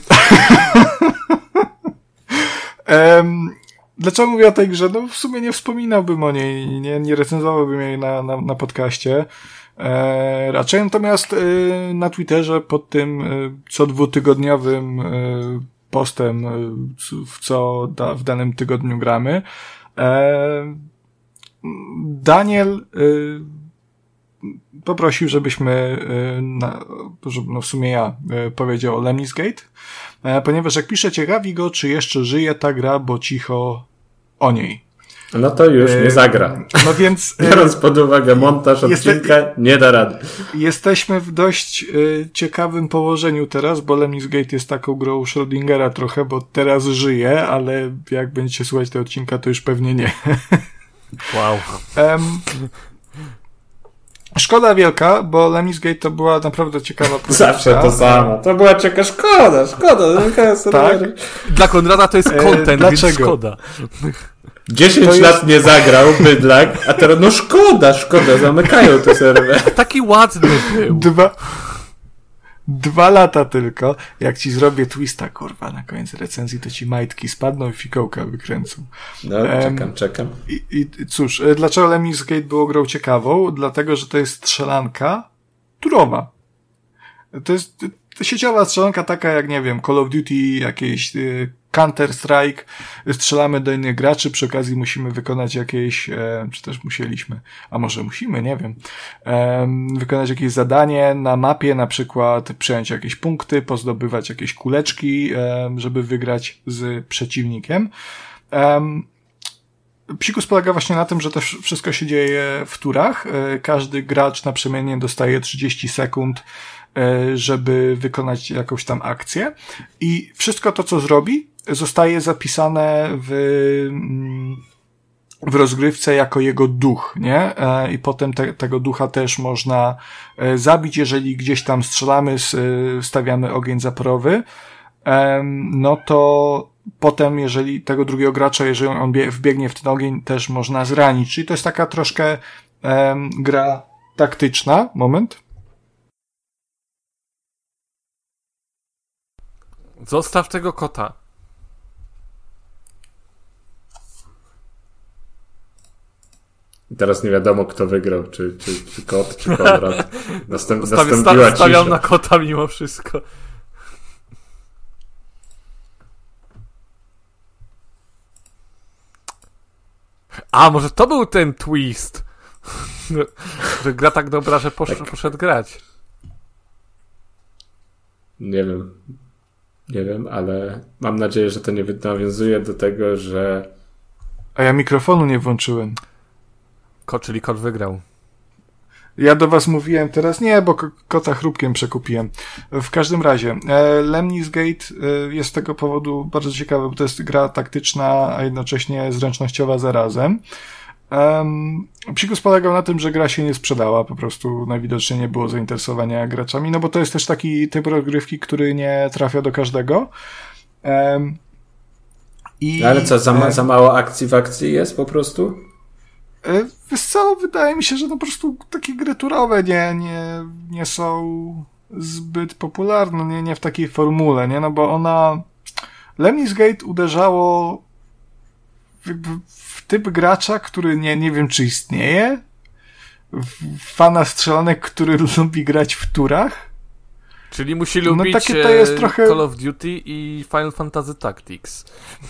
Speaker 1: um, dlaczego mówię o tej grze? No w sumie nie wspominałbym o niej, nie, nie recenzowałbym jej na, na, na podcaście. E, raczej natomiast e, na Twitterze pod tym e, co dwutygodniowym e, postem, e, w co da, w danym tygodniu gramy, e, Daniel e, poprosił, żebyśmy, na, żeby, no w sumie ja powiedział o Lemnis Gate, ponieważ jak pisze, ciekawi go, czy jeszcze żyje ta gra, bo cicho o niej.
Speaker 3: No to już nie zagra.
Speaker 1: No więc...
Speaker 3: Biorąc pod uwagę montaż odcinka, jeste, nie da rady.
Speaker 1: Jesteśmy w dość y, ciekawym położeniu teraz, bo Lemnis Gate jest taką grą Schrödingera trochę, bo teraz żyje, ale jak będziecie słuchać tego odcinka, to już pewnie nie.
Speaker 2: Wow.
Speaker 1: Um, Szkoda wielka, bo Lemnis Gate to była naprawdę ciekawa produkcja.
Speaker 3: Zawsze to samo. To była ciekawa szkoda, szkoda.
Speaker 1: Tak?
Speaker 2: Dla Konrada to jest content, e, dlaczego? Więc szkoda.
Speaker 3: dziesięć jest... lat nie zagrał, bydlak, a teraz no szkoda, szkoda, zamykają te serwery.
Speaker 2: Taki ładny był.
Speaker 1: Dwa... Dwa lata tylko. Jak ci zrobię twista, kurwa, na koniec recenzji, to ci majtki spadną i fikołka wykręcą.
Speaker 3: No, czekam, um, czekam.
Speaker 1: I, I cóż, dlaczego Lemnis Gate było grą ciekawą? Dlatego, że to jest strzelanka turowa. To jest sieciowa strzelanka taka jak, nie wiem, Call of Duty, jakieś y, Counter-Strike. Strzelamy do innych graczy, przy okazji musimy wykonać jakieś, e, czy też musieliśmy, a może musimy, nie wiem, e, wykonać jakieś zadanie na mapie, na przykład przejąć jakieś punkty, pozdobywać jakieś kuleczki, e, żeby wygrać z przeciwnikiem. E, Psikus polega właśnie na tym, że to wszystko się dzieje w turach. E, każdy gracz naprzemiennie dostaje trzydzieści sekund, żeby wykonać jakąś tam akcję i wszystko to, co zrobi, zostaje zapisane w, w rozgrywce jako jego duch, nie? I potem te, tego ducha też można zabić, jeżeli gdzieś tam strzelamy, stawiamy ogień zaporowy, no to potem, jeżeli tego drugiego gracza, jeżeli on wbiegnie w ten ogień, też można zranić. Czyli to jest taka troszkę um, gra taktyczna. Moment.
Speaker 2: Zostaw tego kota.
Speaker 3: I teraz nie wiadomo, kto wygrał, czy, czy, czy kot, czy Konrad. Następ,
Speaker 2: Stawi,
Speaker 3: nastąpiła
Speaker 2: sta, Stawiam
Speaker 3: cisza.
Speaker 2: na kota mimo wszystko. A, może to był ten twist, że gra tak dobra, że posz, poszedł grać.
Speaker 3: Nie wiem. Nie wiem, ale mam nadzieję, że to nie nawiązuje do tego, że...
Speaker 1: A ja mikrofonu nie włączyłem.
Speaker 2: Kot, czyli kot wygrał.
Speaker 1: Ja do was mówiłem teraz, nie, bo k- kota chrupkiem przekupiłem. W każdym razie, e, Lemnis Gate e, jest z tego powodu bardzo ciekawy, bo to jest gra taktyczna, a jednocześnie zręcznościowa zarazem. Um, psikus polegał na tym, że gra się nie sprzedała, po prostu najwidoczniej nie było zainteresowania graczami, no bo to jest też taki typ rozgrywki, który nie trafia do każdego. Um, i,
Speaker 3: Ale co, za, ma, za mało akcji w akcji jest po prostu?
Speaker 1: E, wiesz co, wydaje mi się, że no po prostu takie gry turowe nie, nie, nie są zbyt popularne, nie, nie w takiej formule, nie, no bo ona Lemnis Gate uderzało w, w, w typ gracza, który nie, nie wiem, czy istnieje, w fana strzelanek, który lubi grać w turach.
Speaker 2: Czyli musi lubić
Speaker 1: no, takie to jest trochę...
Speaker 2: Call of Duty i Final Fantasy Tactics.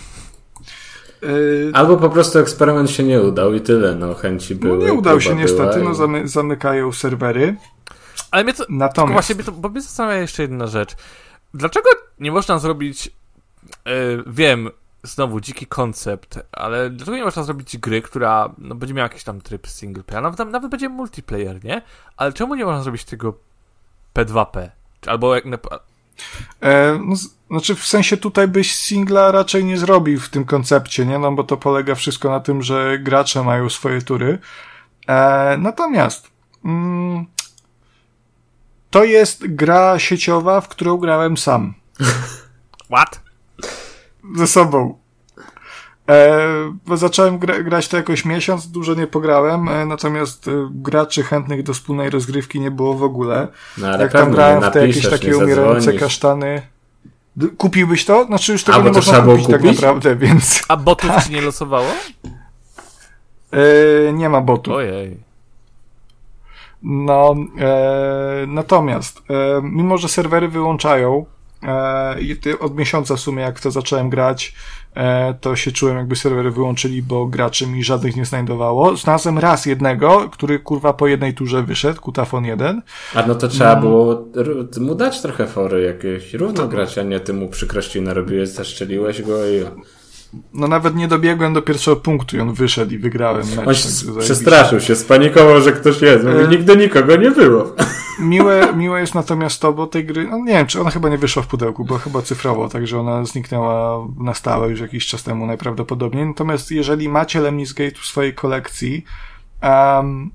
Speaker 3: Albo po prostu eksperyment się nie udał i tyle, no chęci były.
Speaker 1: No nie udał się niestety,
Speaker 3: i...
Speaker 1: no zamy, zamykają serwery.
Speaker 2: Ale mnie to,
Speaker 1: Natomiast...
Speaker 2: właśnie mnie to, bo mnie zastanawia jeszcze jedna rzecz. Dlaczego nie można zrobić, yy, wiem, znowu dziki koncept, ale dlaczego nie można zrobić gry, która no, będzie miała jakiś tam tryb single player, nawet, nawet będzie multiplayer, nie? Ale czemu nie można zrobić tego P dwa P? Albo jak na...
Speaker 1: E, no, znaczy w sensie tutaj byś singla raczej nie zrobił w tym koncepcie, nie? No bo to polega wszystko na tym, że gracze mają swoje tury. E, natomiast mm, to jest gra sieciowa, w którą grałem sam.
Speaker 2: What?
Speaker 1: Ze sobą. E, bo zacząłem gra- grać to jakoś miesiąc, dużo nie pograłem, e, natomiast e, graczy chętnych do wspólnej rozgrywki nie było w ogóle.
Speaker 3: No, ale
Speaker 1: jak tam grałem w te
Speaker 3: napiszesz,
Speaker 1: jakieś takie umierające
Speaker 3: zadzwonisz.
Speaker 1: kasztany. D- kupiłbyś to? Znaczy już tego
Speaker 3: A,
Speaker 1: nie
Speaker 3: bo to
Speaker 1: można
Speaker 3: trzeba było
Speaker 1: kupić tak
Speaker 3: kupić?
Speaker 1: naprawdę, więc...
Speaker 2: A botów ci nie losowało?
Speaker 1: E, nie ma botów.
Speaker 2: Ojej.
Speaker 1: No, e, natomiast, e, mimo że serwery wyłączają, e, i ty, od miesiąca w sumie jak w to zacząłem grać, e, to się czułem jakby serwery wyłączyli, bo graczy mi żadnych nie znajdowało. Znalazłem raz jednego, który kurwa po jednej turze wyszedł, Kutafon jeden.
Speaker 3: A no to trzeba no. było mu dać trochę fory jakieś, równo to... grać, a nie ty mu przykrości narobiłeś, zaszczeliłeś go i...
Speaker 1: No nawet nie dobiegłem do pierwszego punktu i on wyszedł i wygrałem mecz.
Speaker 3: On tak przestraszył się, spanikował, że ktoś jest. Mówi, e... nigdy nikogo nie było.
Speaker 1: Miłe, miłe jest natomiast to, bo tej gry, no nie wiem, czy ona chyba nie wyszła w pudełku, bo chyba cyfrowo, także ona zniknęła na stałe już jakiś czas temu najprawdopodobniej. Natomiast jeżeli macie Lemnis Gate w swojej kolekcji, um,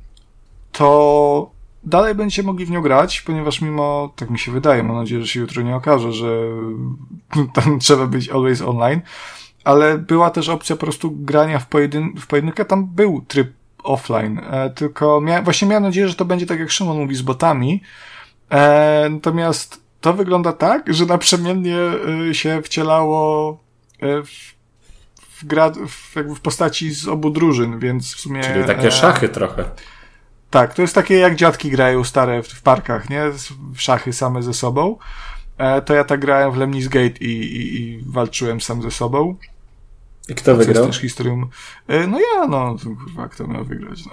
Speaker 1: to dalej będziecie mogli w nią grać, ponieważ mimo, tak mi się wydaje, mam nadzieję, że się jutro nie okaże, że tam trzeba być always online, ale była też opcja po prostu grania w, pojedyn- w pojedynkę, tam był tryb offline, e, tylko mia- właśnie miałem nadzieję, że to będzie tak jak Szymon mówi z botami, e, natomiast to wygląda tak, że naprzemiennie e, się wcielało e, w, w, gra, w, jakby w postaci z obu drużyn, więc w sumie...
Speaker 3: Czyli takie
Speaker 1: e,
Speaker 3: szachy trochę.
Speaker 1: Tak, to jest takie jak dziadki grają stare w, w parkach, nie? W szachy same ze sobą. E, to ja tak grałem w Lemnis Gate i, i, i walczyłem sam ze sobą.
Speaker 3: I kto wygrał?
Speaker 1: To jest też historią... E, no ja, no, kurwa, kto miał wygrać?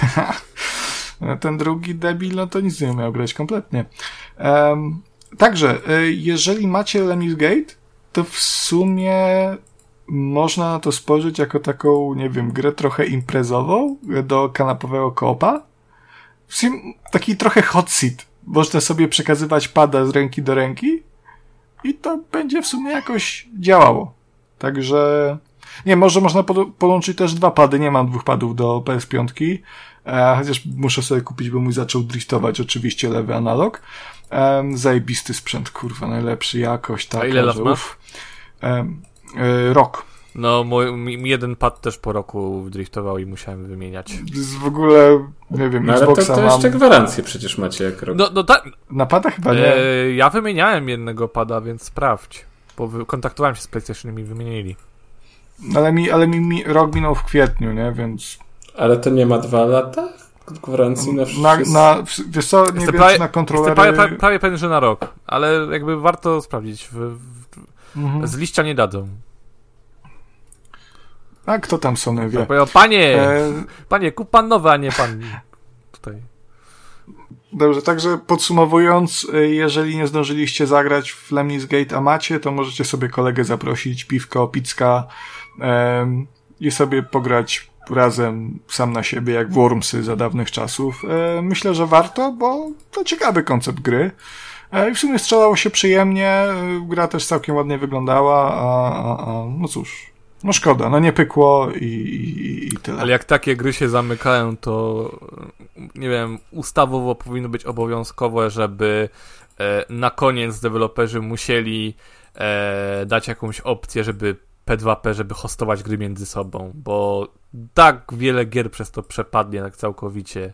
Speaker 1: No. Ten drugi debil, no to nic nie miał grać kompletnie. Um, także, e, jeżeli macie Lemnis Gate, to w sumie można na to spojrzeć jako taką, nie wiem, grę trochę imprezową do kanapowego koopa. W sumie taki trochę hot seat. Można sobie przekazywać pada z ręki do ręki i to będzie w sumie jakoś działało. Także nie, może można pod- podłączyć też dwa pady. Nie mam dwóch padów do P S pięć, e, chociaż muszę sobie kupić, bo mój zaczął driftować oczywiście lewy analog. E, zajebisty sprzęt, kurwa, najlepszy, jakość. Tak,
Speaker 2: a ile lat masz?
Speaker 1: E, e, rok.
Speaker 2: No, mój, mi jeden pad też po roku driftował i musiałem wymieniać.
Speaker 1: W ogóle, nie wiem,
Speaker 3: no, ale
Speaker 1: Xboxa
Speaker 3: to, to
Speaker 1: mam...
Speaker 3: jeszcze gwarancję przecież macie jak rok.
Speaker 2: No, no tak.
Speaker 1: Na pada chyba nie.
Speaker 2: E, ja wymieniałem jednego pada, więc sprawdź. Bo wy, kontaktowałem się z PlayStation i mi wymienili.
Speaker 1: Ale mi, ale mi, mi rok minął w kwietniu, nie, więc...
Speaker 3: Ale to nie ma dwa lata? Gwarancji na wszystko?
Speaker 1: Na, na, wiesz co, nie wiem,
Speaker 2: prawie,
Speaker 1: czy na kontrolery...
Speaker 2: Prawie, prawie, prawie pewien, że na rok. Ale jakby warto sprawdzić. W, w,
Speaker 1: mhm.
Speaker 2: Z liścia nie dadzą.
Speaker 1: A kto tam Sony wie?
Speaker 2: Tak, powiedział, panie,
Speaker 1: e...
Speaker 2: panie, kup pan nowe, a nie pan tutaj.
Speaker 1: Dobrze, także podsumowując, jeżeli nie zdążyliście zagrać w Lemnis Gate, a macie, to możecie sobie kolegę zaprosić, piwko, pizka em, i sobie pograć razem sam na siebie, jak w Wormsy za dawnych czasów. E, myślę, że warto, bo to ciekawy koncept gry. E, I w sumie strzelało się przyjemnie, e, gra też całkiem ładnie wyglądała, a, a, a no cóż, no szkoda, no nie pykło i, i, i tyle.
Speaker 2: Ale jak takie gry się zamykają, to nie wiem, ustawowo powinno być obowiązkowe, żeby e, na koniec deweloperzy musieli e, dać jakąś opcję, żeby P dwa P, żeby hostować gry między sobą, bo tak wiele gier przez to przepadnie tak całkowicie.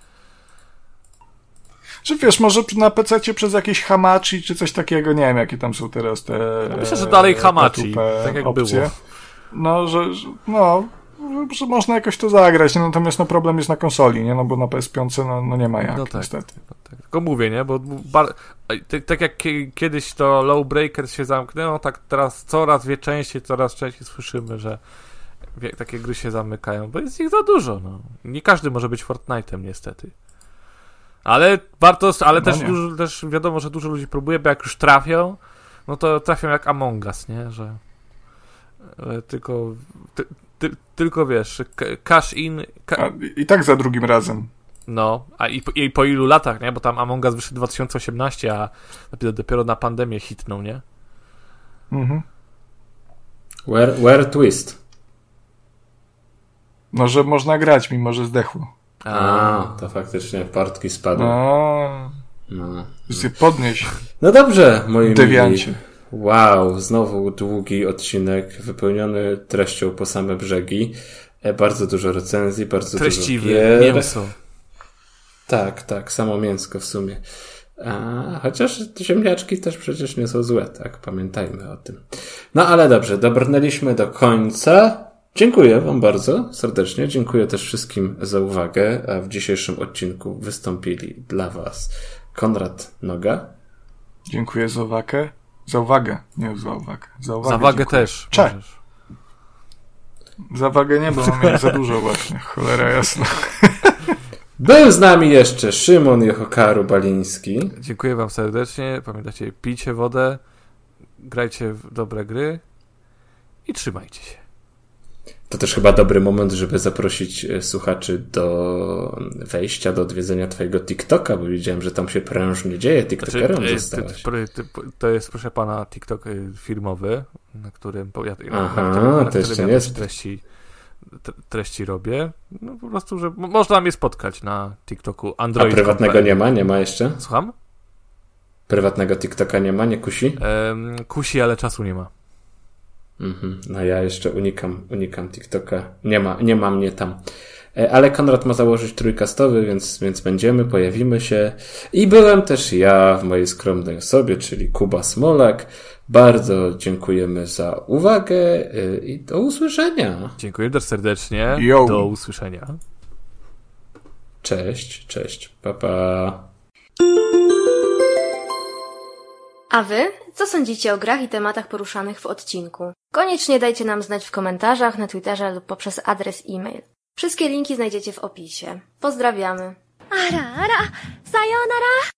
Speaker 1: Czy wiesz, może na pececie przez jakieś Hamachi czy coś takiego, nie wiem jakie tam są teraz te...
Speaker 2: No myślę, że dalej Hamachi,
Speaker 1: P,
Speaker 2: tak jak
Speaker 1: opcje.
Speaker 2: było.
Speaker 1: No, że, że no, że, że można jakoś to zagrać, nie? Natomiast no problem jest na konsoli, nie? No bo na P S pięć no, no nie ma jak,
Speaker 2: no tak,
Speaker 1: niestety.
Speaker 2: No tak. Tylko mówię, nie? Bo bar... tak, tak jak kiedyś to Lawbreakers się zamknęło, tak teraz coraz wie częściej, coraz częściej słyszymy, że wie, takie gry się zamykają, bo jest ich za dużo, no. Nie każdy może być Fortnite'em, niestety. Ale warto, ale no też, dużo, też wiadomo, że dużo ludzi próbuje, bo jak już trafią, no to trafią jak Among Us, nie? Że tylko ty, ty, tylko wiesz, cash in... Ca...
Speaker 1: A, i tak za drugim razem.
Speaker 2: No, a i po, i po ilu latach, nie? Bo tam Among Us wyszedł dwa tysiące osiemnaście, a dopiero na pandemię hitnął, nie?
Speaker 1: Mhm.
Speaker 3: Where, where twist?
Speaker 1: No, że można grać, mimo że zdechło.
Speaker 3: A, to faktycznie portki spadły.
Speaker 1: No,
Speaker 3: no.
Speaker 1: no. Podnieś.
Speaker 3: No dobrze, moi
Speaker 1: dewiancie.
Speaker 3: mili. Wow, znowu długi odcinek, wypełniony treścią po same brzegi. E, bardzo dużo recenzji, bardzo
Speaker 2: Treściwy,
Speaker 3: dużo gier.
Speaker 2: mięso.
Speaker 3: Tak, tak, samo mięsko w sumie. A, chociaż ziemniaczki też przecież nie są złe, tak? Pamiętajmy o tym. No ale dobrze, dobrnęliśmy do końca. Dziękuję wam bardzo serdecznie. Dziękuję też wszystkim za uwagę. A w dzisiejszym odcinku wystąpili dla was Konrad Noga.
Speaker 1: Dziękuję za uwagę. Za uwagę, nie za uwagę. Za uwagę,
Speaker 2: za wagę
Speaker 1: dziękuję.
Speaker 2: też.
Speaker 1: Cześć. Za wagę nie, bo mam za dużo właśnie. Cholera jasna.
Speaker 3: Był z nami jeszcze Szymon Jochokaru Baliński.
Speaker 2: Dziękuję wam serdecznie. Pamiętajcie, pijcie wodę, grajcie w dobre gry i trzymajcie się.
Speaker 3: To też chyba dobry moment, żeby zaprosić słuchaczy do wejścia, do odwiedzenia twojego TikToka, bo widziałem, że tam się prężnie dzieje. TikTokerem
Speaker 2: znaczy,
Speaker 3: zostałeś.
Speaker 2: To jest, proszę pana, TikTok firmowy, na którym ja,
Speaker 3: Aha,
Speaker 2: na którym, na
Speaker 3: to
Speaker 2: którym ja też treści, treści robię. No po prostu, że można mnie spotkać na TikToku. Android.
Speaker 3: A prywatnego nie ma? Nie ma jeszcze?
Speaker 2: Słucham?
Speaker 3: Prywatnego TikToka nie ma? Nie kusi?
Speaker 2: Um, kusi, ale czasu nie ma.
Speaker 3: Mhm. No ja jeszcze unikam, unikam TikToka. Nie ma, nie ma mnie tam. Ale Konrad ma założyć trójkastowy, więc, więc będziemy, pojawimy się. I byłem też ja w mojej skromnej osobie, czyli Kuba Smolak. Bardzo dziękujemy za uwagę i do usłyszenia.
Speaker 2: Dziękuję też serdecznie.
Speaker 1: Yo.
Speaker 2: Do usłyszenia.
Speaker 3: Cześć, cześć. Pa, pa.
Speaker 4: A wy? Co sądzicie o grach i tematach poruszanych w odcinku? Koniecznie dajcie nam znać w komentarzach, na Twitterze lub poprzez adres e-mail. Wszystkie linki znajdziecie w opisie. Pozdrawiamy.
Speaker 5: Ara, ara, sayonara.